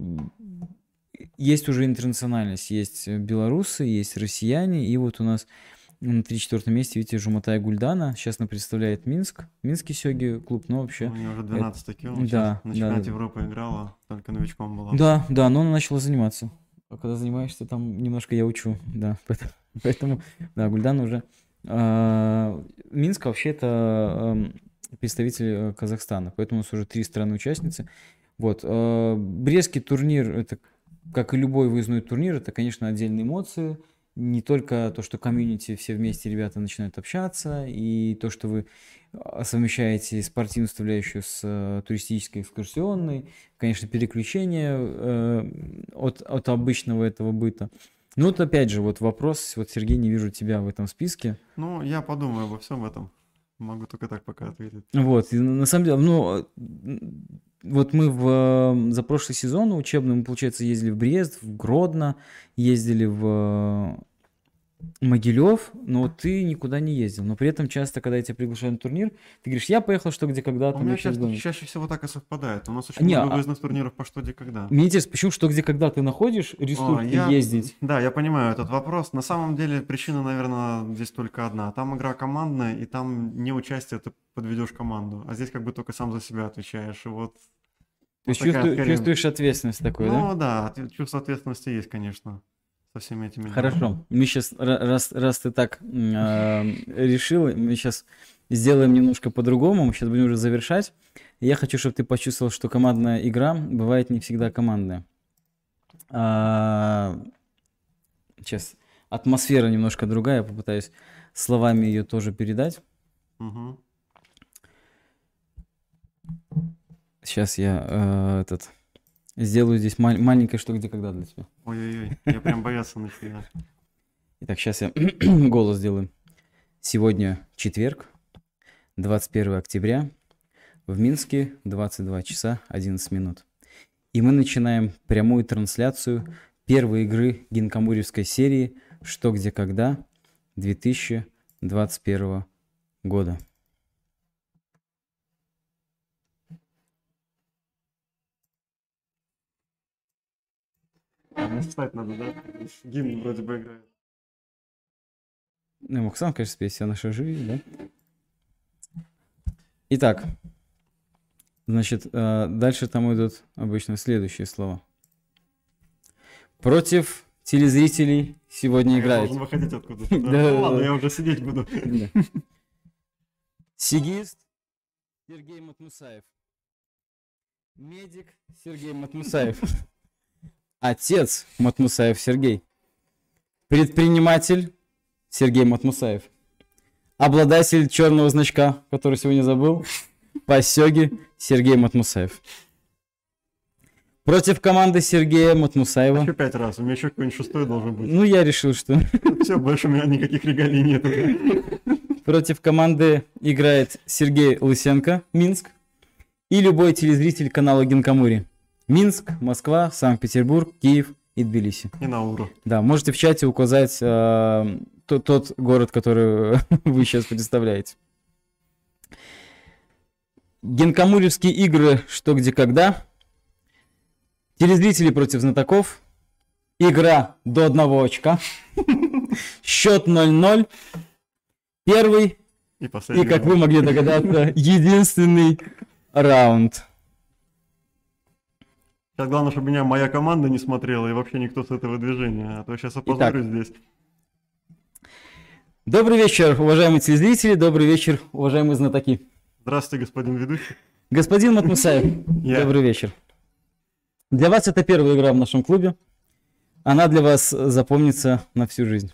Speaker 1: есть уже интернациональность, есть белорусы, есть россияне, и вот у нас на 3-4 месте, видите, Жуматай Гульдана, сейчас она представляет Минск, Минский сёги клуб, но вообще...
Speaker 2: У нее уже 12 кило,
Speaker 1: Да,
Speaker 2: на
Speaker 1: да,
Speaker 2: чемпионате
Speaker 1: да.
Speaker 2: Европы играла, только новичком была.
Speaker 1: Да, да, но она начала заниматься. А когда занимаешься, там немножко я учу, да. Поэтому да, Гульдана уже. Минск вообще это представитель Казахстана, поэтому у нас уже 3 страны-участницы. Вот. Брестский турнир, это, как и любой выездной турнир, это, конечно, отдельные эмоции. Не только то, что комьюнити, все вместе ребята начинают общаться, и то, что вы совмещаете спортивную составляющую с туристической, экскурсионной, конечно, переключение от обычного этого быта. Ну вот опять же, вот вопрос, вот, Сергей, не вижу тебя в этом списке.
Speaker 2: Ну, я подумаю обо всем этом. Могу только так пока ответить.
Speaker 1: Вот, и на самом деле, ну, вот мы за прошлый сезон учебный, мы, получается, ездили в Брест, в Гродно, ездили в Могилев, но ты никуда не ездил. Но при этом часто, когда я тебя приглашаю на турнир, ты говоришь, я поехал что где когда,
Speaker 2: У
Speaker 1: там
Speaker 2: меня
Speaker 1: я сейчас дома.
Speaker 2: чаще всего так и совпадает. У нас очень
Speaker 1: Не,
Speaker 2: много выездных турниров по что, где, когда.
Speaker 1: Мне интересно, почему что где когда ты находишь ресурс ездить?
Speaker 2: Да, я понимаю этот вопрос. На самом деле причина, наверное, здесь только одна. Там игра командная, и там не участие ты подведешь команду. А здесь как бы только сам за себя отвечаешь. И вот
Speaker 1: То есть
Speaker 2: такая скорее-
Speaker 1: чувствуешь ответственность такой, да?
Speaker 2: Ну да, чувство ответственности есть, конечно, со всеми этими делами.
Speaker 1: Хорошо. Мы сейчас, раз ты так решил, мы сейчас сделаем немножко по-другому. Мы сейчас будем уже завершать. Я хочу, чтобы ты почувствовал, что командная игра бывает не всегда командная. Сейчас атмосфера немножко другая. Я попытаюсь словами ее тоже передать.
Speaker 2: Мгм.
Speaker 1: Сейчас я сделаю здесь маленькое что где когда для тебя.
Speaker 2: Ой-ой-ой, я прям бояться начинаю.
Speaker 1: Итак, сейчас я голос сделаю. Сегодня четверг, 21 октября, в Минске 22 часа 11 минут. И мы начинаем прямую трансляцию первой игры гинкамурьевской серии «Что, где, когда» 2021 года.
Speaker 2: А, встать надо, да? Гимн вроде бы играет.
Speaker 1: Ну, я мог сам, конечно, спеть «Вся наша жизнь», да? Итак, значит, дальше там идут обычно следующие слова. Против телезрителей сегодня
Speaker 2: Я
Speaker 1: играет
Speaker 2: должен выходить откуда-то.
Speaker 1: Да,
Speaker 2: Да?
Speaker 1: да,
Speaker 2: Ну ладно,
Speaker 1: да.
Speaker 2: я уже сидеть буду.
Speaker 1: сигист Сергей Матмусаев, медик Сергей Матмусаев, отец Матмусаев Сергей, предприниматель Сергей Матмусаев, обладатель черного значка, который сегодня забыл, по сёге Сергей Матмусаев. Против команды Сергея Матмусаева.
Speaker 2: Еще 5 раз. У меня еще какой-нибудь 6 должен быть.
Speaker 1: Ну, я решил, что
Speaker 2: Все, больше у меня никаких регалий нет.
Speaker 1: против команды играет Сергей Лысенко, Минск, и любой телезритель канала Гинкамури. Минск, Москва, Санкт-Петербург, Киев и Тбилиси.
Speaker 2: И Науру.
Speaker 1: Да, можете в чате указать тот город, который вы сейчас представляете. Гинкамурьевские игры «Что, где, когда». Телезрители против знатоков. Игра до 1 очка. Счет 0-0. Первый
Speaker 2: И
Speaker 1: и,
Speaker 2: последний.
Speaker 1: как вы могли догадаться, единственный раунд.
Speaker 2: Сейчас главное, чтобы меня моя команда не смотрела и вообще никто с этого движения. А то сейчас опозорюсь здесь.
Speaker 1: Добрый вечер, уважаемые телезрители. Добрый вечер, уважаемые знатоки.
Speaker 2: Здравствуйте, господин ведущий.
Speaker 1: Господин Матмусаев,
Speaker 2: Я.
Speaker 1: добрый вечер. Для вас это первая игра в нашем клубе. Она для вас запомнится на всю жизнь.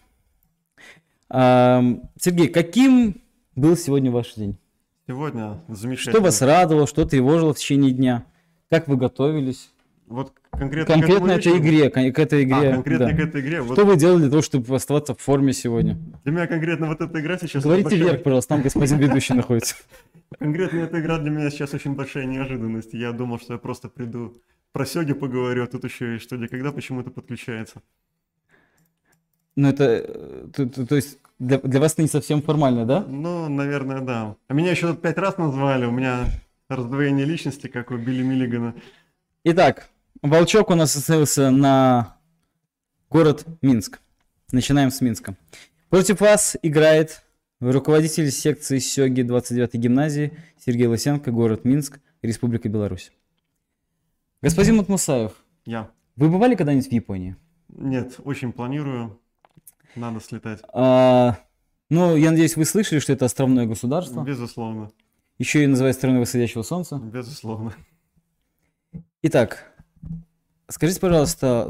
Speaker 1: Сергей, каким был сегодня ваш день?
Speaker 2: Сегодня замечательно.
Speaker 1: Что вас радовало, что тревожило в течение дня? Как вы готовились?
Speaker 2: Вот конкретно
Speaker 1: Конкретно
Speaker 2: к этому
Speaker 1: этой
Speaker 2: вечеру?
Speaker 1: игре, к этой игре.
Speaker 2: Конкретно
Speaker 1: да.
Speaker 2: к этой игре. Вот
Speaker 1: Что вы делали для того, чтобы оставаться в форме сегодня?
Speaker 2: для меня конкретно вот эта игра сейчас...
Speaker 1: Говорите
Speaker 2: большая-
Speaker 1: вверх, пожалуйста, там господин ведущий находится.
Speaker 2: Конкретно эта игра для меня сейчас очень большая неожиданность. Я думал, что я просто приду про сёги поговорю, а тут еще и что где когда почему-то подключается.
Speaker 1: Ну, это, то есть, для вас это не совсем формально, да?
Speaker 2: Ну, наверное, да. А меня еще тут 5 раз назвали, у меня раздвоение личности, как у Билли Миллигана.
Speaker 1: Итак, волчок у нас остановился на город Минск. Начинаем с Минска. Против вас играет руководитель секции Сёги 29-й гимназии Сергей Лысенко, город Минск, Республика Беларусь. Господин Матмусаев,
Speaker 2: Я.
Speaker 1: вы бывали когда-нибудь в Японии?
Speaker 2: Нет, очень планирую. Надо слетать.
Speaker 1: Ну, я надеюсь, вы слышали, что это островное государство.
Speaker 2: Безусловно.
Speaker 1: Еще и называют страной восходящего солнца.
Speaker 2: Безусловно.
Speaker 1: Итак, скажите, пожалуйста,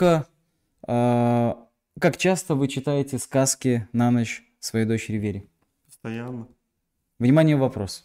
Speaker 1: как часто вы читаете сказки на ночь своей дочери Вере?
Speaker 2: Постоянно.
Speaker 1: Внимание, вопрос.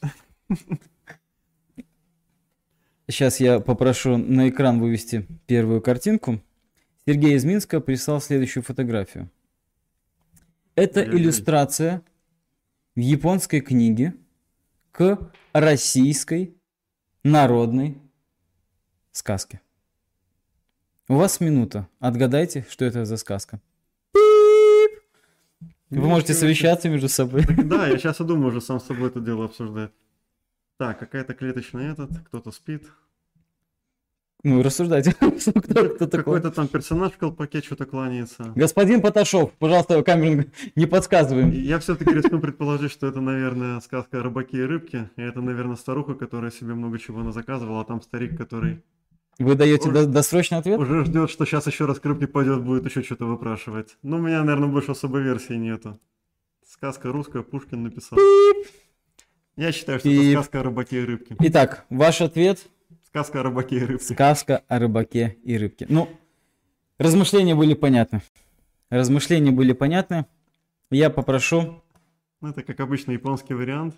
Speaker 1: Сейчас я попрошу на экран вывести первую картинку. Сергей из Минска прислал следующую фотографию. Это
Speaker 2: Ой-ой-ой.
Speaker 1: иллюстрация в японской книге к российской народной сказке. У вас минута. Отгадайте, что это за сказка. Пип! Вы можете совещаться между собой.
Speaker 2: Да, я сейчас и думаю уже сам с собой это дело обсуждать. Так, какая-то клеточная кто-то спит.
Speaker 1: Ну, рассуждайте. Кто такой?
Speaker 2: Какой-то там персонаж в колпаке что-то кланяется.
Speaker 1: Господин Поташов, пожалуйста, камеру не подсказываем.
Speaker 2: Я все-таки рискну предположить, что это, наверное, сказка о рыбаке и рыбке. И это, наверное, старуха, которая себе много чего заказывала, а там старик, который
Speaker 1: Вы даете досрочный ответ?
Speaker 2: уже ждет, что сейчас еще раз к рыбке пойдет, будет еще что-то выпрашивать. Ну, у меня, наверное, больше особой версии нету. Сказка русская, Пушкин написал. Я считаю, что это сказка о рыбаке и рыбке.
Speaker 1: Итак, ваш ответ?
Speaker 2: Сказка о рыбаке и рыбке.
Speaker 1: Сказка о рыбаке и рыбке. Ну, размышления были понятны. Я попрошу...
Speaker 2: Ну, это, как обычно, японский вариант.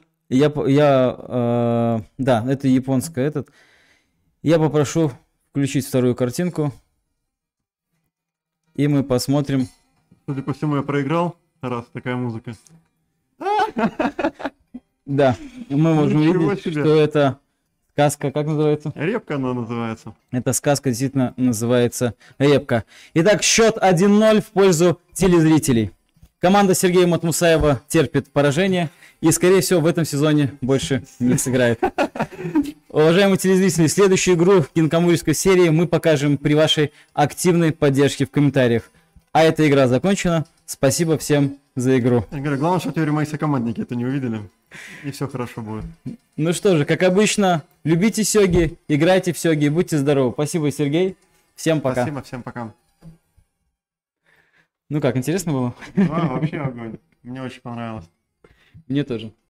Speaker 1: Да, это японская этот. Я попрошу включить вторую картинку. И мы посмотрим.
Speaker 2: Судя по всему, я проиграл, раз такая музыка.
Speaker 1: Да, мы можем видеть, что это сказка, как называется?
Speaker 2: Репка она называется.
Speaker 1: Эта сказка действительно называется «Репка». Итак, счет 1-0 в пользу телезрителей. Команда Сергея Матмусаева терпит поражение и, скорее всего, в этом сезоне больше не сыграет. Уважаемые телезрители, следующую игру в кинокоммунистской серии мы покажем при вашей активной поддержке в комментариях. А эта игра закончена. Спасибо всем за игру.
Speaker 2: Я говорю, главное, что теперь мои сокомандники это не увидели. И все хорошо будет.
Speaker 1: Ну что же, как обычно, любите сёги, играйте в сёги, будьте здоровы. Спасибо, Сергей. Всем пока.
Speaker 2: Спасибо, всем пока.
Speaker 1: Ну как, интересно было?
Speaker 2: Да, вообще огонь. Мне очень понравилось.
Speaker 1: Мне тоже.